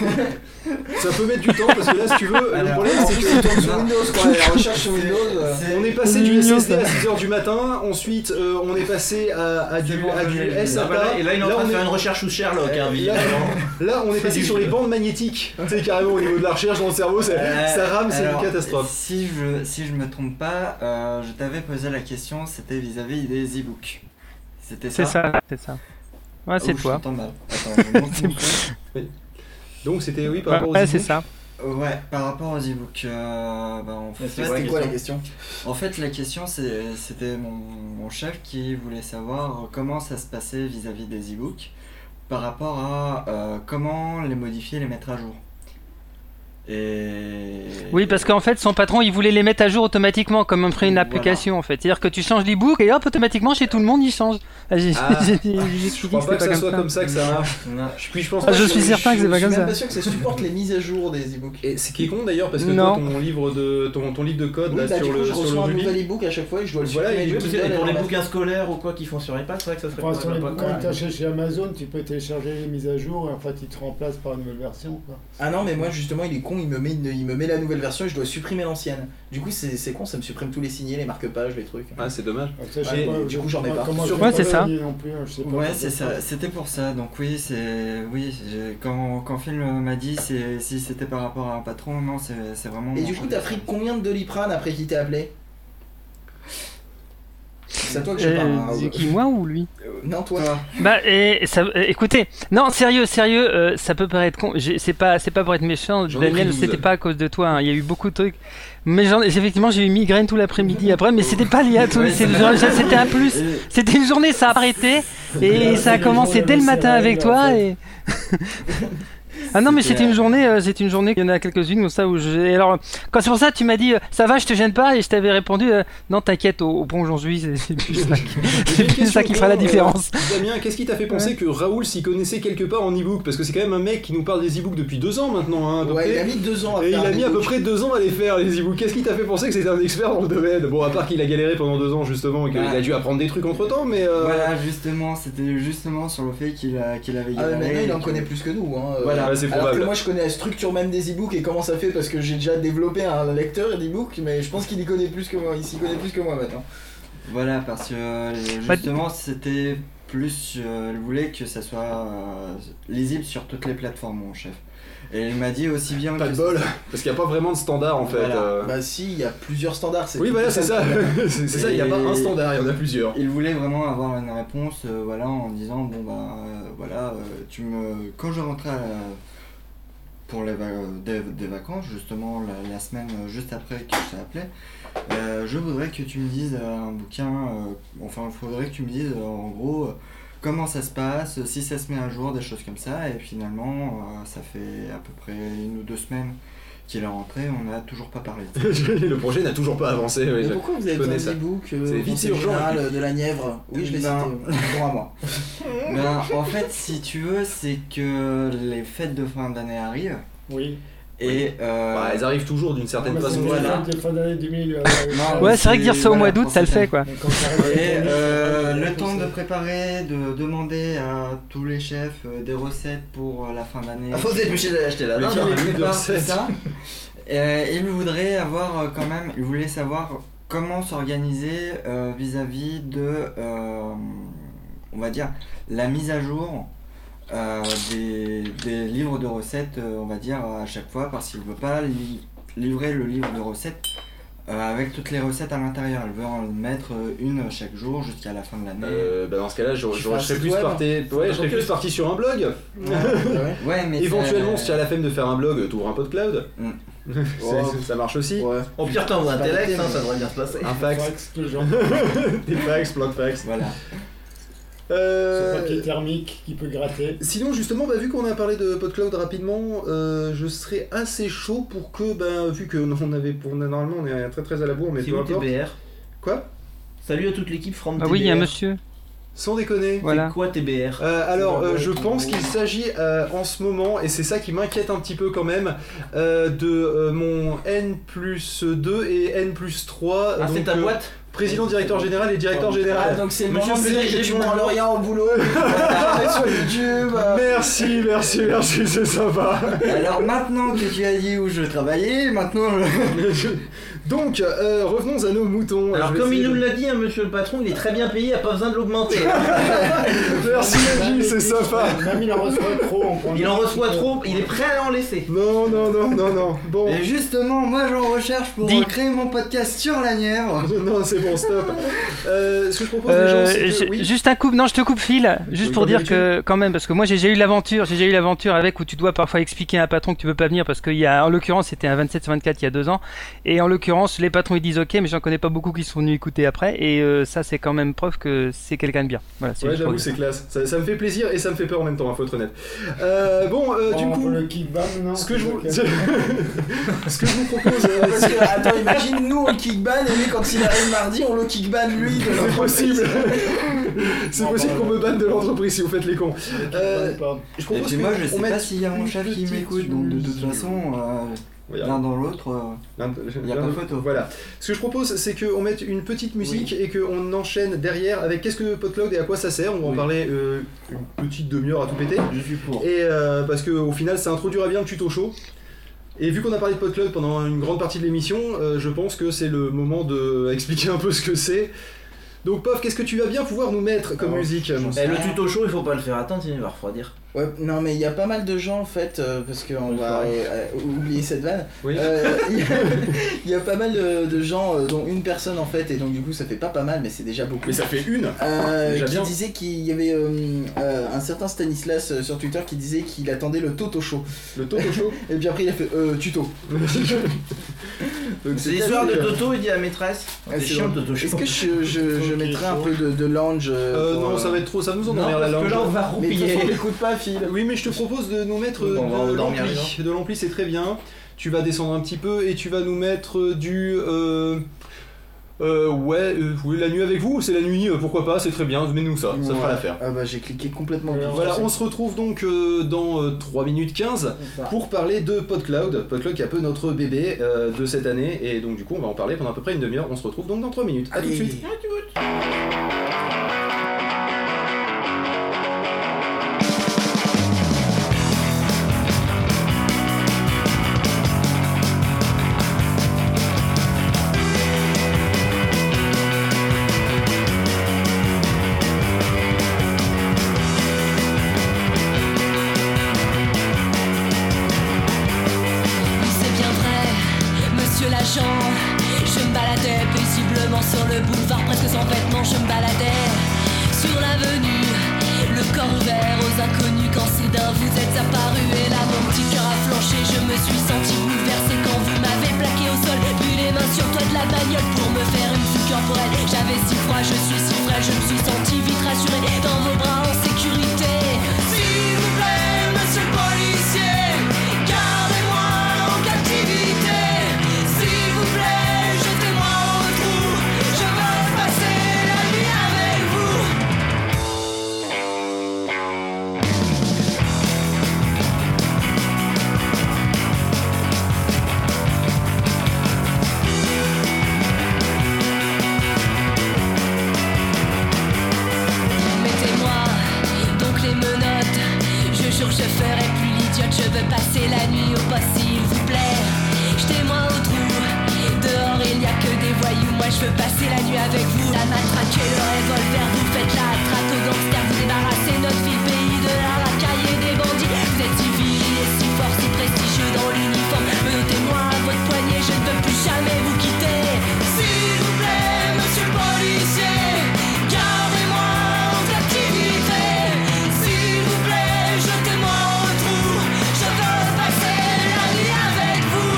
Ça peut mettre du temps parce que là si tu veux le problème c'est que sur Windows quoi, la recherche sur Windows on est passé du SSD à 6h du matin, ensuite on est passé à du SATA et là il est en train de faire une recherche sous Sherlock là on est passé sur les bandes magnétiques, tu sais carrément au niveau de la recherche dans le cerveau ça rame, c'est une catastrophe. Si je me trompe pas, je t'avais posé la question, c'était vis-à-vis des e-books. C'était ça? C'est ça. Ouais, c'est toi. Attends, je monte mon compte. Oui. Donc c'était par rapport aux e-books. C'est ça. Ouais, par rapport aux e-books. En fait, c'était quoi la question? En fait, la question c'était mon chef qui voulait savoir comment ça se passait vis-à-vis des e-books par rapport à comment les modifier, les mettre à jour. Et... Oui, parce qu'en fait, son patron, il voulait les mettre à jour automatiquement, comme après une application, en fait. C'est-à-dire que tu changes l'e-book et hop, automatiquement, chez tout le monde, il change. Je crois pas que ça soit comme ça que ça marche. Je suis certain que c'est pas comme ça. Je suis même pas sûr que ça supporte les mises à jour des e-books. Et c'est qui est con d'ailleurs, parce que toi, ton livre de code, là, sur le je reçois un Ruby. nouvel e-book à chaque fois et je dois le Voilà, supprimer. pour les bouquins scolaires ou quoi qu'ils font sur iPad, c'est vrai que ça serait Enfin, sur les pas bouquins que t'achètes chez Amazon, tu peux télécharger les mises à jour et en fait, ils te remplacent par une nouvelle version. Quoi. Ah non, mais moi justement, il est con, il me met la nouvelle version et je dois supprimer l'ancienne. Du coup, c'est con, ça me supprime tous les signés, les marque-pages, les trucs. Ah, c'est dommage. Du coup, j'en ai pas. Ouais, c'est ça. Ouais, c'est ça. C'était pour ça. Donc oui, quand Phil m'a dit si c'était par rapport à un patron, non, c'est vraiment. Et du coup, t'as pris combien de Doliprane après qu'il t'ait appelé? C'est à toi que je parle. Qui, moi ou lui? Non, toi. Bah, écoutez, non, sérieux, ça peut paraître con. C'est pas pour être méchant, Daniel, c'était pas à cause de toi. Hein. Il y a eu beaucoup de trucs. Mais effectivement, j'ai eu migraine tout l'après-midi après, mais c'était pas lié à toi. C'était un plus. C'était une journée, ça a arrêté et ça a commencé dès le matin avec toi et. Ah non, mais c'était une journée, il y en a quelques-unes comme ça où alors, quand c'est pour ça, tu m'as dit ça va, je te gêne pas, et je t'avais répondu non, t'inquiète, au bon aujourd'hui, c'est plus ça qui fera la différence. Damien, qu'est-ce qui t'a fait penser que Raoul s'y connaissait quelque part en e-book? Parce que c'est quand même un mec qui nous parle des e-books depuis 2 ans maintenant. Hein, ouais, il a mis 2 ans à et faire. Il a mis à peu près 2 ans à les faire, les e-books. Qu'est-ce qui t'a fait penser que c'était un expert dans le domaine? Bon, à part qu'il a galéré pendant 2 ans justement et qu'il a dû apprendre des trucs entre temps, mais. Voilà, justement, c'était justement sur le fait qu'il avait galéré. Ah, mais maintenant il en connaît plus que nous. Hein, voilà, c'est probable. Alors que moi je connais la structure même des e-books et comment ça fait parce que j'ai déjà développé un lecteur d'e-book, mais je pense qu'il y connaît plus que moi, il s'y connaît plus que moi maintenant. Voilà, parce que justement c'était plus, il voulait que ça soit lisible sur toutes les plateformes, mon chef. Et il m'a dit aussi bien pas de bol, parce qu'il n'y a pas vraiment de standard en fait. Voilà. Bah si, il y a plusieurs standards. Oui, voilà, c'est ça. C'est ça, il n'y a pas un standard, il y en a plusieurs. Il voulait vraiment avoir une réponse, voilà, en disant bon bah voilà, quand je rentrais pour des vacances, justement la semaine juste après que je t'ai appelé, je voudrais que tu me dises un bouquin, enfin il faudrait que tu me dises en gros comment ça se passe, si ça se met à jour, des choses comme ça, et finalement ça fait à peu près 1 ou 2 semaines qu'il est rentré, on n'a toujours pas parlé. Le projet n'a toujours pas avancé. Mais pourquoi vous avez besoin d'e-book c'est vite urgent. De la Nièvre? Oui, je l'ai cité. Pour à moi. En fait, si tu veux, c'est que les fêtes de fin d'année arrivent. Oui. Et elles arrivent toujours d'une certaine façon. Voilà. Fin d'année 2000. Ouais, c'est vrai que dire ça au mois d'août, ça le fait quoi. Et le temps de préparer, de demander à tous les chefs des recettes pour la fin d'année. Faut se dépêcher d'aller là. C'est ça. Il voudrait avoir quand même, il voulait savoir comment s'organiser vis-à-vis de, on va dire, la mise à jour. Des livres de recettes, on va dire, à chaque fois, parce qu'il ne veut pas livrer le livre de recettes avec toutes les recettes à l'intérieur. Il veut en mettre une chaque jour jusqu'à la fin de l'année. Dans ce cas-là, je serais plus parti sur un blog. Ouais, mais éventuellement, si tu as la flemme de faire un blog, tu ouvres un PodCloud. Ça marche aussi. Ouais. Au pire temps, un Telex, ça devrait bien se passer. Un fax. Des fax, plein de fax. Voilà. Ce papier thermique qui peut gratter. Sinon, justement, vu qu'on a parlé de PodCloud rapidement, je serais assez chaud pour que, vu que normalement on est très très à la bourre, mais c'est peu importe. TBR. Quoi? Salut à toute l'équipe from TBR. Ah oui, il y a un monsieur. Sans déconner. Voilà. C'est quoi TBR? Alors, je pense qu'il s'agit en ce moment, et c'est ça qui m'inquiète un petit peu quand même, de mon N+2 et N+3. Ah, c'est ta boîte? Président, directeur général et directeur général. Ah, donc c'est le moment de dire que tu prends rien au boulot. Sur YouTube. Merci, c'est sympa. Alors maintenant que tu as dit où je travaillais, maintenant Donc, revenons à nos moutons. Alors comme il nous l'a dit, monsieur le patron, il est très bien payé, il n'a pas besoin de l'augmenter. Merci Gilles, c'est sympa. Même il en reçoit trop. Il en reçoit trop, il est prêt à en laisser. Non. Bon. Et justement, moi j'en recherche pour créer mon podcast sur la Nièvre. Non, c'est bon, stop. Ce que je propose les gens, c'est que... Juste un coup, non, je te coupe Phil, juste pour dire que quand même, parce que moi j'ai déjà eu l'aventure avec où tu dois parfois expliquer à un patron que tu peux pas venir parce qu'il y a, en l'occurrence, c'était un 27/24 il y a 2 ans, et en l'occurrence, les patrons ils disent ok, mais j'en connais pas beaucoup qui sont venus écouter après, et ça c'est quand même preuve que c'est quelqu'un de bien. Voilà, ouais, j'avoue, c'est classe. Ça me fait plaisir et ça me fait peur en même temps, hein, faut être honnête. Du coup, le kickban, non, ce que je vous propose, parce que, attends, imagine nous on le kickban et lui quand il arrive mardi on le kickban lui de c'est possible. C'est possible qu'on me banne de l'entreprise si vous faites les cons. Je propose et puis moi je sais pas s'il y a mon chef qui m'écoute, donc de toute façon l'un dans l'autre, il n'y a pas de photo. Voilà. Ce que je propose, c'est qu'on mette une petite musique et qu'on enchaîne derrière avec qu'est-ce que PodCloud et à quoi ça sert. On va en parler une petite demi-heure à tout péter. Je suis pour. Et parce qu'au final, ça introduira bien le tuto chaud. Et vu qu'on a parlé de PodCloud pendant une grande partie de l'émission, je pense que c'est le moment d'expliquer un peu ce que c'est. Donc Pof, qu'est-ce que tu vas bien pouvoir nous mettre comme musique? Le tuto chaud, il faut pas le faire attendre, sinon il va refroidir. Ouais, non mais il y a pas mal de gens en fait, parce qu'on va oublier cette vanne. Oui. Il y a pas mal de gens, dont une personne en fait, et donc du coup ça fait pas mal, mais c'est déjà beaucoup. Mais ça fait une qui disait qu'il y avait un certain Stanislas sur Twitter qui disait qu'il attendait le Toto Show. Le Toto Show. Et puis après il a fait tuto. Donc c'est l'histoire de Toto, il dit à la maîtresse. C'est chiant le Toto Show. Est-ce que je mettrais un peu de lounge non, ça va être trop, ça nous emmerde la lounge. Parce que là on va roupiller. Mais de toute façon, t'écoutes pas Phil. Oui, mais je te propose de nous mettre de l'ampli. De l'ampli, c'est très bien. Tu vas descendre un petit peu et tu vas nous mettre du... oui, la nuit avec vous, c'est la nuit, pourquoi pas, c'est très bien, mets-nous ça, ça fera l'affaire. Ah bah j'ai cliqué complètement. Voilà, on se retrouve donc dans 3 minutes 15 pour parler de PodCloud. PodCloud qui est un peu notre bébé de cette année, et donc du coup on va en parler pendant à peu près une demi-heure. On se retrouve donc dans 3 minutes. A tout de suite. Je me baladais paisiblement sur le boulevard, presque sans vêtements, je me baladais sur l'avenue, le corps ouvert aux inconnus, quand soudain vous êtes apparu. Et là mon petit cœur a flanché, je me suis senti bouleversé quand vous m'avez plaqué au sol, puis les mains sur toi de la bagnole pour me faire une fugue corporelle. J'avais si froid, je suis si frais, je me suis senti vite rassuré dans vos bras en sécurité. S'il vous plaît, monsieur le policier, gardez-moi en captivité. S'il vous plaît, jetez-moi au trou, je veux passer la nuit avec vous. Mettez-moi donc les menottes, je jure que je ferai plus l'idiote, je veux passer la nuit au poste s'il vous plaît. Jetez-moi au trou, dehors il n'y a que des voyous, moi je veux passer la nuit avec vous. La matraque et le revolver, vous faites la traque aux gangsters, vous débarrassez notre ville, pays de la racaille et des bandits. Vous êtes si viril et si fort, si prestigieux dans l'uniforme, menotez-moi à votre poignet, je ne veux plus jamais vous quitter. S'il vous plaît, monsieur le policier, gardez-moi en captivité. S'il vous plaît, jetez-moi au trou, je veux passer la nuit avec vous.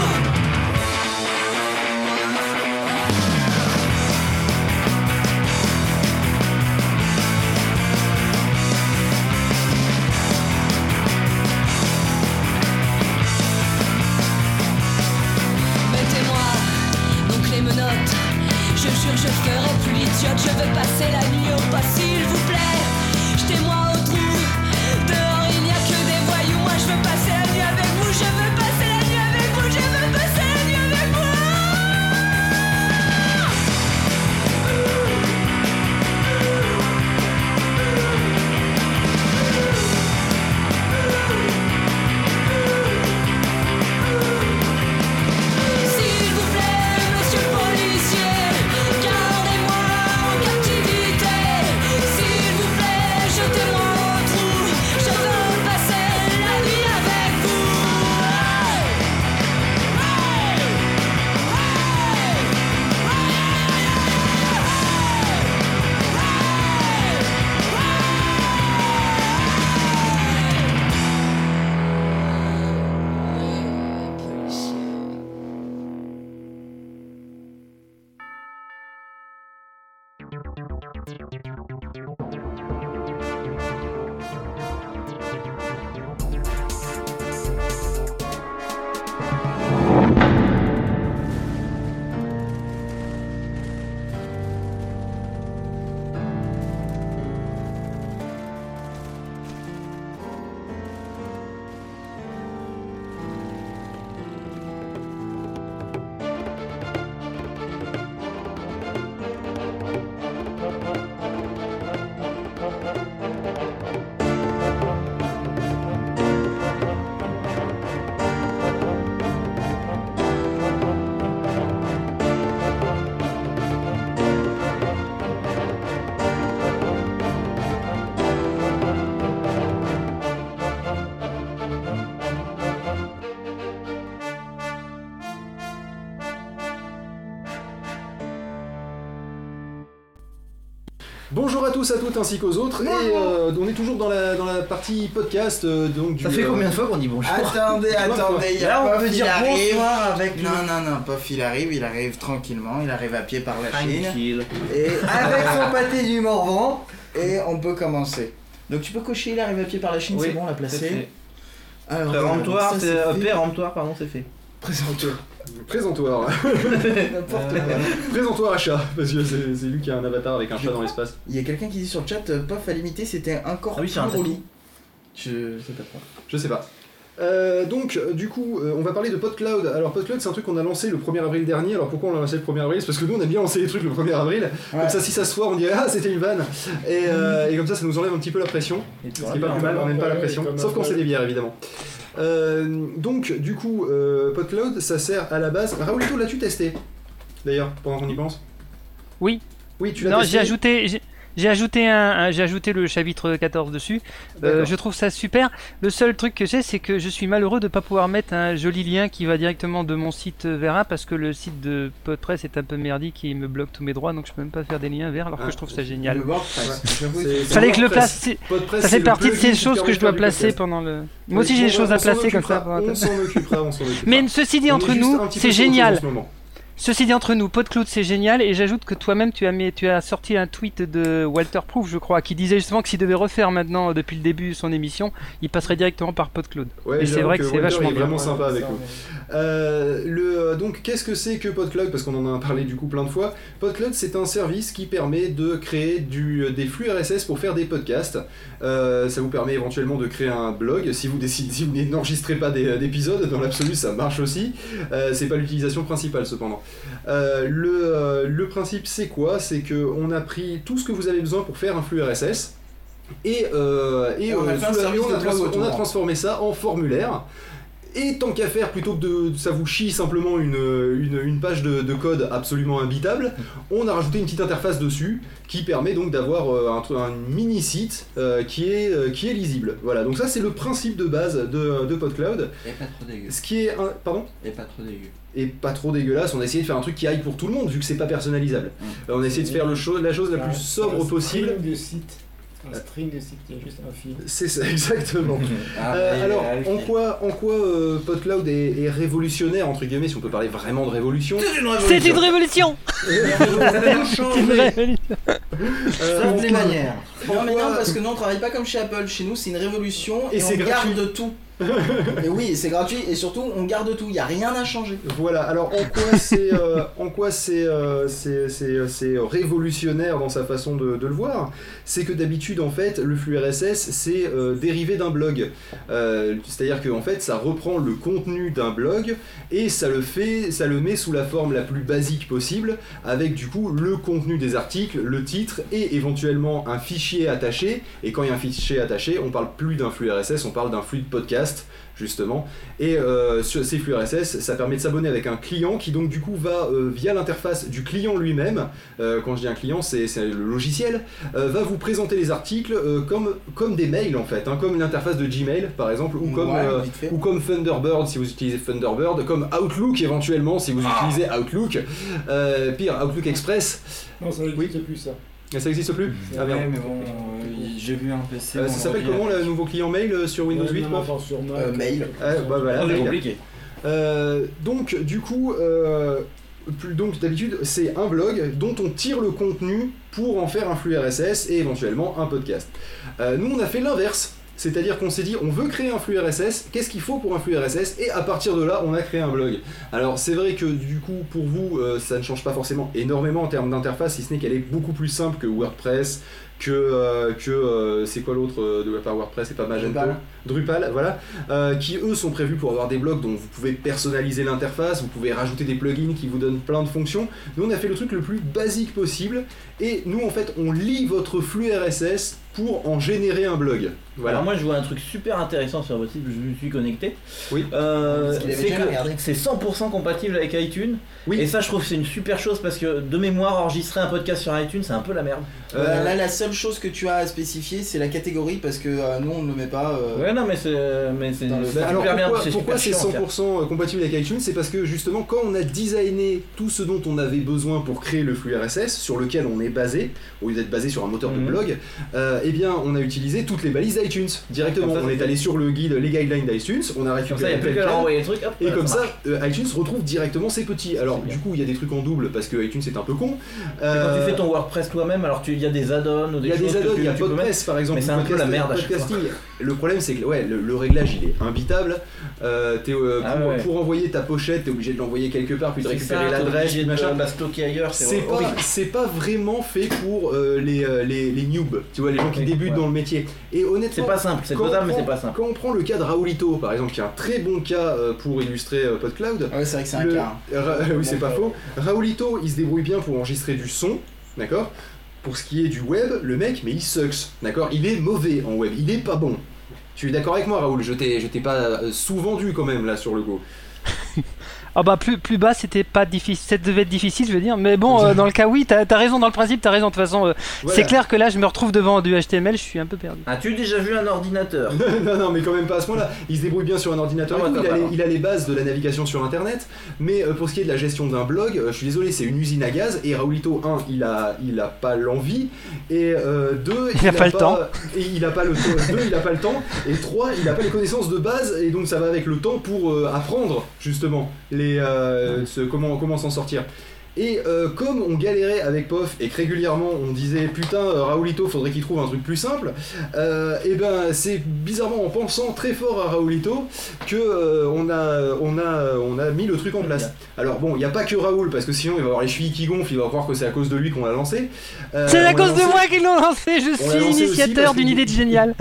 Mettez-moi donc les menottes, je jure je ferai plus l'idiote, je veux passer la nuit au pas s'il vous plaît. Jetez-moi au trou, dehors il n'y a que des voyous, moi je veux passer la nuit avec vous, je veux passer la nuit avec vous, je veux passer la nuit avec vous. S'il vous plaît, monsieur le policier, gardez-moi en captivité. S'il vous plaît, jetez-moi Bonjour à tous, à toutes ainsi qu'aux autres. Et on est toujours dans la partie podcast. Donc ça fait combien de fois qu'on dit bonjour? Attendez, là on peut dire bonsoir avec. Non, Pof il arrive tranquillement, il arrive à pied par la Chine. Et avec son pâté du Morvan. Et on peut commencer. Donc tu peux cocher, il arrive à pied par la Chine, oui, c'est bon, on l'a placé. Alors, péremptoire, péremptoire, pardon, c'est fait. Présentoir. N'importe quoi. Présentoir à chat, parce que c'est lui qui a un avatar avec un chat dans l'espace. Il y a quelqu'un qui dit sur le chat, Pof à limiter, c'était encore plus relou. Je sais pas quoi. Je sais pas. Donc, du coup, on va parler de PodCloud. Alors, PodCloud, c'est un truc qu'on a lancé le 1er avril dernier. Alors, pourquoi on l'a lancé le 1er avril? C'est parce que nous, on aime bien lancer les trucs le 1er avril. Ouais. Comme ça, si ça se voit, on dirait ah, c'était une vanne. Et comme ça nous enlève un petit peu la pression. Ce qui est pas plus mal, on n'aime pas la pression. Sauf quand c'est des bières, évidemment. Donc, du coup, PodCloud, ça sert à la base. Raoulito, l'as-tu testé? D'ailleurs, pendant qu'on y pense? Oui. Oui, tu l'as testé. Non, j'ai ajouté le chapitre 14 dessus. Je trouve ça super. Le seul truc que j'ai, c'est que je suis malheureux de ne pas pouvoir mettre un joli lien qui va directement de mon site vers un, parce que le site de PodPress est un peu merdique et il me bloque tous mes droits, donc je peux même pas faire des liens vers, alors que je trouve ça génial. Fallait que je le place. Ça fait partie de ces choses que je dois placer pendant le. Moi aussi j'ai des choses à placer comme ça. On s'en occupera. Mais ceci dit, entre nous, c'est génial. Ceci dit, entre nous, PodCloud c'est génial, et j'ajoute que toi-même tu as sorti un tweet de Walter Proof, je crois, qui disait justement que s'il devait refaire maintenant depuis le début son émission, il passerait directement par PodCloud. Ouais, et c'est vrai que c'est vachement bien. Vraiment sympa avec nous. Donc qu'est-ce que c'est que PodCloud? Parce qu'on en a parlé du coup plein de fois. PodCloud, c'est un service qui permet de créer des flux RSS pour faire des podcasts. Ça vous permet éventuellement de créer un blog si vous n'enregistrez pas d'épisodes. Dans l'absolu, ça marche aussi. C'est pas l'utilisation principale cependant. Le principe c'est quoi? C'est qu'on a pris tout ce que vous avez besoin pour faire un flux RSS et on a transformé ça en formulaire. Et tant qu'à faire, plutôt que ça vous chie simplement une page de code absolument imbitable, on a rajouté une petite interface dessus qui permet donc d'avoir un mini site qui est lisible. Voilà, donc ça c'est le principe de base de PodCloud. Et pas trop dégueu. Ce qui est pardon ? Et pas trop dégueu. Et pas trop dégueulasse, on a essayé de faire un truc qui aille pour tout le monde vu que c'est pas personnalisable. On a essayé de faire la chose la plus sobre possible. Un string de site qui est juste un fil. C'est ça, exactement. Alors, en quoi PodCloud est révolutionnaire, entre guillemets, si on peut parler vraiment de révolution? C'est une révolution. Ça de les manières. Non, parce que nous on travaille pas comme chez Apple. Chez nous, c'est une révolution et on garde tout. Et oui, c'est gratuit et surtout on garde tout, il n'y a rien à changer. Voilà, alors en quoi c'est révolutionnaire dans sa façon de le voir? C'est que d'habitude en fait le flux RSS c'est dérivé d'un blog. C'est-à-dire que en fait ça reprend le contenu d'un blog et ça le met sous la forme la plus basique possible avec du coup le contenu des articles, le titre et éventuellement un fichier attaché. Et quand il y a un fichier attaché, on parle plus d'un flux RSS, on parle d'un flux de podcast justement, et sur ces flux RSS ça permet de s'abonner avec un client qui donc du coup va via l'interface du client lui-même, quand je dis un client c'est le logiciel, va vous présenter les articles comme des mails en fait, hein, comme l'interface de Gmail par exemple, ou comme Thunderbird si vous utilisez Thunderbird, comme Outlook éventuellement si vous utilisez Outlook, pire Outlook Express. Non, ça n'existe plus ça. Ça existe plus? Ah bien, mais bon, j'ai vu un PC. Ça s'appelle comment le nouveau client mail sur Windows 8? Mail. Voilà, c'est compliqué. Donc du coup, donc d'habitude c'est un blog dont on tire le contenu pour en faire un flux RSS et éventuellement un podcast. Nous on a fait l'inverse. C'est-à-dire qu'on s'est dit, on veut créer un flux RSS, qu'est-ce qu'il faut pour un flux RSS? Et à partir de là, on a créé un blog. Alors c'est vrai que du coup, pour vous, ça ne change pas forcément énormément en termes d'interface, si ce n'est qu'elle est beaucoup plus simple que WordPress, c'est quoi l'autre de par WordPress, c'est pas Magento, Drupal, voilà, qui eux sont prévus pour avoir des blogs dont vous pouvez personnaliser l'interface, vous pouvez rajouter des plugins qui vous donnent plein de fonctions. Nous on a fait le truc le plus basique possible et nous en fait on lit votre flux RSS pour en générer un blog. Voilà. Alors moi je vois un truc super intéressant sur votre site, je me suis connecté. Oui. C'est que c'est 100% compatible avec iTunes. Oui. Et ça je trouve que c'est une super chose parce que de mémoire enregistrer un podcast sur iTunes c'est un peu la merde. Là la seule seule chose que tu as à spécifier, c'est la catégorie, parce que nous on ne le met pas. Ouais, non, mais c'est Alors super bien. pourquoi c'est 100% compatible avec iTunes? C'est parce que justement, quand on a designé tout ce dont on avait besoin pour créer le flux RSS, sur lequel on est basé, au lieu d'être basé sur un moteur de blog, eh bien on a utilisé toutes les balises d'iTunes directement. On est allé sur le guide, les guidelines d'iTunes, on a récupéré et comme ça, iTunes retrouve directement ses petits. Alors du coup, il y a des trucs en double parce que iTunes est un peu con. Quand tu fais ton WordPress toi-même, alors il y a des add-ons ou des choses. Il y a des add-ons, il y a PodPress par exemple. Mais c'est un peu la merde à chaque fois. Le problème c'est que le réglage il est imbitable. Pour envoyer ta pochette, t'es obligé de l'envoyer quelque part, puis de récupérer l'adresse, de la stocker ailleurs. C'est pas vraiment fait pour les noobs, tu vois, les gens qui débutent dans le métier. Et honnêtement, c'est pas simple, c'est faisable, mais c'est pas simple. Quand on prend le cas de Raoulito par exemple, qui est un très bon cas pour illustrer PodCloud. Ouais, c'est vrai que c'est un cas. Oui, c'est pas faux. Raoulito, il se débrouille bien pour enregistrer du son, d'accord. Pour ce qui est du web, le mec, mais il sucks, d'accord. Il est mauvais en web, il est pas bon. Tu es d'accord avec moi, Raoul? Je t'ai pas sous-vendu quand même là sur le go. Ah bah plus bas c'était pas difficile, ça devait être difficile je veux dire, mais bon dans le cas oui t'as raison dans le principe, t'as raison de toute façon voilà. C'est clair que là je me retrouve devant du HTML, je suis un peu perdu. As-tu déjà vu un ordinateur? Non mais quand même pas à ce point là, il se débrouille bien sur un ordinateur, il a les bases de la navigation sur internet, mais pour ce qui est de la gestion d'un blog, je suis désolé, c'est une usine à gaz, et Raoulito 1 il a pas l'envie, et 2 il a pas le temps, et il a pas le temps, 2 il a pas le temps, et 3 il a pas les connaissances de base, et donc ça va avec le temps pour apprendre justement comment s'en sortir. Et comme on galérait avec POF et que régulièrement on disait putain Raoulito faudrait qu'il trouve un truc plus simple, et ben c'est bizarrement en pensant très fort à Raoulito que on a mis le truc en place. Alors bon, il n'y a pas que Raoul parce que sinon il va avoir les chevilles qui gonflent, il va croire que c'est à cause de lui qu'on l'a lancé. C'est à cause de moi qu'ils l'ont lancé, je suis l'initiateur d'une idée géniale.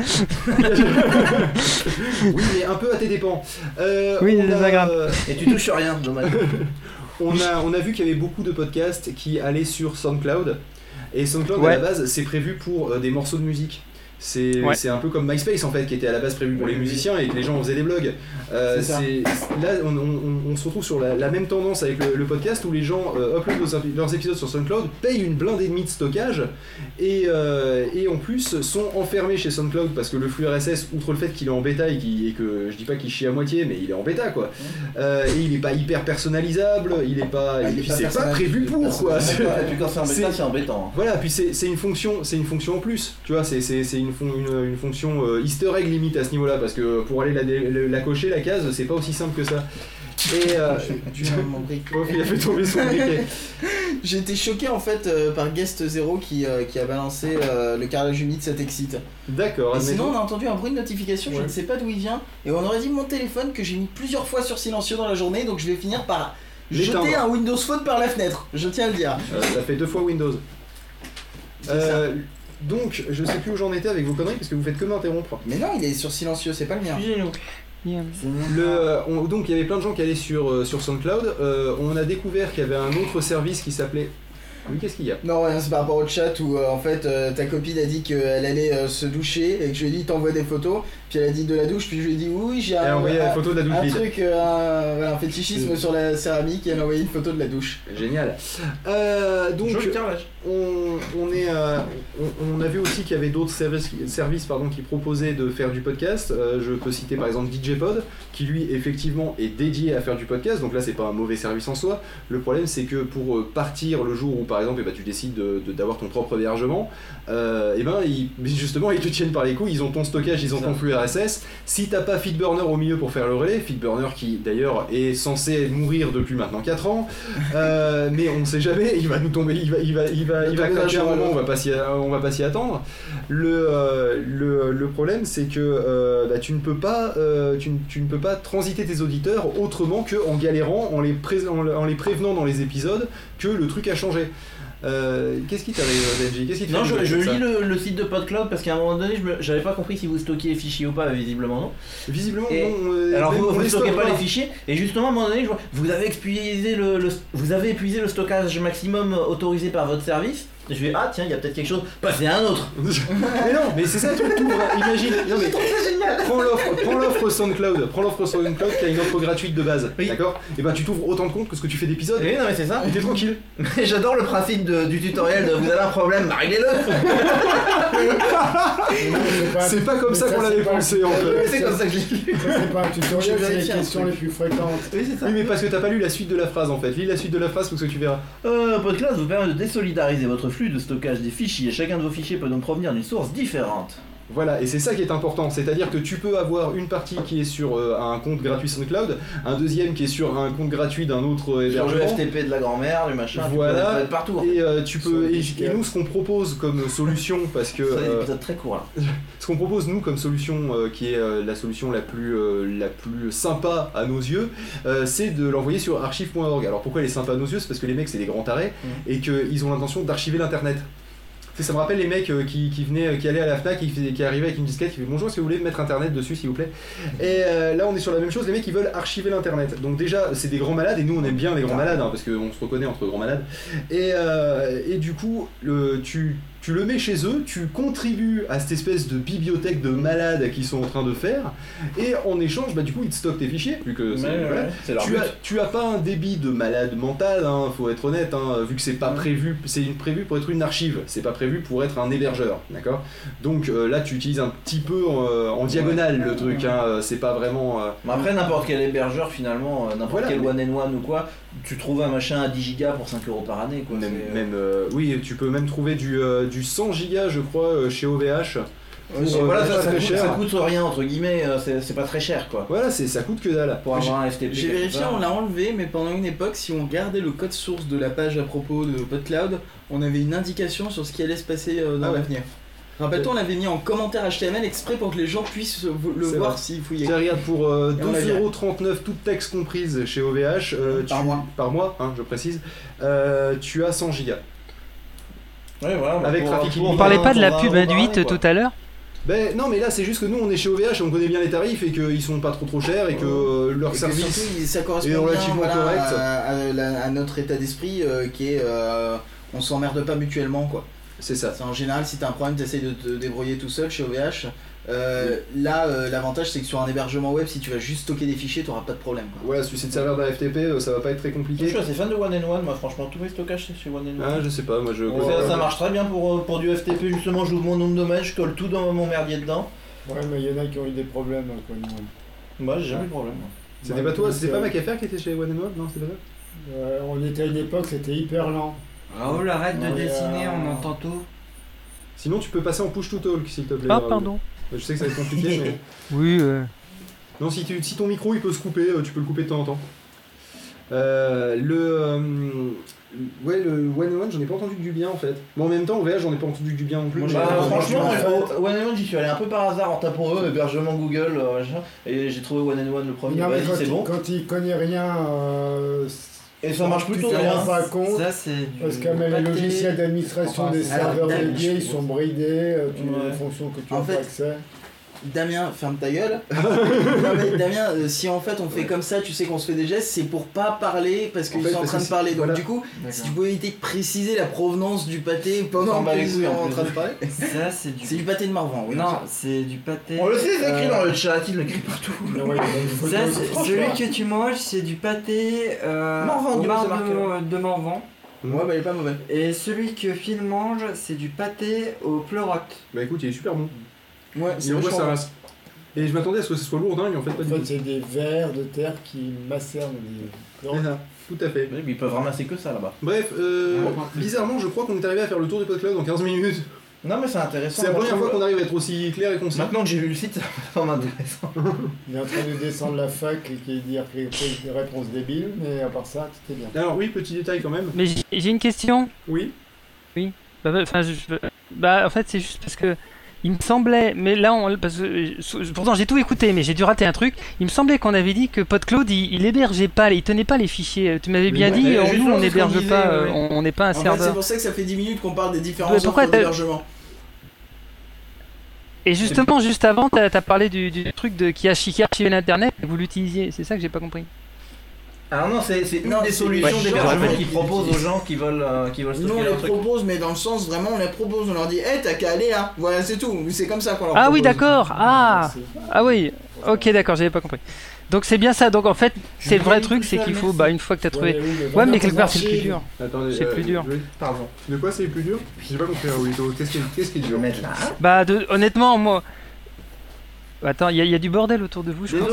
Oui mais un peu à tes dépens. Oui c'est pas grave. Et tu touches rien, dommage. On a vu qu'il y avait beaucoup de podcasts qui allaient sur SoundCloud, et SoundCloud à la base c'est prévu pour des morceaux de musique. C'est un peu comme MySpace en fait, qui était à la base prévu pour les musiciens et que les gens faisaient des blogs. Là on se retrouve sur la même tendance avec le podcast où les gens uploadent leurs épisodes sur SoundCloud, payent une blinde et demie de stockage et en plus sont enfermés chez SoundCloud parce que le flux RSS, outre le fait qu'il est en bêta et que je dis pas qu'il chie à moitié, mais il est en bêta quoi. Et il est pas hyper personnalisable, c'est pas prévu pour quoi. Et puis quand c'est en bêta, c'est embêtant. Voilà, puis c'est une fonction en plus, tu vois, c'est une fonction easter egg limite à ce niveau là, parce que pour aller la cocher la case c'est pas aussi simple que ça. Et il a fait tomber son briquet. J'ai été choqué en fait par Guest Zero qui a balancé le carrelage humide, ça t'excite. D'accord. Et sinon on a entendu un bruit de notification, je ne sais pas d'où il vient, et on aurait dit mon téléphone que j'ai mis plusieurs fois sur silencieux dans la journée, donc je vais finir par jeter un Windows Phone par la fenêtre, je tiens à le dire. Ça fait 2 fois Windows. Donc, je sais plus où j'en étais avec vos conneries parce que vous faites que m'interrompre. Mais non, il est sur silencieux, c'est pas le mien. Donc, il y avait plein de gens qui allaient sur SoundCloud. On a découvert qu'il y avait un autre service qui s'appelait. Oui, qu'est-ce qu'il y a? Non, rien, c'est par rapport au chat où en fait ta copine a dit qu'elle allait se doucher et que je lui ai dit t'envoies des photos, puis elle a dit de la douche, puis je lui ai dit oui, j'ai envoyé la photo de la douche un truc, un fétichisme sur la céramique, et elle a envoyé une photo de la douche. Génial. Donc on a vu aussi qu'il y avait d'autres services qui proposaient de faire du podcast. Je peux citer par exemple DJpod qui lui effectivement est dédié à faire du podcast, donc là c'est pas un mauvais service en soi. Le problème c'est que pour partir le jour où par exemple tu décides d'avoir ton propre hébergement, justement ils te tiennent par les couilles, ils ont ton stockage, ils ont ton flux RSS. Si t'as pas Feedburner au milieu pour faire le relais, Feedburner qui d'ailleurs est censé mourir depuis maintenant 4 ans, mais on ne sait jamais, il va nous tomber, il va craquer un moment, on va pas s'y attendre. Le problème c'est que tu ne peux pas transiter tes auditeurs autrement qu'en galérant, en les prévenant dans les épisodes que le truc a changé. Qu'est-ce qui t'arrive, Benji? Qu'est-ce qui te fait? Non, je lis le site de PodCloud parce qu'à un moment donné, j'avais pas compris si vous stockiez les fichiers ou pas, visiblement non. Visiblement non. Alors vous ne stockez pas les fichiers, et justement à un moment donné, je vois, vous avez épuisé le stockage maximum autorisé par votre service. Et je vais ah tiens il y a peut-être quelque chose, passer à un autre. Mais non, mais c'est ça le truc, imagine, non mais prends l'offre SoundCloud qui a une offre gratuite de base, d'accord? Et ben tu t'ouvres autant de comptes que ce que tu fais d'épisodes. Oui non mais c'est ça. Et t'es tranquille. Mais j'adore le principe du tutoriel de vous avez un problème, bah réglez-le. C'est pas comme ça qu'on l'avait pensé en fait. C'est comme ça que je l'ai lu. C'est pas un tutoriel, c'est les questions les plus fréquentes. Oui c'est ça. Oui mais parce que t'as pas lu la suite de la phrase en fait. Lis la suite de la phrase pour que tu verras. PodCloud vous permet de désolidariser votre flux de stockage des fichiers. Chacun de vos fichiers peut donc provenir d'une source différente. Voilà, et c'est ça qui est important, c'est-à-dire que tu peux avoir une partie qui est sur un compte gratuit SoundCloud, un deuxième qui est sur un compte gratuit d'un autre hébergement. Sur le FTP de la grand-mère, du machin, voilà, tu peux être partout. Et tu peux et nous ce qu'on propose comme solution, parce que c'est un épisode très court là. Ce qu'on propose nous comme solution, qui est la solution la plus sympa à nos yeux, c'est de l'envoyer sur archive.org. Alors pourquoi elle est sympa à nos yeux? C'est parce que les mecs c'est des grands tarés et qu'ils ont l'intention d'archiver l'internet. Ça me rappelle les mecs qui allaient à la FNAC, qui arrivaient avec une disquette, qui disaient bonjour, est-ce que vous voulez mettre internet dessus s'il vous plaît? Et là on est sur la même chose, les mecs ils veulent archiver l'internet. Donc déjà c'est des grands malades et nous on aime bien les grands malades parce qu'on se reconnaît entre grands malades. Et du coup tu le mets chez eux, tu contribues à cette espèce de bibliothèque de malades qu'ils sont en train de faire, et en échange, du coup, ils te stockent tes fichiers, vu que c'est leur but. Tu as pas un débit de malade mental, faut être honnête, vu que c'est pas prévu, c'est prévu pour être une archive, c'est pas prévu pour être un hébergeur, d'accord? Donc là, tu utilises un petit peu en diagonale le truc, c'est pas vraiment... Mais après, n'importe quel hébergeur, finalement, n'importe quel one-and-one ou quoi, tu trouves un machin à 10 gigas pour 5€ par année, quoi. Oui, tu peux même trouver du 100 gigas je crois chez OVH. Voilà, ça coûte rien entre guillemets, c'est pas très cher quoi. Voilà, ça coûte que dalle. Pour avoir un FTP. J'ai vérifié, on l'a enlevé, mais pendant une époque, si on regardait le code source de la page à propos de PodCloud, on avait une indication sur ce qui allait se passer dans l'avenir. Rappelle-toi, on l'avait mis en commentaire HTML exprès pour que les gens puissent le voir s'ils fouillaient. Tiens, regarde, pour 2,39€ toutes taxes comprises chez OVH, par mois, je précise, tu as 100 gigas. Ouais, voilà, avec trafic illimité. On parlait pas de la pub induite tout à l'heure? Non mais là c'est juste que nous on est chez OVH et on connaît bien les tarifs et qu'ils sont pas trop chers et que leur service ça correspond est relativement correct à notre état d'esprit qui est on s'emmerde pas mutuellement quoi. C'est ça. En général si t'as un problème t'essayes de te débrouiller tout seul chez OVH. Là l'avantage c'est que sur un hébergement web si tu vas juste stocker des fichiers t'auras pas de problème quoi. Ouais, si c'est le serveur d'un FTP ça va pas être très compliqué. Je suis assez fan de one-and-one, moi franchement tous mes stockages c'est chez one-and-one. Ah je sais pas, moi je... ça marche très bien pour du FTP justement, j'ouvre mon nom de domaine, je colle tout dans mon merdier dedans. Ouais mais il y en a qui ont eu des problèmes avec one-and-one. Moi j'ai jamais eu de problème. C'était pas toi, c'était pas McAfee qui était chez one-and-one? Non c'était pas ça? On était à une époque c'était hyper lent. Raoul arrête de dessiner, on entend tout. Sinon tu peux passer en push to talk s'il te plaît. Ah pardon. Je sais que ça va être compliqué, mais... Oui, Non, si ton micro il peut se couper, tu peux le couper de temps en temps. Le one-on-one, j'en ai pas entendu que du bien en fait. Mais en même temps, au VH, j'en ai pas entendu que du bien non plus. Franchement, one-on-one, j'y suis allé un peu par hasard en tapant hébergement Google, machin, et j'ai trouvé one-on-one le premier. C'est bon. Quand il connaît rien. Et ça marche plutôt bien. bien. Pas compte, ça, c'est parce que même les logiciels d'administration des serveurs dédiés, ils sont bridés, tu as des fonctions que tu n'as pas accès. Damien, ferme ta gueule. Non mais Damien, si en fait on fait comme ça, tu sais qu'on se fait des gestes, c'est pour pas parler parce qu'ils sont en train de parler. Donc du coup, si tu pouvais éviter de préciser la provenance du pâté pendant qu'ils sont en train de parler. Ça c'est du pâté de Marvan, oui. Non, c'est du pâté. On le sait, c'est écrit dans le chat, il l'écrit partout. Ça, celui que tu manges, c'est du pâté de Morvan. Ouais, bah il est pas mauvais. Et celui que Phil mange, c'est du pâté au pleurote. Bah écoute, il est super bon. Ouais, c'est vrai ça reste. Et je m'attendais à ce que ce soit lourd, mais en fait pas du tout. C'est des vers de terre qui macèrent tout à fait. Oui, mais ils peuvent ramasser que ça là-bas. Bref, bizarrement, je crois qu'on est arrivé à faire le tour du PodCloud en 15 minutes. Non, mais c'est intéressant. C'est la première fois qu'on arrive à être aussi clair et concis. Maintenant que j'ai vu le site, ça va m'intéressant. Il est en train de descendre la fac et qui dire des réponses débiles, mais à part ça, c'était bien. Alors, oui, petit détail quand même. Mais j'ai une question. Oui. Oui. En fait, c'est juste parce que. Il me semblait, mais là, pourtant j'ai tout écouté, mais j'ai dû rater un truc. Il me semblait qu'on avait dit que PodCloud, il hébergeait pas, il tenait pas les fichiers. Tu m'avais bien dit, nous on n'héberge pas, on n'est pas un serveur. En fait, c'est pour ça que ça fait 10 minutes qu'on parle des différences entre l'hébergement. Et justement, juste avant, t'as parlé du truc qui archivait l'internet, et vous l'utilisiez, c'est ça que j'ai pas compris. Alors non, c'est une des solutions d'hébergement qu'ils proposent aux gens qui veulent stocker Nous on leur les truc. propose, mais dans le sens vraiment on les propose, on leur dit hey t'as qu'à aller là, voilà c'est tout, c'est comme ça qu'on leur Ah propose. oui, d'accord. Ah oui. Ok, d'accord, j'avais pas compris. Donc c'est bien ça. Donc en fait, c'est le vrai truc, c'est qu'il faut, une fois que t'as trouvé. Ouais, mais quelque part c'est le plus dur. Attendez, C'est plus dur. Pardon. De quoi c'est le plus dur? J'ai pas compris, Aurito. Qu'est-ce qui est dur? Honnêtement, moi. Attends, il y a du bordel autour de vous, je pense.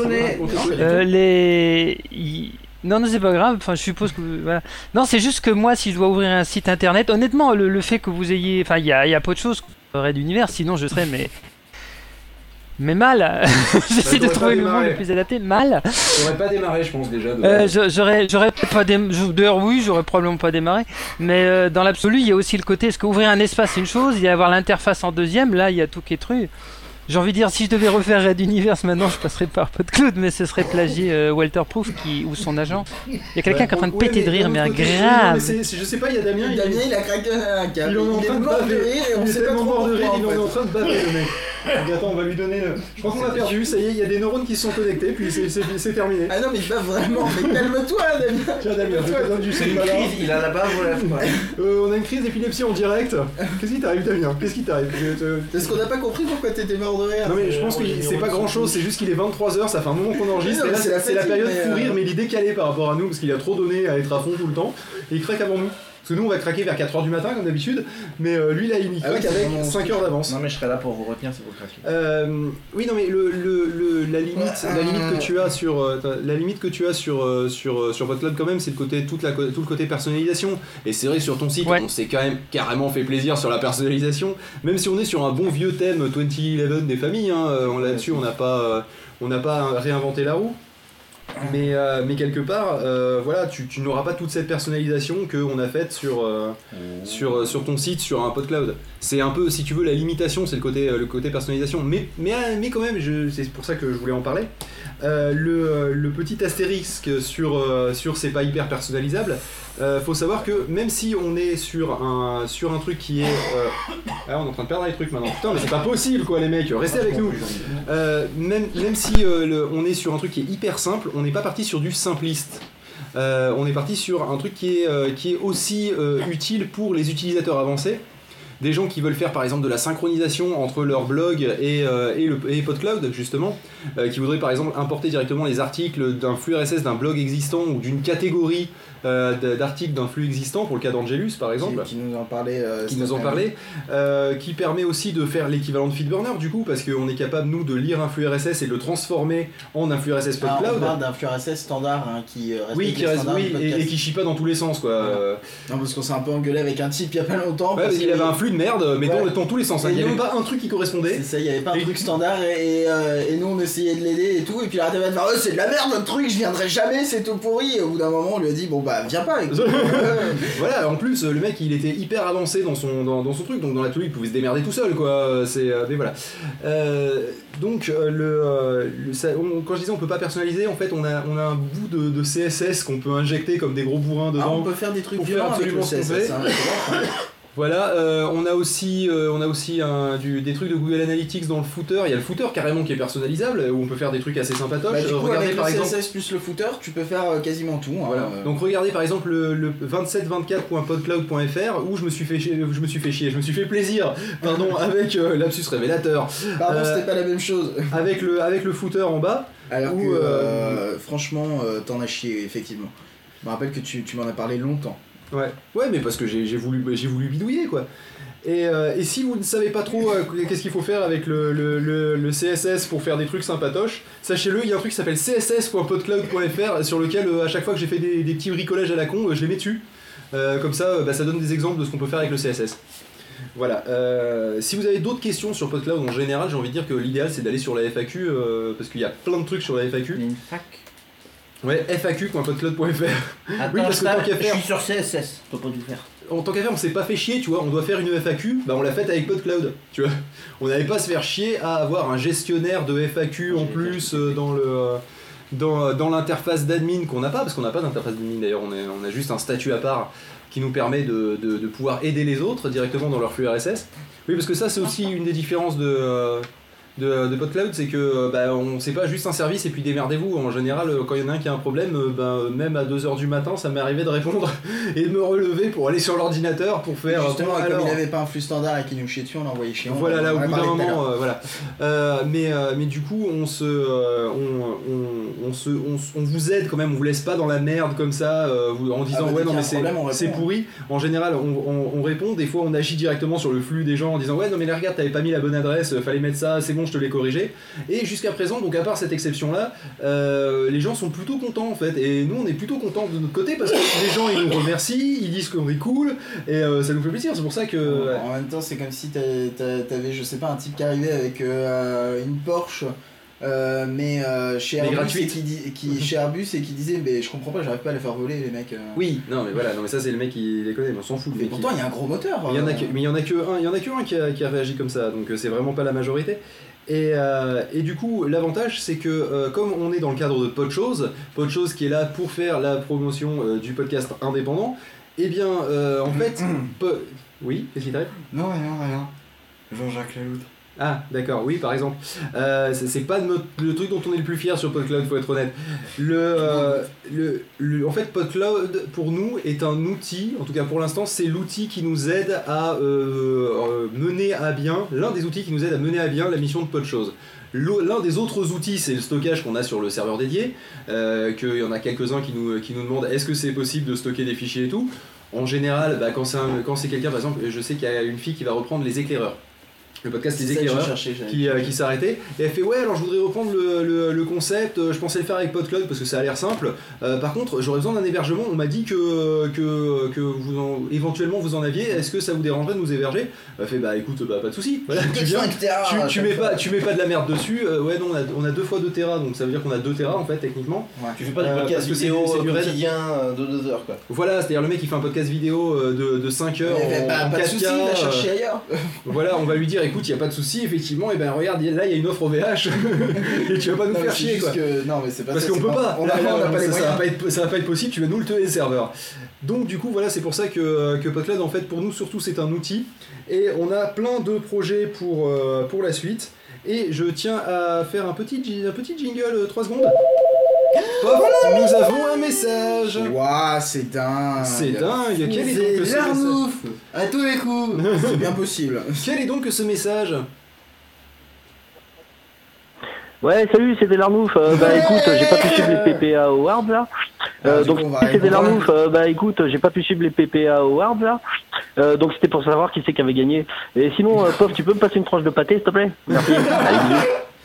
Non, c'est pas grave. Enfin, je suppose que voilà. Non, c'est juste que moi, si je dois ouvrir un site internet, honnêtement, le fait que vous ayez, enfin, il y a peu de choses Red Univers. Sinon, je serais mais mal. J'essaie de trouver le mot le plus adapté. Mal. J'aurais pas démarré, je pense déjà. J'aurais pas d'ailleurs oui, j'aurais probablement pas démarré. Mais dans l'absolu, il y a aussi le côté. Est-ce qu'ouvrir un espace c'est une chose, il y a avoir l'interface en deuxième. Là, il y a tout qui est truc. J'ai envie de dire, si je devais refaire Red Universe maintenant, je passerais par PodCloud, mais ce serait plagier Walter Proof ou son agent. Il y a quelqu'un qui est en train de péter de rire, mais grave. Je sais pas, il y a Damien. Il a craqué un câble. Il est en train de mort de baver. rire et on Il sait est pas tellement trop mort de rire, pourquoi, il en est en fait. train de baver le mec. Donc, attends, on va lui donner. Je crois qu'on a perdu, ça y est, il y a des neurones qui se sont connectés, puis c'est terminé. Ah non, mais il bave vraiment, mais calme-toi, Damien. Tiens, Damien, je te donne du C'est une crise, il a la bave aux lèvres. On a une crise d'épilepsie en direct. Qu'est-ce qui t'arrive, Damien? Qu'est-ce qui t'arrive? Est-ce qu'on n'a pas compris pourquoi t'étais mort de rire? Non, mais je pense que c'est pas grand chose, c'est juste qu'il est 23h, ça fait un moment qu'on enregistre, Oui, non, et là c'est la période mais, fou rire, mais il est décalé par rapport à nous, parce qu'il a trop donné à être à fond tout le temps, et il craque avant nous. Parce que nous on va craquer vers 4h du matin comme d'habitude, mais lui là il craque avec 5 heures d'avance. Non mais je serai là pour vous retenir si vous craquez. Oui non mais la limite que tu as sur PodCloud quand même, c'est le côté tout le côté personnalisation. Et c'est vrai, sur ton site on s'est quand même carrément fait plaisir sur la personnalisation, même si on est sur un bon vieux thème 2011 des familles, hein, là-dessus on n'a pas réinventé la roue. Mais quelque part, voilà, tu n'auras pas toute cette personnalisation qu'on a faite sur ton site, sur un PodCloud. C'est un peu, si tu veux, la limitation, c'est le côté personnalisation. Mais quand même, c'est pour ça que je voulais en parler. Le petit astérisque sur c'est pas hyper personnalisable. Faut savoir que même si on est sur un truc qui est on est en train de perdre les trucs maintenant, putain mais c'est pas possible quoi les mecs, restez avec nous. Même si on est sur un truc qui est hyper simple, on n'est pas parti sur du simpliste. On est parti sur un truc qui est aussi utile pour les utilisateurs avancés. Des gens qui veulent faire par exemple de la synchronisation entre leur blog et PodCloud justement, qui voudraient par exemple importer directement les articles d'un flux RSS d'un blog existant ou d'une catégorie d'articles d'un flux existant, pour le cas d'Angelus par exemple, qui nous en parlait, qui permet aussi de faire l'équivalent de FeedBurner du coup, parce qu'on est capable nous de lire un flux RSS et de le transformer en un flux RSS PodCloud. On parle d'un flux RSS standard qui et qui chie pas dans tous les sens quoi. Voilà. Non parce qu'on s'est un peu engueulé avec un type il y a pas longtemps. Ouais, parce qu'il avait un flux de merde, mais dans tous les sens. Il n'y avait pas un truc qui correspondait. C'est ça, il n'y avait pas un truc standard et nous on essayait de l'aider et tout. Et puis il arrêtait pas de faire c'est de la merde votre truc, je viendrai jamais, c'est tout pourri. Et au bout d'un moment, on lui a dit bon bah viens pas avec nous. Voilà, en plus, le mec il était hyper avancé dans son truc, donc dans l'atelier il pouvait se démerder tout seul quoi. Mais voilà. Donc, quand je disais on peut pas personnaliser, en fait on a un bout de CSS qu'on peut injecter comme des gros bourrins dedans. On peut faire des trucs violents avec le CSS. Voilà, on a aussi des trucs de Google Analytics dans le footer. Il y a le footer carrément qui est personnalisable où on peut faire des trucs assez sympatoches. Du coup, regardez par exemple CSS plus le footer, tu peux faire quasiment tout. Voilà. Donc regardez par exemple le 2724.podcloud.fr où je me suis fait plaisir, pardon, avec lapsus révélateur. Pardon, c'était pas la même chose. Avec le footer en bas. Alors que franchement, t'en as chié effectivement. Je me rappelle que tu m'en as parlé longtemps. Ouais, mais parce que j'ai voulu bidouiller quoi. Et si vous ne savez pas trop qu'est-ce qu'il faut faire avec le CSS pour faire des trucs sympatoches, sachez-le, il y a un truc qui s'appelle css.podcloud.fr sur lequel à chaque fois que j'ai fait des petits bricolages à la con, je les mets dessus. Comme ça, ça donne des exemples de ce qu'on peut faire avec le CSS. Voilà. Si vous avez d'autres questions sur PodCloud en général, j'ai envie de dire que l'idéal c'est d'aller sur la FAQ parce qu'il y a plein de trucs sur la FAQ. Il y a une fac. Ouais, faq.podcloud.fr. Attends, oui, parce que tant qu'à faire, je suis sur CSS, faut pas tout faire. En tant qu'à faire, on s'est pas fait chier, tu vois, on doit faire une FAQ, bah on l'a faite avec PodCloud, tu vois. On n'allait pas se faire chier à avoir un gestionnaire de FAQ en plus dans l'interface d'admin qu'on n'a pas, parce qu'on n'a pas d'interface d'admin d'ailleurs, on a juste un statut à part qui nous permet de pouvoir aider les autres directement dans leur flux RSS. Oui, parce que ça c'est aussi une des différences de PodCloud, c'est que c'est pas juste un service et puis démerdez-vous. En général, quand il y en a un qui a un problème, même à 2h du matin, ça m'est arrivé de répondre et de me relever pour aller sur l'ordinateur pour faire. Justement, comme il avait pas un flux standard et qu'il nous chiait dessus, on l'a envoyé chez nous. Voilà, là au bout d'un moment, voilà. Mais du coup, on vous aide quand même, on vous laisse pas dans la merde comme ça, en disant ouais non mais c'est pourri. En général, on répond. Des fois, on agit directement sur le flux des gens en disant ouais non mais là regarde, t'avais pas mis la bonne adresse, fallait mettre ça, c'est bon, je te l'ai corrigé. Et jusqu'à présent, donc à part cette exception là, les gens sont plutôt contents en fait, et nous on est plutôt contents de notre côté parce que les gens ils nous remercient, ils disent qu'on est cool et ça nous fait plaisir. C'est pour ça que en même temps c'est comme si t'avais je sais pas un type qui arrivait avec une Porsche chez Airbus chez Airbus et qui disait mais je comprends pas, j'arrive pas à les faire voler les mecs. Oui, non mais voilà, non mais ça c'est le mec qui les connaît, mais on s'en fout. Mais pourtant il y a un gros moteur. Mais il y en a que un qui a réagi comme ça, donc c'est vraiment pas la majorité. Et du coup, l'avantage, c'est que comme on est dans le cadre de Podchose qui est là pour faire la promotion du podcast indépendant, et bien, en fait... Oui, qu'est-ce qui t'arrive ? Non, rien. Jean-Jacques Laloutre. Ah, d'accord, oui, par exemple. C'est pas le truc dont on est le plus fier sur PodCloud, faut être honnête. En fait, PodCloud, pour nous, est un outil, en tout cas pour l'instant, c'est l'outil qui nous aide à mener à bien, l'un des outils qui nous aide à mener à bien la mission de Podchose. L'un des autres outils, c'est le stockage qu'on a sur le serveur dédié, qu'il y en a quelques-uns qui nous demandent est-ce que c'est possible de stocker des fichiers et tout. En général, quand c'est quelqu'un, par exemple, je sais qu'il y a une fille qui va reprendre Les Éclaireurs. Le podcast Les Éclaireurs qui s'est arrêté et elle fait ouais alors je voudrais reprendre le concept, je pensais le faire avec PodCloud parce que ça a l'air simple, par contre j'aurais besoin d'un hébergement, on m'a dit que éventuellement vous en aviez, est-ce que ça vous dérangerait de nous héberger? Elle fait bah écoute pas de soucis, voilà, tu viens, tu mets pas de la merde dessus, ouais non on a 2 fois 2 Tera donc ça veut dire qu'on a 2 Tera en fait techniquement. Ouais. Tu fais pas du podcast vidéo quotidien de 2 heures quoi. Voilà, c'est-à-dire le mec il fait un podcast vidéo de 5 heures en 4K, va chercher ailleurs. Voilà, on va lui dire écoute, il y a pas de souci, effectivement, et ben regarde, là il y a une offre OVH et tu vas pas nous faire chier quoi. Non, mais c'est pas parce ça, qu'on peut pas. On a pas les moyens. Ça va pas être possible, tu vas nous le tenir les serveurs. Donc du coup voilà, c'est pour ça que PodCloud en fait pour nous surtout c'est un outil et on a plein de projets pour la suite et je tiens à faire un petit jingle 3 secondes. Pof, nous avons un message. Waouh, c'est dingue. C'est dingue. Quel est donc ce message ? À tous les coups. C'est bien possible. Quel est donc ce message ? Ouais, salut, c'était Larnouf. Écoute, j'ai pas pu suivre les PPA Awards là. Donc c'était Larnouf. Écoute, j'ai pas pu suivre les PPA Awards là. Donc c'était pour savoir qui c'est qui avait gagné. Et sinon, Pof, tu peux me passer une tranche de pâté, s'il te plaît ? Merci. Allez, bisous.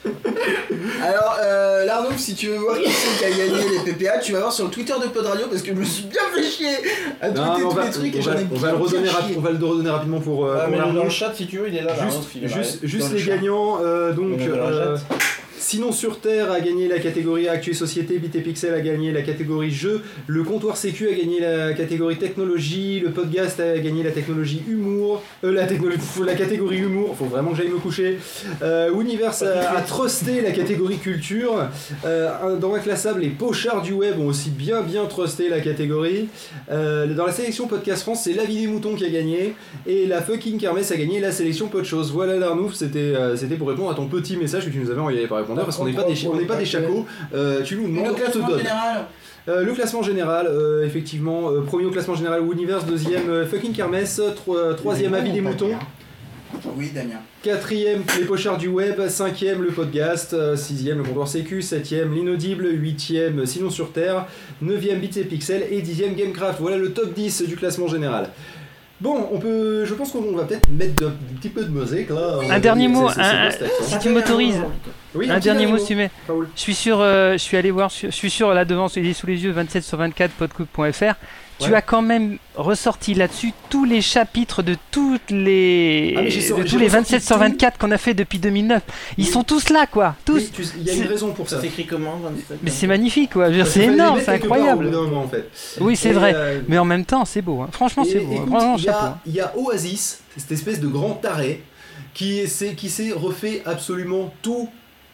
Alors, Larnouf, si tu veux voir qui c'est qui a gagné les PPA, tu vas voir sur le Twitter de Pod Radio parce que je me suis bien fait chier à tweeter tous les trucs et j'en ai on va le redonner rapidement pour dans le chat si tu veux, il est là. Juste les gagnants, donc. Sinon sur Terre a gagné la catégorie Actu et Société, Bit et Pixel a gagné la catégorie Jeux, le Comptoir Sécu a gagné la catégorie Technologie, le Podcast a gagné la technologie Humour, la catégorie Humour, faut vraiment que j'aille me coucher, Universe a trusté la catégorie Culture, dans l'inclassable les pochards du web ont aussi bien trusté la catégorie, dans la sélection Podcast France c'est La Vie des Moutons qui a gagné, et la fucking Kermesse a gagné la sélection Podchose. Voilà Larnouf, c'était pour répondre à ton petit message que tu nous avais envoyé par répondeur parce qu'on n'est pas des chacos, tu nous demandes, on te donne. Le classement général, effectivement, premier au classement général Universe, deuxième fucking Kermesse, troisième Avis des Moutons. Oui, Damien. Quatrième, les pochards du web. Cinquième, le podcast. Sixième, le comptoir sécu. Septième, l'inaudible. Huitième, Sinon sur Terre. Neuvième, Bits et Pixel. Et dixième, Gamecraft. Voilà le top 10 du classement général. Bon, je pense qu'on va peut-être mettre un petit peu de musique là. Un dernier mot, si tu m'autorises. Oui, un dernier mot si tu mets. Je suis allé voir, je suis sur là devant, il est sous les yeux, 27/24 podcoup.fr. Tu as quand même ressorti là-dessus tous les chapitres de tous les 27/24 qu'on a fait depuis 2009. Ils sont tous là, quoi. Tous. Il y a une raison pour ça. Ça s'écrit comment 27? Mais c'est magnifique, quoi. C'est énorme, c'est incroyable. En fait. Oui, c'est vrai. Mais en même temps, c'est beau. Hein. Franchement, c'est beau. Écoute, il y a Oasis, cette espèce de grand taré qui s'est refait absolument tous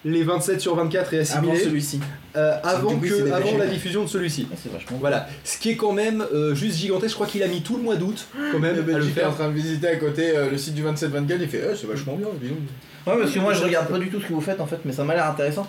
les 27/24 et assimilés avant celui-ci. Avant la diffusion de celui-ci. C'est vachement voilà. Ce qui est quand même juste gigantesque. Je crois qu'il a mis tout le mois d'août quand même à le J'étais en faire. train de visiter à côté le site du 27/24, il fait c'est vachement bien, dis donc. Ouais, parce que moi je regarde pas du tout ce que vous faites en fait, mais ça m'a l'air intéressant.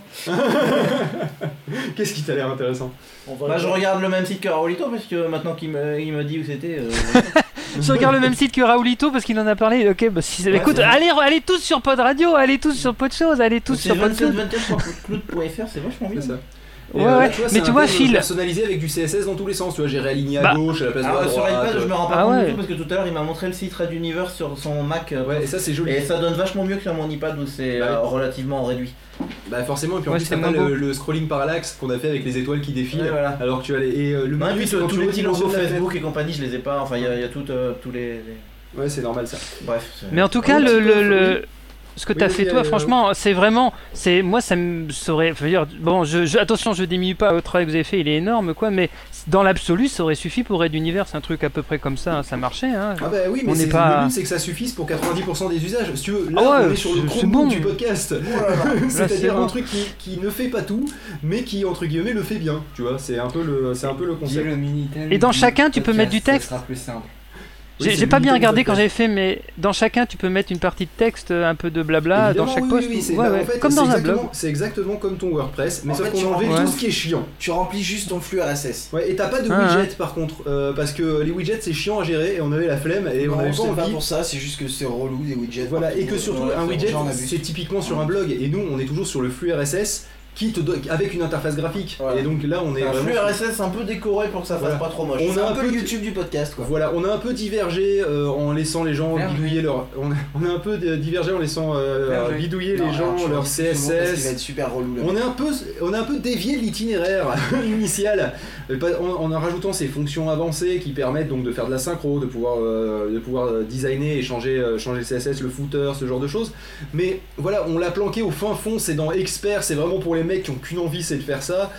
Qu'est-ce qui t'a l'air intéressant? Bah, je regarde le même site que Raoulito parce que maintenant qu'il me dit où c'était. Je regarde le même site que Raoulito parce qu'il en a parlé. Ok, bah si écoute, allez tous sur Pod Radio, allez tous sur Pod Chose, allez tous sur Pod Cloud. 2724.cloud.fr, c'est vachement bien. C'est ça. Ouais, mais tu vois, Phil. Personnalisé avec du CSS dans tous les sens, tu vois, j'ai réaligné à gauche, à la place de à droite. Sur iPad, je me rends pas compte du tout parce que tout à l'heure il m'a montré le site Red Universe sur son Mac. Ouais, et ça c'est joli. Et ça donne vachement mieux que sur mon iPad où c'est relativement réduit. Bah forcément, et puis en plus t'as pas le scrolling parallaxe qu'on a fait avec les étoiles qui défilent. Voilà. Alors que tu as le menu, puis tous les petits logos Facebook et compagnie, je les ai pas. Enfin, il y a tous les. Ouais, c'est normal ça. Bref. Mais en tout cas, ce que t'as fait toi, franchement, c'est vraiment, moi ça me saurait, bon, attention, je diminue pas le travail que vous avez fait, il est énorme quoi, mais dans l'absolu, ça aurait suffi pour Red Universe, un truc à peu près comme ça, ça marchait. Hein. Ah bah oui, mais le but c'est que ça suffise pour 90% des usages. Si tu veux, là on est sur le Chromebook du podcast, c'est-à-dire un truc qui ne fait pas tout, mais qui entre guillemets le fait bien. Tu vois, c'est un peu le concept. Et dans chacun, tu peux mettre du texte. Ça sera plus simple. J'ai pas bien regardé quand j'avais fait, mais dans chacun tu peux mettre une partie de texte, un peu de blabla. Évidemment, dans chaque post. En fait, comme dans un blog. C'est exactement comme ton WordPress, mais en sauf fait, qu'on a enlevé tout ce qui est chiant. Tu remplis juste ton flux RSS. Ouais, et t'as pas de widget par contre, parce que les widgets c'est chiant à gérer et on avait la flemme et on avait pas envie. C'est pas pour ça, c'est juste que c'est relou des widgets. Voilà, et que surtout un widget c'est typiquement sur un blog et nous on est toujours sur le flux RSS. Avec une interface graphique. Ouais. Et donc là on est un flux RSS un peu décoré pour que ça fasse pas trop moche. On a un peu le YouTube du podcast quoi. Voilà, on a un peu divergé en laissant les gens bidouiller leur. On a un peu divergé en laissant bidouiller les gens leur CSS. Va être super relou, là. On a un peu dévié l'itinéraire initial en rajoutant ces fonctions avancées qui permettent donc de faire de la synchro, de pouvoir designer et changer le CSS, le footer, ce genre de choses. Mais voilà, on l'a planqué au fin fond, c'est dans Expert, c'est vraiment pour les mecs qui ont qu'une envie, c'est de faire ça.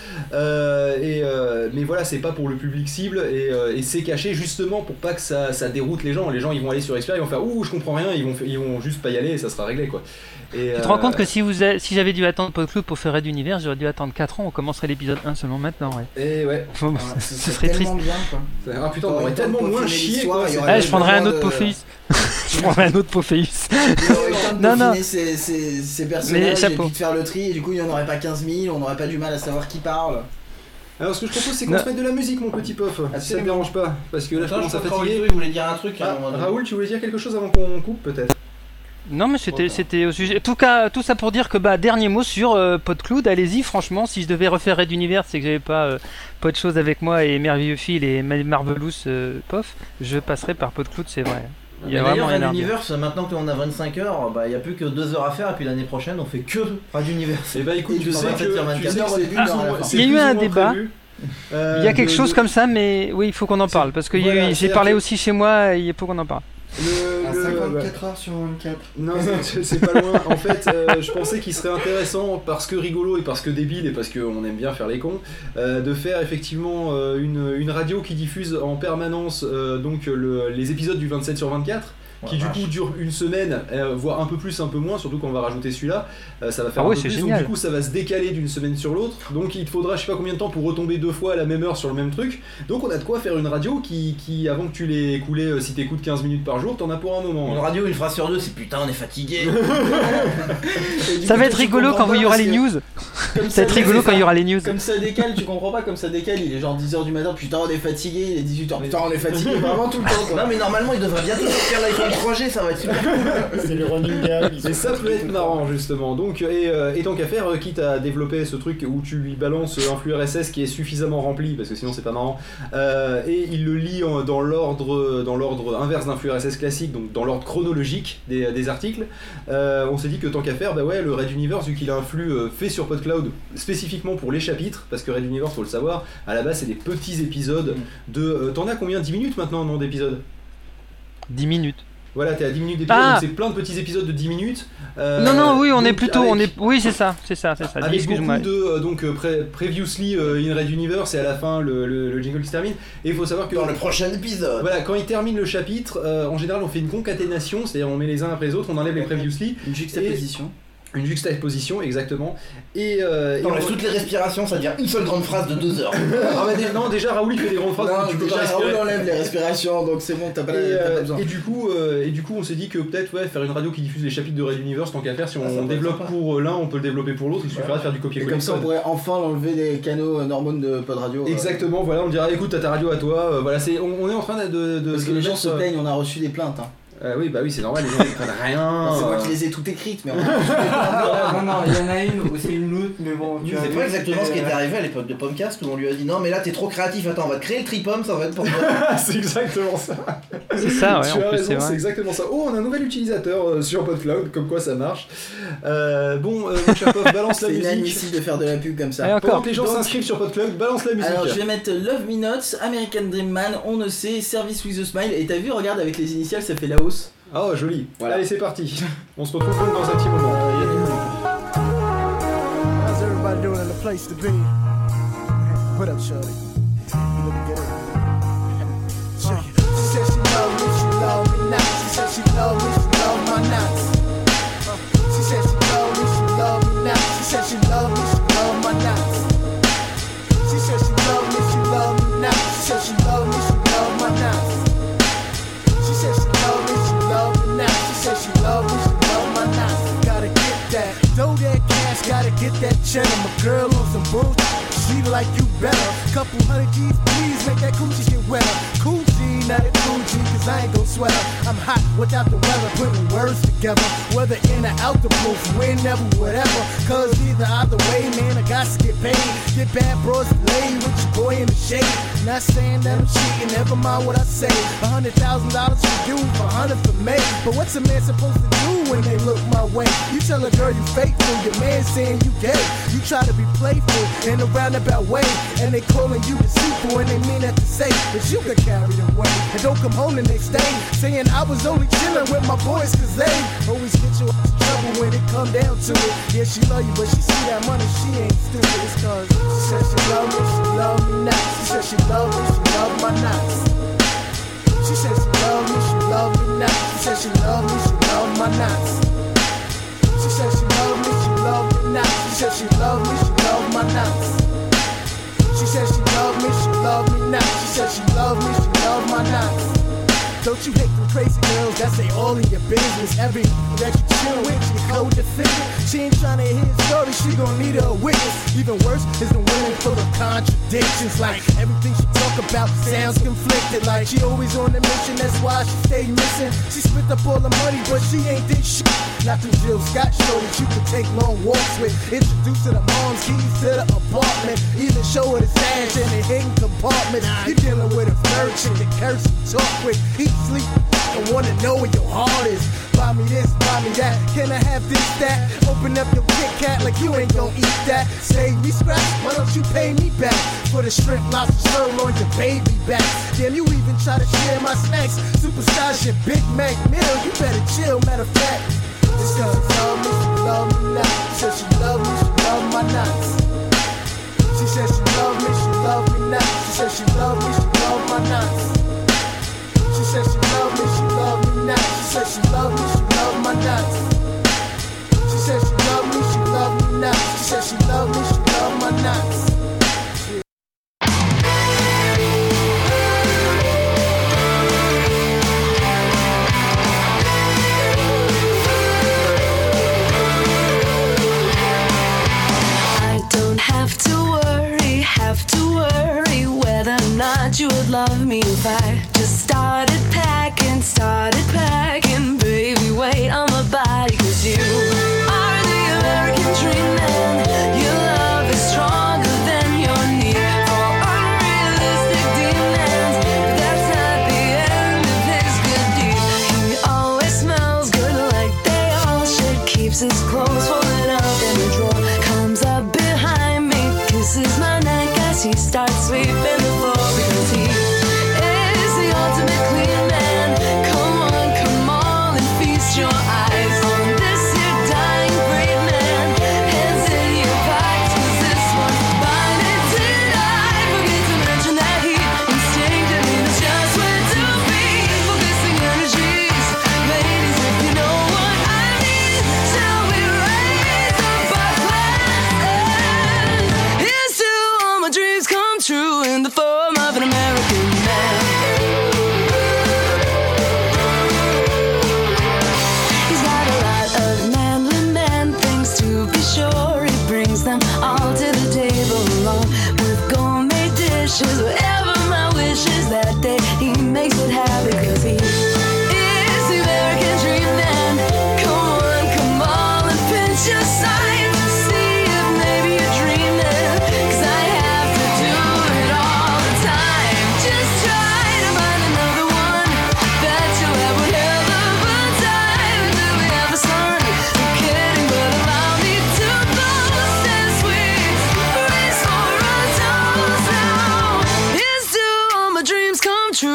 Mais voilà, c'est pas pour le public cible et c'est caché justement pour pas que ça déroute les gens. Les gens ils vont aller sur Expert, ils vont faire ouh je comprends rien, ils vont juste pas y aller et ça sera réglé quoi. Et tu te rends compte que si j'avais dû attendre PodCloud pour faire Red Universe, j'aurais dû attendre 4 ans, on commencerait l'épisode 1 seulement maintenant. Ouais. Et ouais, ce serait triste. Bien, quoi. Ah putain, on aurait tellement moins chier quoi. Je prendrais un autre Pophéus. Je prendrais un autre Pophéus. Non. Ces personnages et puis de faire le tri et du coup il y en aurait pas 15 000, on n'aurait pas du mal à savoir qui parle. Alors ce que je propose c'est qu'on se mette de la musique mon petit Pof, si ça te dérange pas, parce que là je commence à fatiguer. Je voulais dire un truc. Raoul, tu voulais dire quelque chose avant qu'on coupe peut-être? Non mais c'était au sujet. En tout cas, tout ça pour dire que dernier mot sur PodCloud, allez-y franchement, si je devais refaire Red Universe c'est que j'avais pas de choses avec moi et Merveilleux Phil et Marvelous Pof, je passerai par PodCloud, c'est vrai. D'ailleurs, Red Universe, maintenant qu'on a 25 heures, il n'y a plus que 2 heures à faire et puis l'année prochaine on fait que Red Universe. Et écoute, je sais que il y a eu un débat. Il y a quelque chose comme ça, mais oui, il faut qu'on en parle parce que j'ai parlé aussi chez moi, il faut qu'on en parle. 54 heures sur 24. Non, c'est pas loin. En fait, je pensais qu'il serait intéressant, parce que rigolo et parce que débile et parce qu'on aime bien faire les cons, de faire effectivement une radio qui diffuse en permanence donc les épisodes du 27/24. Qui du coup dure une semaine, voire un peu plus, un peu moins, surtout quand on va rajouter celui-là, ça va faire un peu plus, génial. Donc du coup ça va se décaler d'une semaine sur l'autre, donc il te faudra je sais pas combien de temps pour retomber 2 fois à la même heure sur le même truc, donc on a de quoi faire une radio qui avant que tu l'aies écoulé, si t'écoutes 15 minutes par jour, t'en as pour un moment. Une radio une phrase sur 2, c'est putain on est fatigué. Ça va être rigolo quand il y aura les news. Ça va être rigolo quand il y aura les news. Comme ça décale, tu comprends pas, comme ça décale, il est genre 10h du matin, putain on est fatigué, il est 18h, putain on est fatigué, vraiment tout le temps quoi. Non mais normalement il devrait bientôt sortir l'iPhone 3G, ça va être super. C'est le running gag. Et ça peut être marrant justement. Donc, et tant qu'à faire, quitte à développer ce truc où tu lui balances un flux RSS qui est suffisamment rempli, parce que sinon c'est pas marrant, et il le lit dans l'ordre inverse d'un flux RSS classique, donc dans l'ordre chronologique des articles, on s'est dit que tant qu'à faire, le Red Universe, vu qu'il a un flux fait sur PodCloud spécifiquement pour les chapitres, parce que Red Universe, faut le savoir, à la base c'est des petits épisodes de... T'en as combien? 10 minutes maintenant, non, d'épisodes? 10 minutes. Voilà, t'es à 10 minutes d'épisode, donc c'est plein de petits épisodes de 10 minutes. Non, oui, on est plutôt... Oui, c'est ça. Avec beaucoup de previously in Red Universe et à la fin le jingle qui se termine. Et il faut savoir que... Dans le prochain épisode. Voilà, quand il termine le chapitre, en général on fait une concaténation, c'est-à-dire on met les uns après les autres, on enlève les previously. Une juxtaposition. Une juxtaposition, exactement. Et on laisse toutes les respirations, ça devient une seule grande phrase de 2 heures. Ah bah non, déjà Raoul il fait des grandes phrases. Non, tu peux déjà pas respirer. Raoul enlève les respirations, donc c'est bon, t'as pas besoin. Et du coup, on s'est dit que peut-être faire une radio qui diffuse les chapitres de Red Universe, tant qu'à faire, si on développe pour l'un, on peut le développer pour l'autre, il suffira de faire du copier-coller. Et comme ça, on pourrait enfin l'enlever des canaux normaux de Pod Radio. Exactement, voilà, on dira écoute, t'as ta radio à toi, voilà, on est en train de parce que les gens se plaignent, on a reçu des plaintes. Oui, bah oui, c'est normal, les gens ils prennent rien. C'est moi qui les ai toutes écrites, mais on a non, il y en a une où c'est une loutre, mais bon. C'est pas exactement ce qui est arrivé à l'époque de Pomcast où on lui a dit non, mais là t'es trop créatif, attends, on va te créer le tripom, ça va être pour toi. C'est exactement ça. C'est ça, ouais, tu as raison, c'est vrai. C'est exactement ça. Oh, on a un nouvel utilisateur sur PodCloud, comme quoi ça marche. Mon cher Pop, balance la musique. C'est inadmissible de faire de la pub comme ça. Pendant que les gens s'inscrivent sur PodCloud, balance la musique. Alors je vais mettre Love Me Not, American Dream Man, On ne sait, Service with a Smile. Et t'as vu, regarde, avec les initiales, ça fait la hausse. Oh, joli. Voilà. Allez, c'est parti. On se retrouve donc dans un petit moment. How's everybody doing in the place to be? What up, shorty? You look good. She said she love me, she love me not. She said she love me, she love my knots. She said she love me, she love me not. She said she love me, she love my knots. She said she love me, she love me not. She said she love me, she love my knots. She said she love me, she love me now. She said she love me, she love my knots. Gotta get that, throw that cash, gotta get that cheddar. My girl on some bullshit, she like you better. Couple hundred G's, please make that coochie get wetter. Coochie, not a coochie, cause I ain't gon' sweat her. I'm hot without the weather, putting words together. Whether in or out the booth, whenever, whatever. Cause either way, man, I got to get paid. Get bad bros laid with your boy in the shade. Not saying that I'm cheating, never mind what I say. $100,000 for you, $100 for me. But what's a man supposed to do when they look my way? You tell a girl you faithful, your man saying you gay. You try to be playful in a roundabout way, and they calling you deceitful, and they mean that to say that you could carry them away. And don't come home the next day saying I was only chilling with my boys, cause they always get you out of trouble when it come down to it. Yeah, she love you, but she see that money, she ain't stupid. It's cause she said she love me not. She said she love me, she love my knots. She said she love me, she love me not. She said she love me, she love my knots. She said she love me, she love me not. She said she love me, she love my knots. She said she love me, she love me not. She said she love me, she love my knots. Don't you hate them crazy girls that say all in your business? Every that you chill with, she co-defendant. She ain't tryna hear his story, she gon' need a witness. Even worse is the women full of contradictions. Like everything she talk about sounds conflicted. Like she always on the mission, that's why she stay missing. She spent up all the money, but she ain't did shit. Not through Jill Scott show that you can take long walks with. Introduce her to mom's keys to the apartment. Even show her the stash in the hidden compartment. You dealing with a virgin that curse and talk with. He sleep, I wanna know where your heart is. Buy me this, buy me that. Can I have this, that? Open up your Kit Kat like you ain't gon' eat that. Save me scratch, why don't you pay me back? For the shrimp, lobster, sirloin, your baby back. Damn, you even try to share my snacks. Superstars, your Big Mac meal. You better chill, matter of fact. This girl love me, she love me not. She said she love me, she love my knots. She said she love me, she love me not. She said she love me, she love my knots. She said she love me, she love me not. She said she love me, she love my knots. She said she love me, she love me not. She said she love me, she love my knots. Have to worry whether or not you would love me if I just started packing, baby, weight on my body, cause you are the American dream, man. Your love is stronger than your need for unrealistic demands, but that's not the end of his good deed. He always smells good like they all should, keeps his clothes folded up in a drawer, comes up behind me, kisses my neck as he starts sweeping the floor, because he is the ultimate clean man. Come on and feast your eyes on this here dying breed, man. Hands in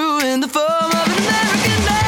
true in the form of an American man.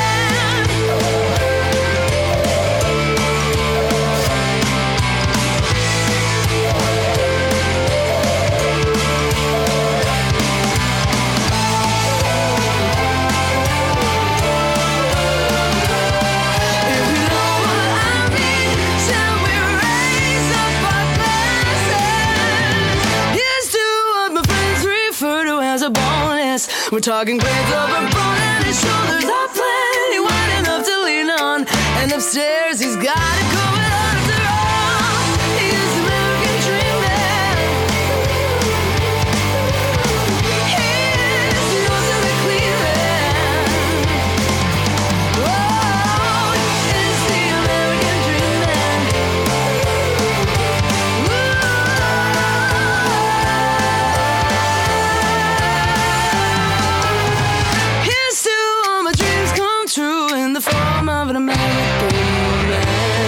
We're talking grades over bone and his shoulders are plenty wide enough to lean on. And upstairs he's got it going on after all. He's the American dream man. He's yours to be Cleveland. Oh, it's the American dream man. True in the form of an American man.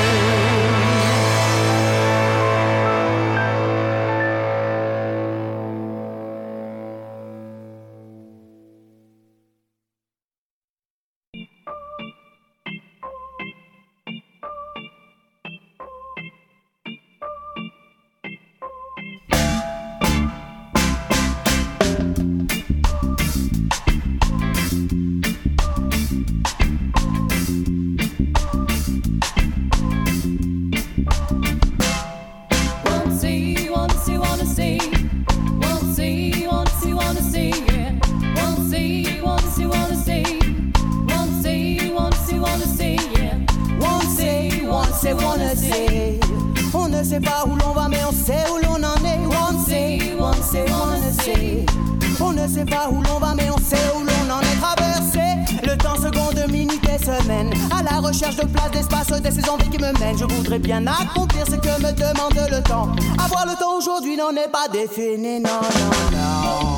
On ne sait pas où l'on va mais on sait où l'on en est. One say, wanna say. On ne sait pas où l'on va mais on sait où l'on en est. Traversé le temps, seconde, minute et semaine, à la recherche de place, d'espace, des saisons qui me mènent. Je voudrais bien accomplir ce que me demande le temps. Avoir le temps aujourd'hui n'en est pas défini, non, non, non.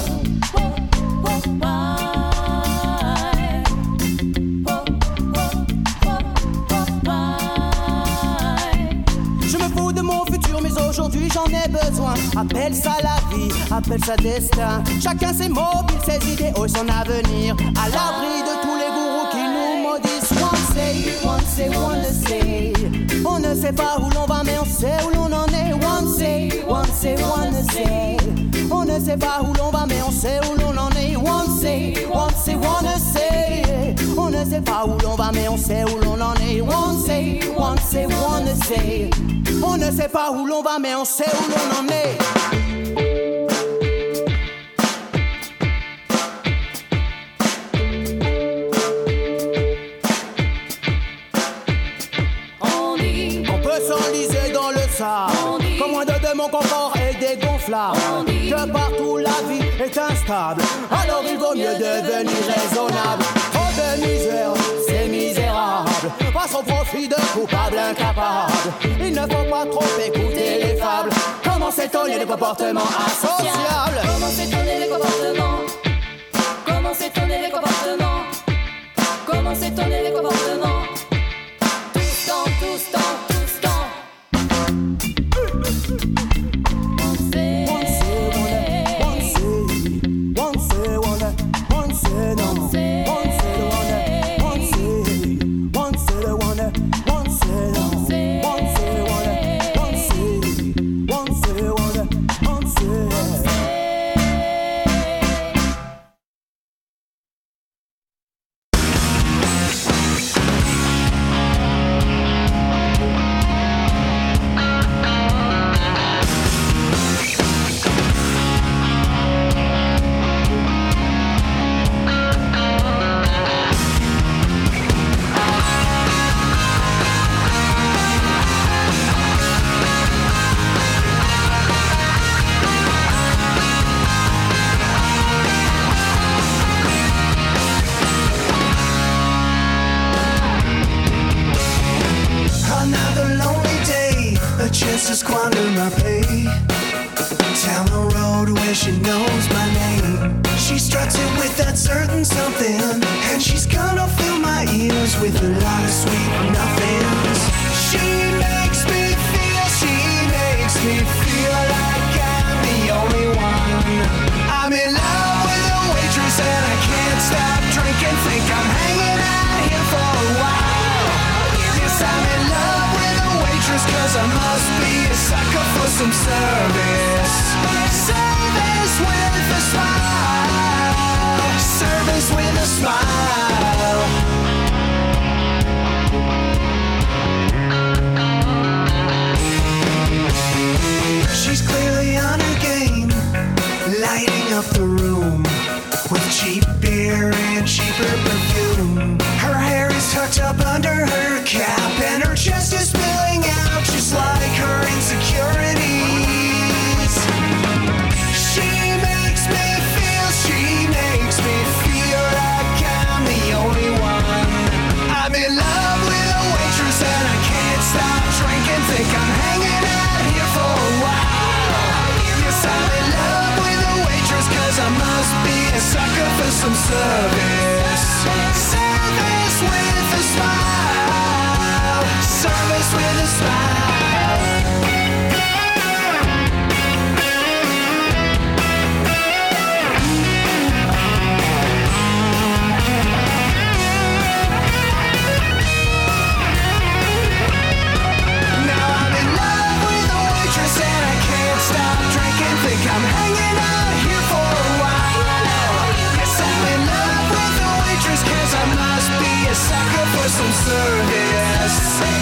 Aujourd'hui j'en ai besoin, appelle ça la vie, appelle ça destin. Chacun ses mobiles, ses idéaux et son avenir, à l'abri de tous les gourous qui nous maudissent. One say, wanna say. On ne sait pas où l'on va mais on sait où l'on en est. One say, wanna say. On ne sait pas où l'on va mais on sait où l'on en est. One say, wanna say. On ne sait pas où l'on va mais on sait où l'on en est. One say, wanna say. On ne sait pas où l'on va mais on sait où l'on en est. On peut s'enliser dans le sable, comme moins de mon confort est dégonflable, que partout la vie est instable, alors il vaut mieux devenir raisonnable. Trop de misère, c'est misérable, passe au profit de coupables incapables. Il ne faut pas trop écouter les fables. Comment s'étonner des comportements associables? Comment s'étonner des comportements? Comment s'étonner des comportements? Comment s'étonner des comportements? Tous temps, tous temps, tous temps. To squander my pay. Down the road where she knows my name, she struts it with that certain something, and she's gonna fill my ears with a lot of sweet nothings. She makes me feel like I'm the only one. I'm in love with a waitress and I can't stop. some service. Service with a smile. Service with a smile. She's clearly on her game, lighting up the room with cheap beer and cheaper perfume. Her hair is tucked up under her cap and her chest is spilling out just like her insecurities. She makes me feel like I'm the only one. I'm in love with a waitress and I can't stop drinking. Think I'm hanging out here for a while. Yes, I'm in love with a waitress, cause I must be a sucker for some service. Service with a smile. Service with a smile. Now I'm in love with a waitress and I can't stop drinking. Think I'm hanging out here for a while. Yes, I'm in love with a waitress, cause I must be a sucker for some service.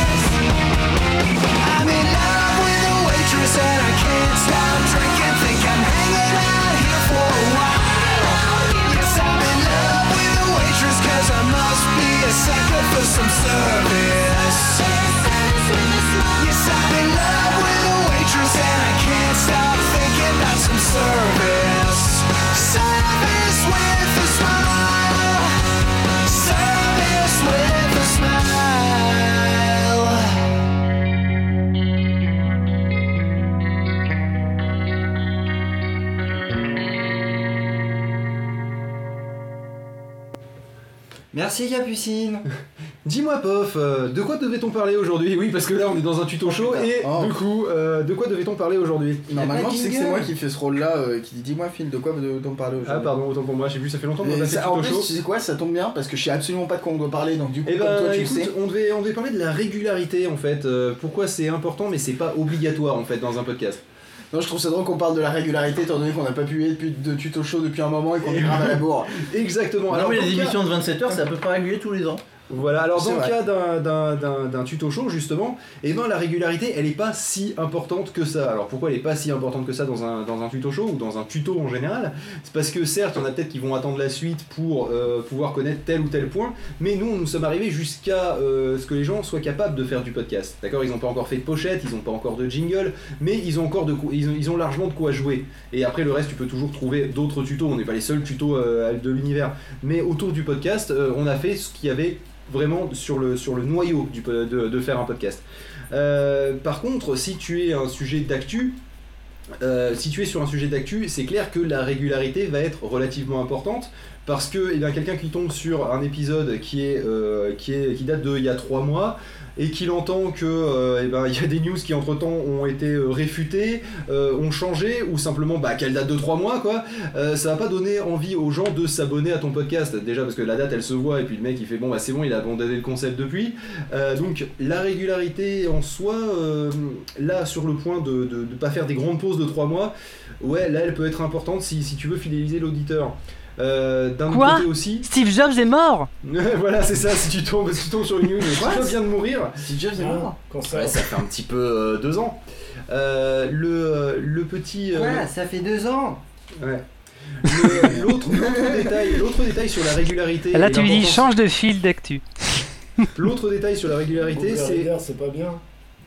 I'm in love with a waitress and I can't stop drinking. Think I'm hanging out here for a while. Yes, I'm in love with a waitress, cause I must be a sucker for some service. Yes, I'm in love with a waitress and I can't stop thinking about some service. Service with a smile. Service with a smile. Merci Capucine. Dis-moi Pof, de quoi devait-on parler aujourd'hui? Oui, parce que là on est dans un tuto chaud et du coup, de quoi devait-on parler aujourd'hui? Normalement, tu sais que c'est moi qui fais ce rôle-là, qui dit dis-moi Phil, de quoi devait-on parler aujourd'hui? Ah pardon, autant pour moi, j'ai vu, ça fait longtemps qu'on a fait le En tuto plus, chaud. tu sais quoi, ça tombe bien parce que je sais absolument pas de quoi on doit parler, donc du coup, Eh comme ben, toi tu écoute, le sais. on devait parler de la régularité en fait. Pourquoi c'est important, mais c'est pas obligatoire en fait dans un podcast. Non, je trouve ça drôle qu'on parle de la régularité étant donné qu'on n'a pas publié de tuto show depuis un moment et qu'on est grave à la bourre. Exactement. Alors, Alors, mais les dans le émissions de 27 heures, c'est à peu près régulier tous les ans. Voilà, alors C'est dans le vrai. cas d'un tuto show justement, et ben la régularité elle est pas si importante que ça. Alors pourquoi elle est pas si importante que ça dans un tuto show ou dans un tuto en général? C'est parce que certes il y en a peut-être qui vont attendre la suite pour pouvoir connaître tel ou tel point, mais nous sommes arrivés jusqu'à ce que les gens soient capables de faire du podcast. D'accord, ils n'ont pas encore fait de pochette, ils n'ont pas encore de jingle, mais ils ont ils ont largement de quoi jouer. Et après le reste tu peux toujours trouver d'autres tutos, on n'est pas les seuls tutos de l'univers, mais autour du podcast on a fait ce qu'il y avait vraiment sur le noyau de faire un podcast. Par contre, si tu es un sujet d'actu, si tu es sur un sujet d'actu, c'est clair que la régularité va être relativement importante parce que quelqu'un qui tombe sur un épisode qui date d'il y a 3 mois et qu'il entend que il y a des news qui entre temps ont été réfutées, ont changé ou simplement qu'elle date de 3 mois quoi, ça va pas donner envie aux gens de s'abonner à ton podcast déjà parce que la date elle se voit et puis le mec il fait bon c'est bon, il a abandonné le concept depuis. Donc la régularité en soi, là sur le point de pas faire des grandes pauses de 3 mois, ouais là elle peut être importante si tu veux fidéliser l'auditeur. D'un Quoi autre côté aussi. Steve Jobs est mort. Voilà, c'est ça, si tu tombes sur une news, Steve Jobs vient de mourir. Steve Jobs est mort. Ouais, ça fait un petit peu 2 ans. Le petit. Voilà, ça fait 2 ans. Ouais. L'autre détail sur la régularité. Là et tu lui dis l'importance- change de fil d'actu. L'autre détail sur la régularité, c'est pas bien.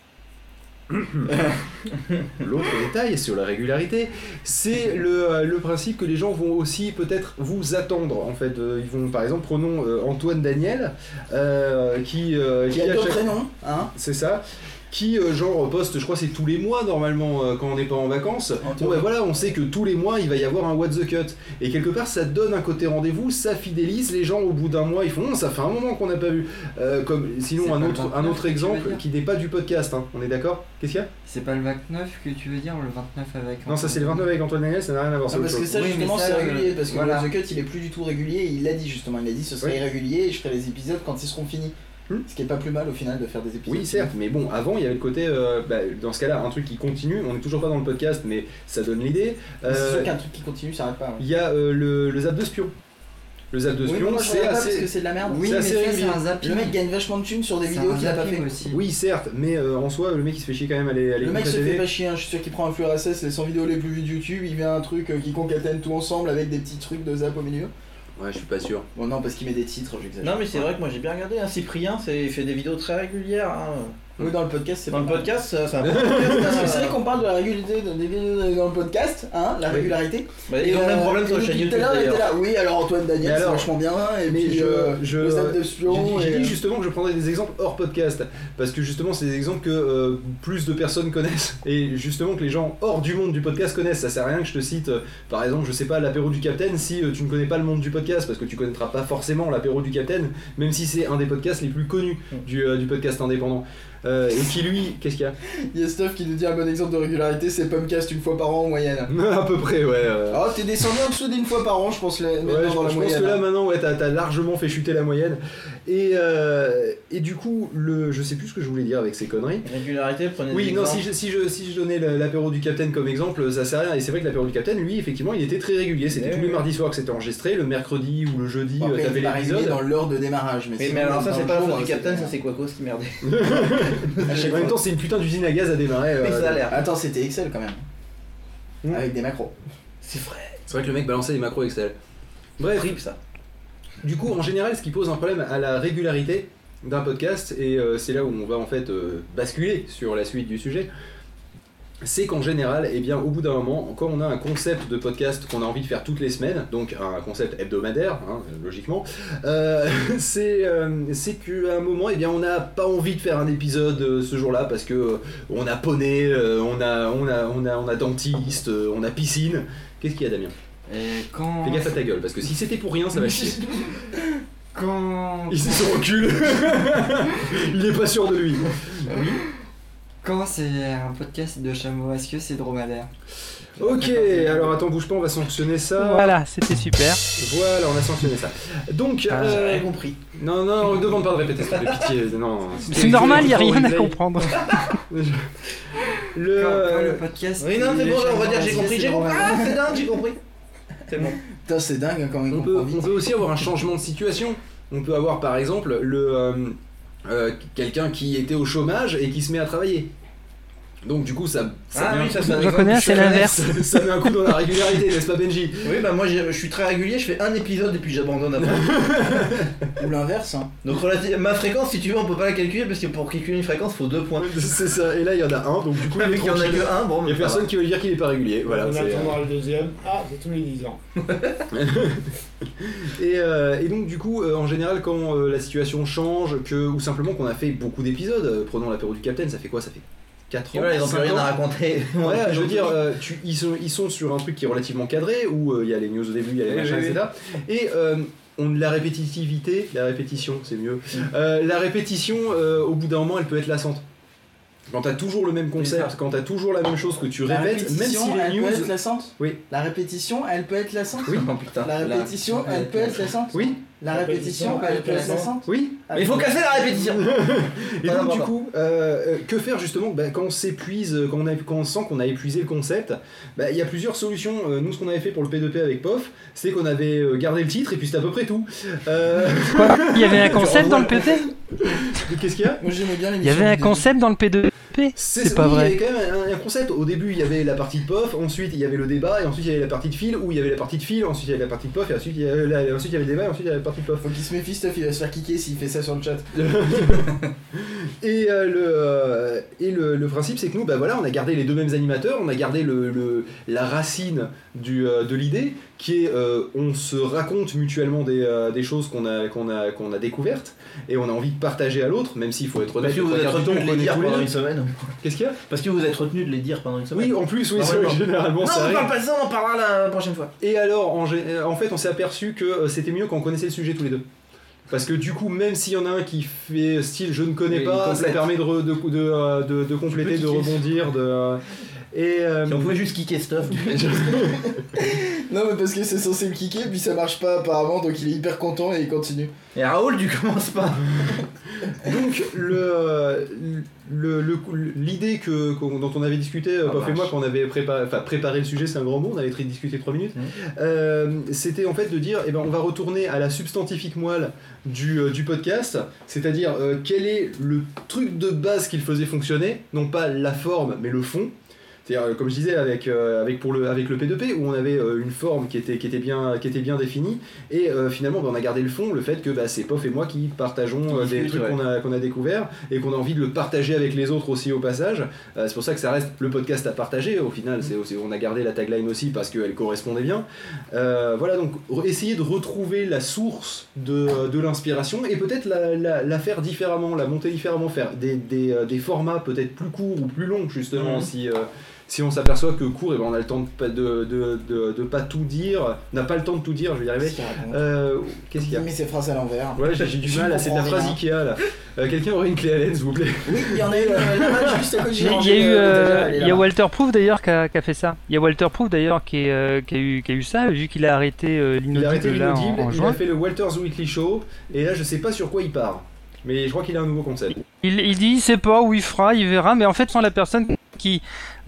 L'autre détail sur la régularité, c'est le principe que les gens vont aussi peut-être vous attendre. En fait, ils vont, par exemple, prenons Antoine Daniel, qui a à deux chaque- prénoms, hein. C'est ça. Qui genre poste, je crois c'est tous les mois normalement quand on n'est pas en vacances. Bon, voilà, on sait que tous les mois il va y avoir un What the Cut et quelque part ça donne un côté rendez-vous, ça fidélise les gens. Au bout d'un mois ils font ça fait un moment qu'on n'a pas vu. Comme sinon C'est un pas le autre 29 que tu exemple veux dire qui n'est pas du podcast. Hein. On est d'accord? Qu'est-ce qu'il y a? C'est pas le 29 que tu veux dire ou le 29 avec Non, ça c'est le 29 avec Antoine Daniel, ça n'a rien à voir. Ah, parce que ça Oui, justement mais ça, c'est régulier parce que voilà. le The Cut il est plus du tout régulier et il l'a dit justement, il a dit ce serait Oui. irrégulier et je ferai les épisodes quand ils seront finis. Ce qui est pas plus mal au final de faire des épisodes. Oui, certes, mais bon, avant il y avait le côté, dans ce cas-là, un truc qui continue, on est toujours pas dans le podcast, mais ça donne l'idée. C'est sûr qu'un truc qui continue, ça arrête pas. Il y a le zap de spion. Le zap de spion, c'est assez. Parce que c'est de la merde. Oui, c'est assez régulier. Le mec gagne vachement de thunes sur des vidéos qu'il a pas fait. Aussi. Oui, certes, mais en soi, le mec il se fait chier quand même à aller. Le mec se fait pas chier, je suis sûr qu'il prend un flux RSS, les 100 vidéos les plus vues de YouTube, il met un truc qui concatène tout ensemble avec des petits trucs de zap au milieu. Ouais, je suis pas sûr. Bon, non, parce qu'il met des titres, j'exagère. Non, mais c'est vrai que moi j'ai bien regardé. Cyprien, il fait des vidéos très régulières. Oui, dans le podcast, c'est dans le podcast, c'est un peu. C'est vrai qu'on parle de la régularité des vidéos dans le podcast, hein, la régularité. Bah, ils ont le même problème sur la chaîne YouTube. Là, oui, alors Antoine Daniel, c'est vachement bien. Et puis, le zap de spion. J'ai dit justement que je prendrais des exemples hors podcast. Parce que justement, c'est des exemples que plus de personnes connaissent. Et justement, que les gens hors du monde du podcast connaissent. Ça sert à rien que je te cite, par exemple, je sais pas, l'apéro du Capitaine, si tu ne connais pas le monde du podcast. Parce que tu connaîtras pas forcément l'apéro du Capitaine, même si c'est un des podcasts les plus connus du podcast indépendant. Et qui lui, qu'est-ce qu'il y a? Il y a Stuff qui nous dit un bon exemple de régularité, c'est Pumpcast une fois par an en moyenne. À peu près, ouais. Alors t'es descendu en dessous d'une fois par an, je pense, dans la moyenne. Je pense que là maintenant, ouais, t'as largement fait chuter la moyenne. Et du coup, je sais plus ce que je voulais dire avec ces conneries. Régularité, prenez Oui, non, si je donnais l'apéro du Capitaine comme exemple, ça sert à rien. Et c'est vrai que l'apéro du Capitaine, lui, effectivement, il était très régulier. C'était tous les mardis soirs que c'était enregistré, le mercredi ou le jeudi, t'avais l'épisode. Dans l'heure de démarrage. Mais alors ça, c'est pas la faute du Capitaine, ça c'est Quacos qui merdait. En même temps, c'est une putain d'usine à gaz à démarrer. Mais ça a l'air. Attends, c'était Excel quand même. Avec des macros. C'est vrai. C'est vrai que le mec balançait des macros Excel. Bref. Ça. Du coup, en général, ce qui pose un problème à la régularité d'un podcast, et c'est là où on va en fait basculer sur la suite du sujet, c'est qu'en général, eh bien, au bout d'un moment, quand on a un concept de podcast qu'on a envie de faire toutes les semaines, donc un concept hebdomadaire, hein, logiquement, c'est qu'à un moment, eh bien, on n'a pas envie de faire un épisode ce jour-là parce que on a poney, on a dentiste, on a piscine. Qu'est-ce qu'il y a, Damien? Fais gaffe à ta gueule, parce que si c'était pour rien, ça va chier. Il se recule. Il est pas sûr de lui. Oui. Quand c'est un podcast de chameau, est-ce que c'est dromadaire? Ok, alors attends, bouge pas, on va sanctionner ça. Voilà, c'était super. Voilà, on a sanctionné ça. Donc, j'avais compris. Non, on ne demande pas de répéter ça, de pitié. Non, c'est normal, il n'y a rien à comprendre. Quand le podcast. Oui, non, c'est bon, on va dire j'ai compris. Ah, c'est dingue, j'ai compris. C'est bon. Putain, c'est dingue quand même. On peut aussi avoir un changement de situation. On peut avoir par exemple quelqu'un qui était au chômage et qui se met à travailler. Donc du coup ça je reconnais, c'est l'inverse. Ça met un coup dans la régularité, n'est-ce pas, Benji? Oui, bah moi je suis très régulier, je fais un épisode et puis j'abandonne après. Ou l'inverse, hein. Donc ma fréquence, si tu veux, on peut pas la calculer parce que pour calculer une fréquence, faut 2 points. C'est ça, et là il y en a un, donc du coup il y en a que un, bon. Il y a personne qui veut dire qu'il est pas régulier. Voilà, on attendra le deuxième. Ah, c'est tous les 10 ans. Et donc du coup, en général, quand la situation change, ou simplement qu'on a fait beaucoup d'épisodes, prenons l'apéro du Capitaine, ça fait quoi? Ça fait 4 ans. Voilà, ils ont plus rien à raconter. Ouais, je veux dire, ils sont sur un truc qui est relativement cadré, où il y a les news au début, il y a les machins, etc. Et la répétitivité, la répétition, c'est mieux. La répétition, au bout d'un moment, elle peut être lassante. Quand t'as toujours le même concept, quand t'as toujours la même chose que tu répètes, même si les news... peut être lassante. Oui. La répétition, elle peut être lassante. Oui. Oh, putain. La répétition, elle peut être lassante. Oui. La répétition, elle peut être lassante. Oui. Mais il faut casser la répétition. Et donc du coup, que faire justement quand on s'épuise, quand on sent qu'on a épuisé le concept? Il y a plusieurs solutions. Nous, ce qu'on avait fait pour le P2P avec POF, c'est qu'on avait gardé le titre et puis c'était à peu près tout. Quoi? Il y avait un concept dans le P2P? Qu'est-ce qu'il y a? Moi j'aimais bien l'émission. Il y avait un concept dans le P2P? C'est pas vrai. Il y avait quand même un concept. Au début, il y avait la partie de POF, ensuite il y avait le débat, et ensuite il y avait la partie de fil, où il y avait la partie de fil, ensuite il y avait la partie de POF, et ensuite il y avait le débat, et ensuite il y avait la partie de POF. Faut qu'il se méfie, Stuff, il va se faire kicker s'il fait ça sur le chat. Et le principe, c'est que nous, on a gardé les deux mêmes animateurs, on a gardé la racine de l'idée, qui est on se raconte mutuellement des choses qu'on a découvertes, et on a envie de partager à l'autre, même s'il faut être honnête. Parce que vous êtes retenu de les dire pendant une semaine. Qu'est-ce qu'il y a? Parce que vous êtes retenu de les dire pendant une semaine. Oui, en plus, oui, généralement ça arrive. Non, on parle pas de ça, on en parlera la prochaine fois. Et alors, en fait, on s'est aperçu que c'était mieux quand on connaissait le sujet tous les deux. Parce que du coup, même s'il y en a un qui fait style je ne connais pas, ça permet de compléter, de rebondir, et si on pouvait juste kicker Stuff. Non, mais parce que c'est censé le kicker, puis ça marche pas apparemment, donc il est hyper content et il continue. Et Raoul, tu commences pas. Donc, l'idée dont on avait discuté, Pof et moi, quand on avait préparé le sujet, c'est un grand mot, on avait discuté 3 minutes, c'était en fait de dire, on va retourner à la substantifique moelle du podcast, c'est-à-dire quel est le truc de base qu'il faisait fonctionner, non pas la forme, mais le fond. C'est-à-dire, comme je disais avec le P2P, où on avait une forme qui était bien définie, et finalement on a gardé le fond, le fait que c'est Pof et moi qui partageons des trucs qu'on a découverts, et qu'on a envie de le partager avec les autres aussi au passage. C'est pour ça que ça reste le podcast à partager, au final on a gardé la tagline aussi parce qu'elle correspondait bien. Voilà, donc essayer de retrouver la source de l'inspiration, et peut-être la faire différemment, la monter différemment, faire des formats peut-être plus courts ou plus longs justement, si on s'aperçoit que court, on a le temps de pas tout dire, n'a pas le temps de tout dire, je vais y arriver. Qu'est-ce qu'il y a ? J'ai mis ces phrases à l'envers. Ouais, j'ai du mal, c'est de la phrase Ikea là. Quelqu'un aurait une clé Allen, s'il vous plaît ? Oui, il y en a une là-bas juste à côté. Il y a Walter Proof d'ailleurs qui a fait ça. Il y a Walter Proof d'ailleurs qui a eu ça, vu qu'il a arrêté l'inaudible là en juin. Il a fait le Walter's Weekly Show, et là je sais pas sur quoi il part. Mais je crois qu'il a un nouveau concept. Il dit, il sait pas où il fera, il verra, mais en fait, sans la personne qui.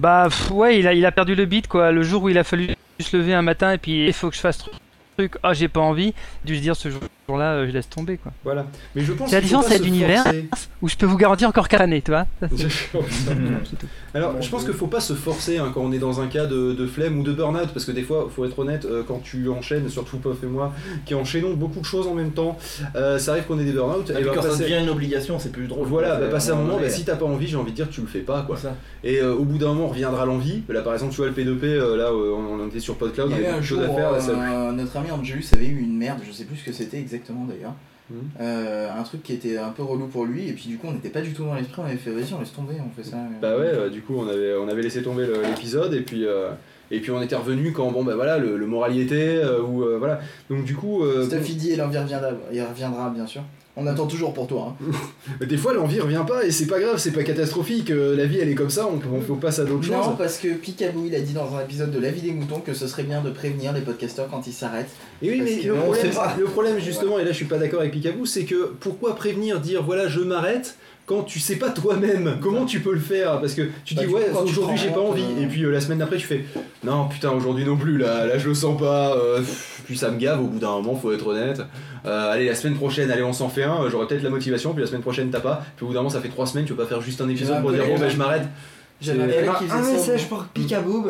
Il a perdu le beat, quoi. Le jour où il a fallu se lever un matin et puis il faut que je fasse truc, j'ai pas envie, dû se dire ce jour-là, je laisse tomber, quoi. Voilà. Mais je pense c'est la différence avec l'univers où je peux vous garantir encore 4 années, tu vois. Alors, je pense qu'il faut pas se forcer quand on est dans un cas de flemme ou de burn-out, parce que des fois, faut être honnête, quand tu enchaînes, surtout Pof et moi, qui enchaînons beaucoup de choses en même temps, ça arrive qu'on ait des burn-out. Et quand ça devient une obligation, c'est plus drôle. Voilà, passer un moment, si t'as pas envie, j'ai envie de dire que tu le fais pas, quoi. Et au bout d'un moment, on reviendra l'envie. Là, par exemple, tu vois le P2P, là, on était sur PodCloud, on avait beaucoup de choses à faire. Notre ami Angelus avait eu une merde, je sais plus ce que c'était exactement d'ailleurs. Un truc qui était un peu relou pour lui, et puis du coup on n'était pas du tout dans l'esprit, on avait fait vas-y on laisse tomber, on fait ça. Bah ouais, du coup on avait laissé tomber l'épisode, et puis on était revenu quand le moral y était, voilà. Donc du coup Stuffy dit et l'envie reviendra bien sûr. On attend toujours pour toi. Des fois l'envie revient pas, et c'est pas grave, c'est pas catastrophique, la vie elle est comme ça, on passe à d'autres choses. Non, parce que Picaboo il a dit dans un épisode de La vie des moutons que ce serait bien de prévenir les podcasteurs quand ils s'arrêtent. Et oui, mais le problème justement, et là je suis pas d'accord avec Picaboo, c'est que pourquoi prévenir, dire voilà je m'arrête, quand tu sais pas toi-même comment tu peux le faire, parce que tu dis ouais aujourd'hui j'ai pas envie, et puis la semaine d'après tu fais non putain aujourd'hui non plus, là je le sens pas, puis ça me gave au bout d'un moment, faut être honnête. Allez la semaine prochaine, allez on s'en fait un, j'aurai peut-être la motivation, puis la semaine prochaine t'as pas, puis au bout d'un moment ça fait 3 semaines, tu peux pas faire juste un épisode pour dire bon je m'arrête. Un message pour Picaboo,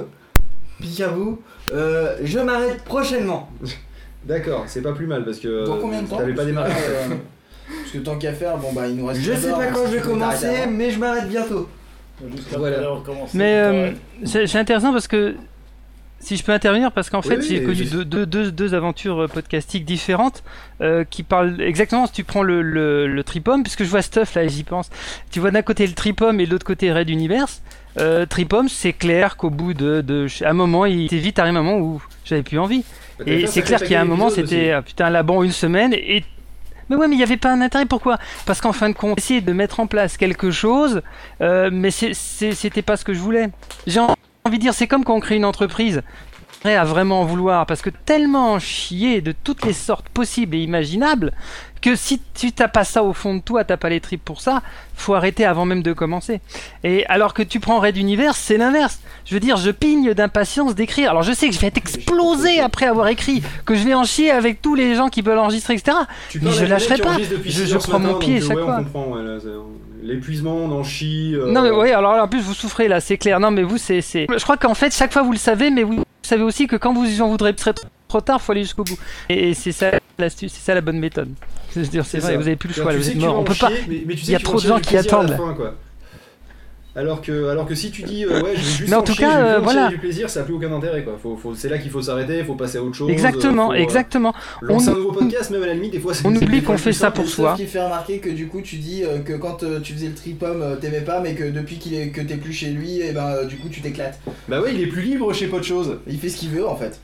je m'arrête prochainement. D'accord, c'est pas plus mal parce que dans combien de temps t'avais pas démarré. Parce que tant qu'à faire, il nous reste. Je sais pas quand je vais commencer, mais je m'arrête bientôt. Voilà. Mais c'est intéressant parce que si je peux intervenir, parce qu'en fait j'ai connu deux aventures podcastiques différentes qui parlent exactement. Si tu prends le Tripom, puisque je vois Stuff là, j'y pense. Tu vois d'un côté le Tripom et de l'autre côté Red Universe. Tripom, c'est clair qu'au bout à un moment, il était vite arrivé un moment où j'avais plus envie. Et c'est clair qu'il y a un moment, c'était putain là bon 1 semaine et mais ouais, mais il n'y avait pas un intérêt. Pourquoi ? Parce qu'en fin de compte, essayer de mettre en place quelque chose, mais c'était pas ce que je voulais. J'ai envie de dire, c'est comme quand on crée une entreprise, à vraiment en vouloir, parce que tellement chier de toutes les sortes possibles et imaginables, que si tu t'as pas ça au fond de toi, t'as pas les tripes pour ça, faut arrêter avant même de commencer. Et alors que tu prends Red Universe, c'est l'inverse. Je veux dire, je pigne d'impatience d'écrire. Alors je sais que je vais être explosé après avoir écrit, que je vais en chier avec tous les gens qui veulent enregistrer, etc. Mais je lâcherai pas. Je prends mon pied chaque fois. On comprend, là, l'épuisement, on en chie. Non mais oui, alors là, en plus vous souffrez là, c'est clair. Non mais vous, c'est. Je crois qu'en fait, chaque fois vous le savez, mais vous savez aussi que quand vous en voudrez trop tard, faut aller jusqu'au bout. Et c'est ça l'astuce, c'est ça la bonne méthode. Je veux dire, c'est vrai, vous avez plus le choix, vous êtes mort. On peut pas. Il y a trop de gens qui attendent. Alors que si tu dis ouais je vais juste mais en tout cas voilà, du plaisir, ça n'a plus aucun intérêt quoi. C'est là qu'il faut s'arrêter, il faut passer à autre chose. Exactement. Lancer un nouveau podcast, même à la limite des fois on oublie qu'on fait ça pour soi. Ce qui fait remarquer que du coup tu dis que quand tu faisais le Tripom t'aimais pas, mais que depuis que t'es plus chez lui, et du coup tu t'éclates. Bah ouais, il est plus libre chez Pas de choses. Il fait ce qu'il veut en fait.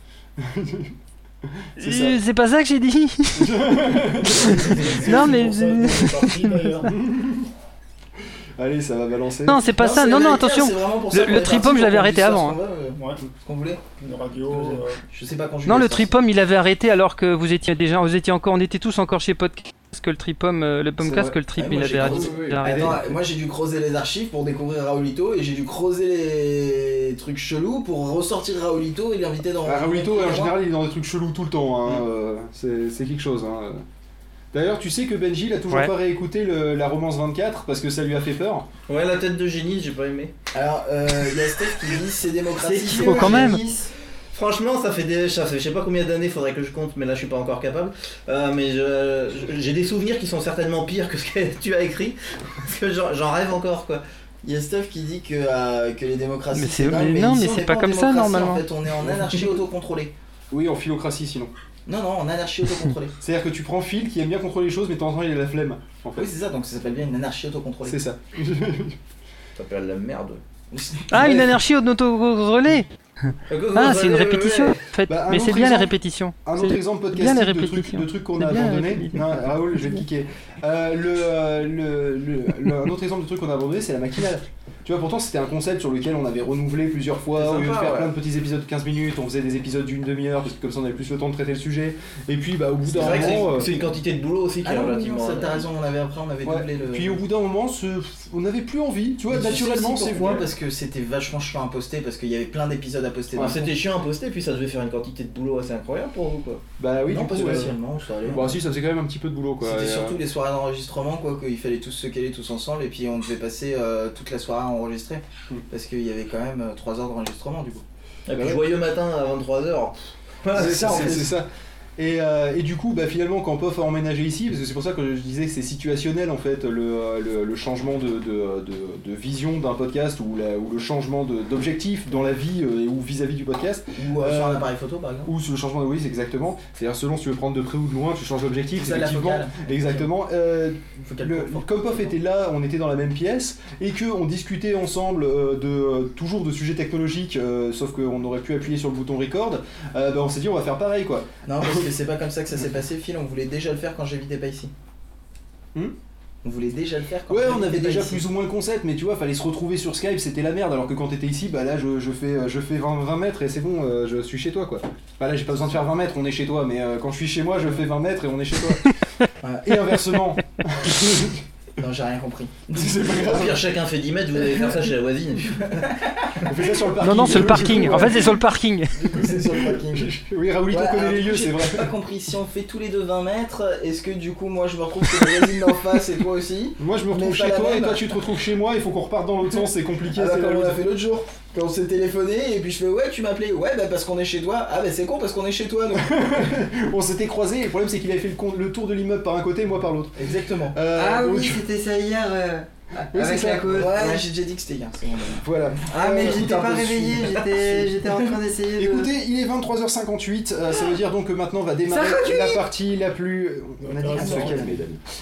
C'est pas ça que j'ai dit. Non mais Allez, ça va balancer. Non, c'est pas ça. Non, attention. Le tripom, je l'avais arrêté avant. Ouais, ce qu'on voulait. Une radio. Je sais pas quand je. Non, le tripom, il avait arrêté alors que vous étiez encore, on était tous encore chez Podcast que le tripom, le Pomcast que le trip, il avait arrêté. Attends, moi j'ai dû creuser les archives pour découvrir Raoulito et j'ai dû creuser les trucs chelous pour ressortir Raoulito et l'inviter dans. Raoulito, en général, il est dans des trucs chelous tout le temps. C'est quelque chose. D'ailleurs, tu sais que Benji il a toujours pas réécouté la romance 24 parce que ça lui a fait peur. Ouais, la tête de génie, j'ai pas aimé. Alors, il y a Steph qui dit c'est démocratique. Oh, quand même. Franchement, ça fait je sais pas combien d'années, faudrait que je compte, mais là je suis pas encore capable. Mais j'ai des souvenirs qui sont certainement pires que ce que tu as écrit, parce que j'en rêve encore quoi. Il y a Steph qui dit que les démocraties. Mais c'est pas comme ça normalement. En fait, on est en anarchie autocontrôlée. Oui, en philocratie sinon. Non, en anarchie autocontrôlée. C'est-à-dire que tu prends Phil qui aime bien contrôler les choses, mais de temps en temps il a la flemme. En fait. Oui, c'est ça, donc ça s'appelle bien une anarchie autocontrôlée. C'est ça. Ça s'appelle la merde. Ah, une anarchie autocontrôlée. Ah, c'est une répétition en fait. Mais c'est bien les répétitions. Un autre exemple podcastique de trucs qu'on a abandonné. Non, Raoul, je vais te kicker. Un autre exemple de truc qu'on a abandonné, c'est la maquinale. Tu vois, pourtant c'était un concept sur lequel on avait renouvelé plusieurs fois. Au lieu de faire plein de petits épisodes de 15 minutes, on faisait des épisodes d'une demi-heure parce que comme ça on avait plus le temps de traiter le sujet. Et puis au bout d'un moment. C'est une quantité de boulot aussi qui est relativement. T'as raison, on avait doublé le. Puis au bout d'un moment, on n'avait plus envie. Tu vois, naturellement c'est pourquoi parce que c'était vachement chiant à poster parce qu'il y avait plein d'épisodes à poster. C'était chiant à poster, puis ça devait faire une quantité de boulot assez incroyable pour vous quoi. Bah oui, non, pas spécialement, ça allait. Bah si, ça faisait quand même un petit peu de boulot quoi. C'était surtout les soirées d'enregistrement quoi, qu'il fallait tous se caler tous ensemble et puis on devait passer toute la soirée à enregistrer parce qu'il y avait quand même 3 heures d'enregistrement du coup. Et puis joyeux matin à 23h. C'est ça. Et du coup, finalement, quand POF a emménagé ici, parce que c'est pour ça que je disais que c'est situationnel en fait, le changement de vision d'un podcast ou le changement d'objectif dans la vie ou vis-à-vis du podcast. Ou sur un appareil photo par exemple. Ou sur le changement de oui, c'est exactement. C'est-à-dire selon si tu veux prendre de près ou de loin, tu changes d'objectif. C'est effectivement. Exactement. Comme POF était là, on était dans la même pièce et qu'on discutait ensemble toujours de sujets technologiques, sauf qu'on aurait pu appuyer sur le bouton record. On s'est dit on va faire pareil quoi. Non, parce que c'est pas comme ça que ça s'est passé, Phil. On voulait déjà le faire quand j'habitais pas ici. On voulait déjà le faire quand on avait déjà plus ou moins le concept, mais tu vois, fallait se retrouver sur Skype, c'était la merde. Alors que quand t'étais ici, là je fais 20 mètres et c'est bon, je suis chez toi quoi. Là j'ai pas besoin de faire 20 mètres, on est chez toi, mais quand je suis chez moi, je fais 20 mètres et on est chez toi. Et inversement. Non, j'ai rien compris. C'est pas grave. Au pire, chacun fait 10 mètres, vous allez faire ça chez la voisine. On fait ça sur le parking. Non, c'est le parking. En fait, c'est sur le parking. C'est sur le parking. Oui, Raoulito connaît les lieux, c'est vrai. J'ai pas compris. Si on fait tous les deux 20 mètres, est-ce que du coup, moi je me retrouve chez la voisine d'en face et toi aussi? Moi je me retrouve chez toi et toi tu te retrouves chez moi, il faut qu'on reparte dans l'autre sens, c'est compliqué. C'est comme on a fait l'autre jour. Quand on s'est téléphoné et puis je fais ouais tu m'appelais, ouais parce qu'on est chez toi, c'est con parce qu'on est chez toi donc. On s'était croisés et le problème c'est qu'il avait fait le tour de l'immeuble par un côté et moi par l'autre. Exactement. Oui c'était ça hier avec la cause. Ouais, j'ai déjà dit que c'était hier, c'est bon. Voilà. Mais j'étais pas réveillé, j'étais en train d'essayer de... Écoutez, il est 23h58, ça veut dire donc que maintenant on va démarrer la partie la plus... On a dit de se calmer,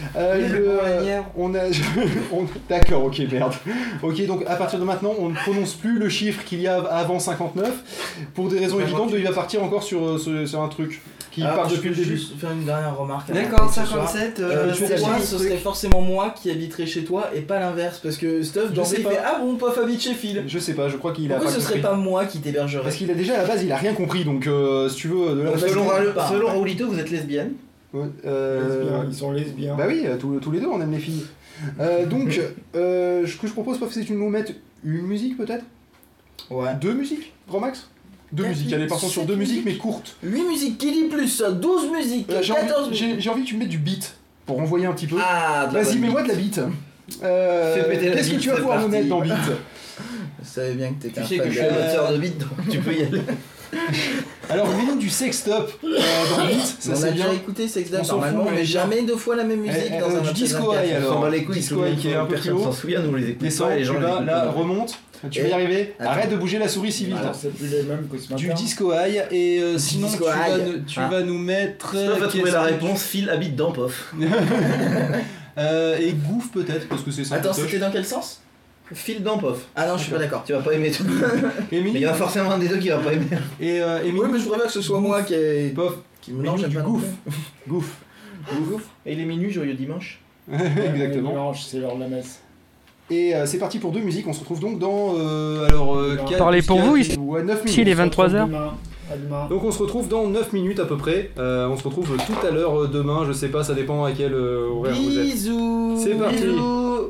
Dani. D'accord, ok, merde. Ok, donc à partir de maintenant, on ne prononce plus le chiffre qu'il y a avant 59, pour des raisons évidentes, il va partir encore sur un truc qui part depuis le début. Je vais juste faire une dernière remarque. D'accord, 57, ce serait forcément moi qui habiterais chez toi et pas l'inverse, parce que Stuff dans il fait ah bon POF habite chez Phil. Je sais pas, je crois qu'il a pas compris. Pourquoi ce serait pas moi qui t'hébergerais? Parce qu'il a déjà à la base il a rien compris, donc si tu veux de la base. Selon Raoulito vous êtes lesbienne. Ils sont lesbiens. Bah oui, tous les deux on aime les filles. Donc ce que je propose POF c'est que tu nous mettes une musique peut-être. Ouais. 2 musiques, grand max. 2 musiques, allez partons sur 2 musiques mais courtes. 8 musiques qui dit plus, 12 musiques, 14 musiques. J'ai envie que tu me mettes du beat pour envoyer un petit peu. Vas-y mets-moi de la beat. Qu'est-ce que tu vas pouvoir me mettre dans beat? Je savais bien que t'étais Tu sais que je suis amateur de beat donc tu peux y aller. Alors mets-nous du sextop dans beat, ça c'est bien. On a déjà écouté sextop normalement, mais jamais 2 fois la même musique dans un du disco high alors. On s'en bat les couilles, disco high qui est un peu plus haut. Personne s'en souvient, nous les écoutons. Descends, les gens là remonte. Tu vas y arriver. Arrête de bouger la souris si vite. C'est plus les mêmes que ce matin. Du disco high et sinon tu vas nous mettre. On va trouver la réponse. Phil habite dans POF. Et Goof peut-être parce que c'est ça. Attends, c'était dans quel sens? Phil dans POF. Ah non, je suis pas d'accord. Tu vas pas aimer tout. Mais il y en a forcément un des deux qui va pas aimer. Et oui, mais je préfère que ce soit moi qui est POF. Non, j'aime pas Goof. Goof. Et il est minuit, joyeux dimanche. Exactement. Dimanche, c'est l'heure de la messe. Et c'est parti pour 2 musiques. On se retrouve donc dans. Parlez pour vous, ici. Ouais, 9 minutes. Si, il est 23h. Donc on se retrouve dans 9 minutes à peu près. On se retrouve tout à l'heure demain. Je sais pas, ça dépend à quel horaire vous êtes. Bisous. C'est parti. Bisous.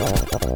Bye.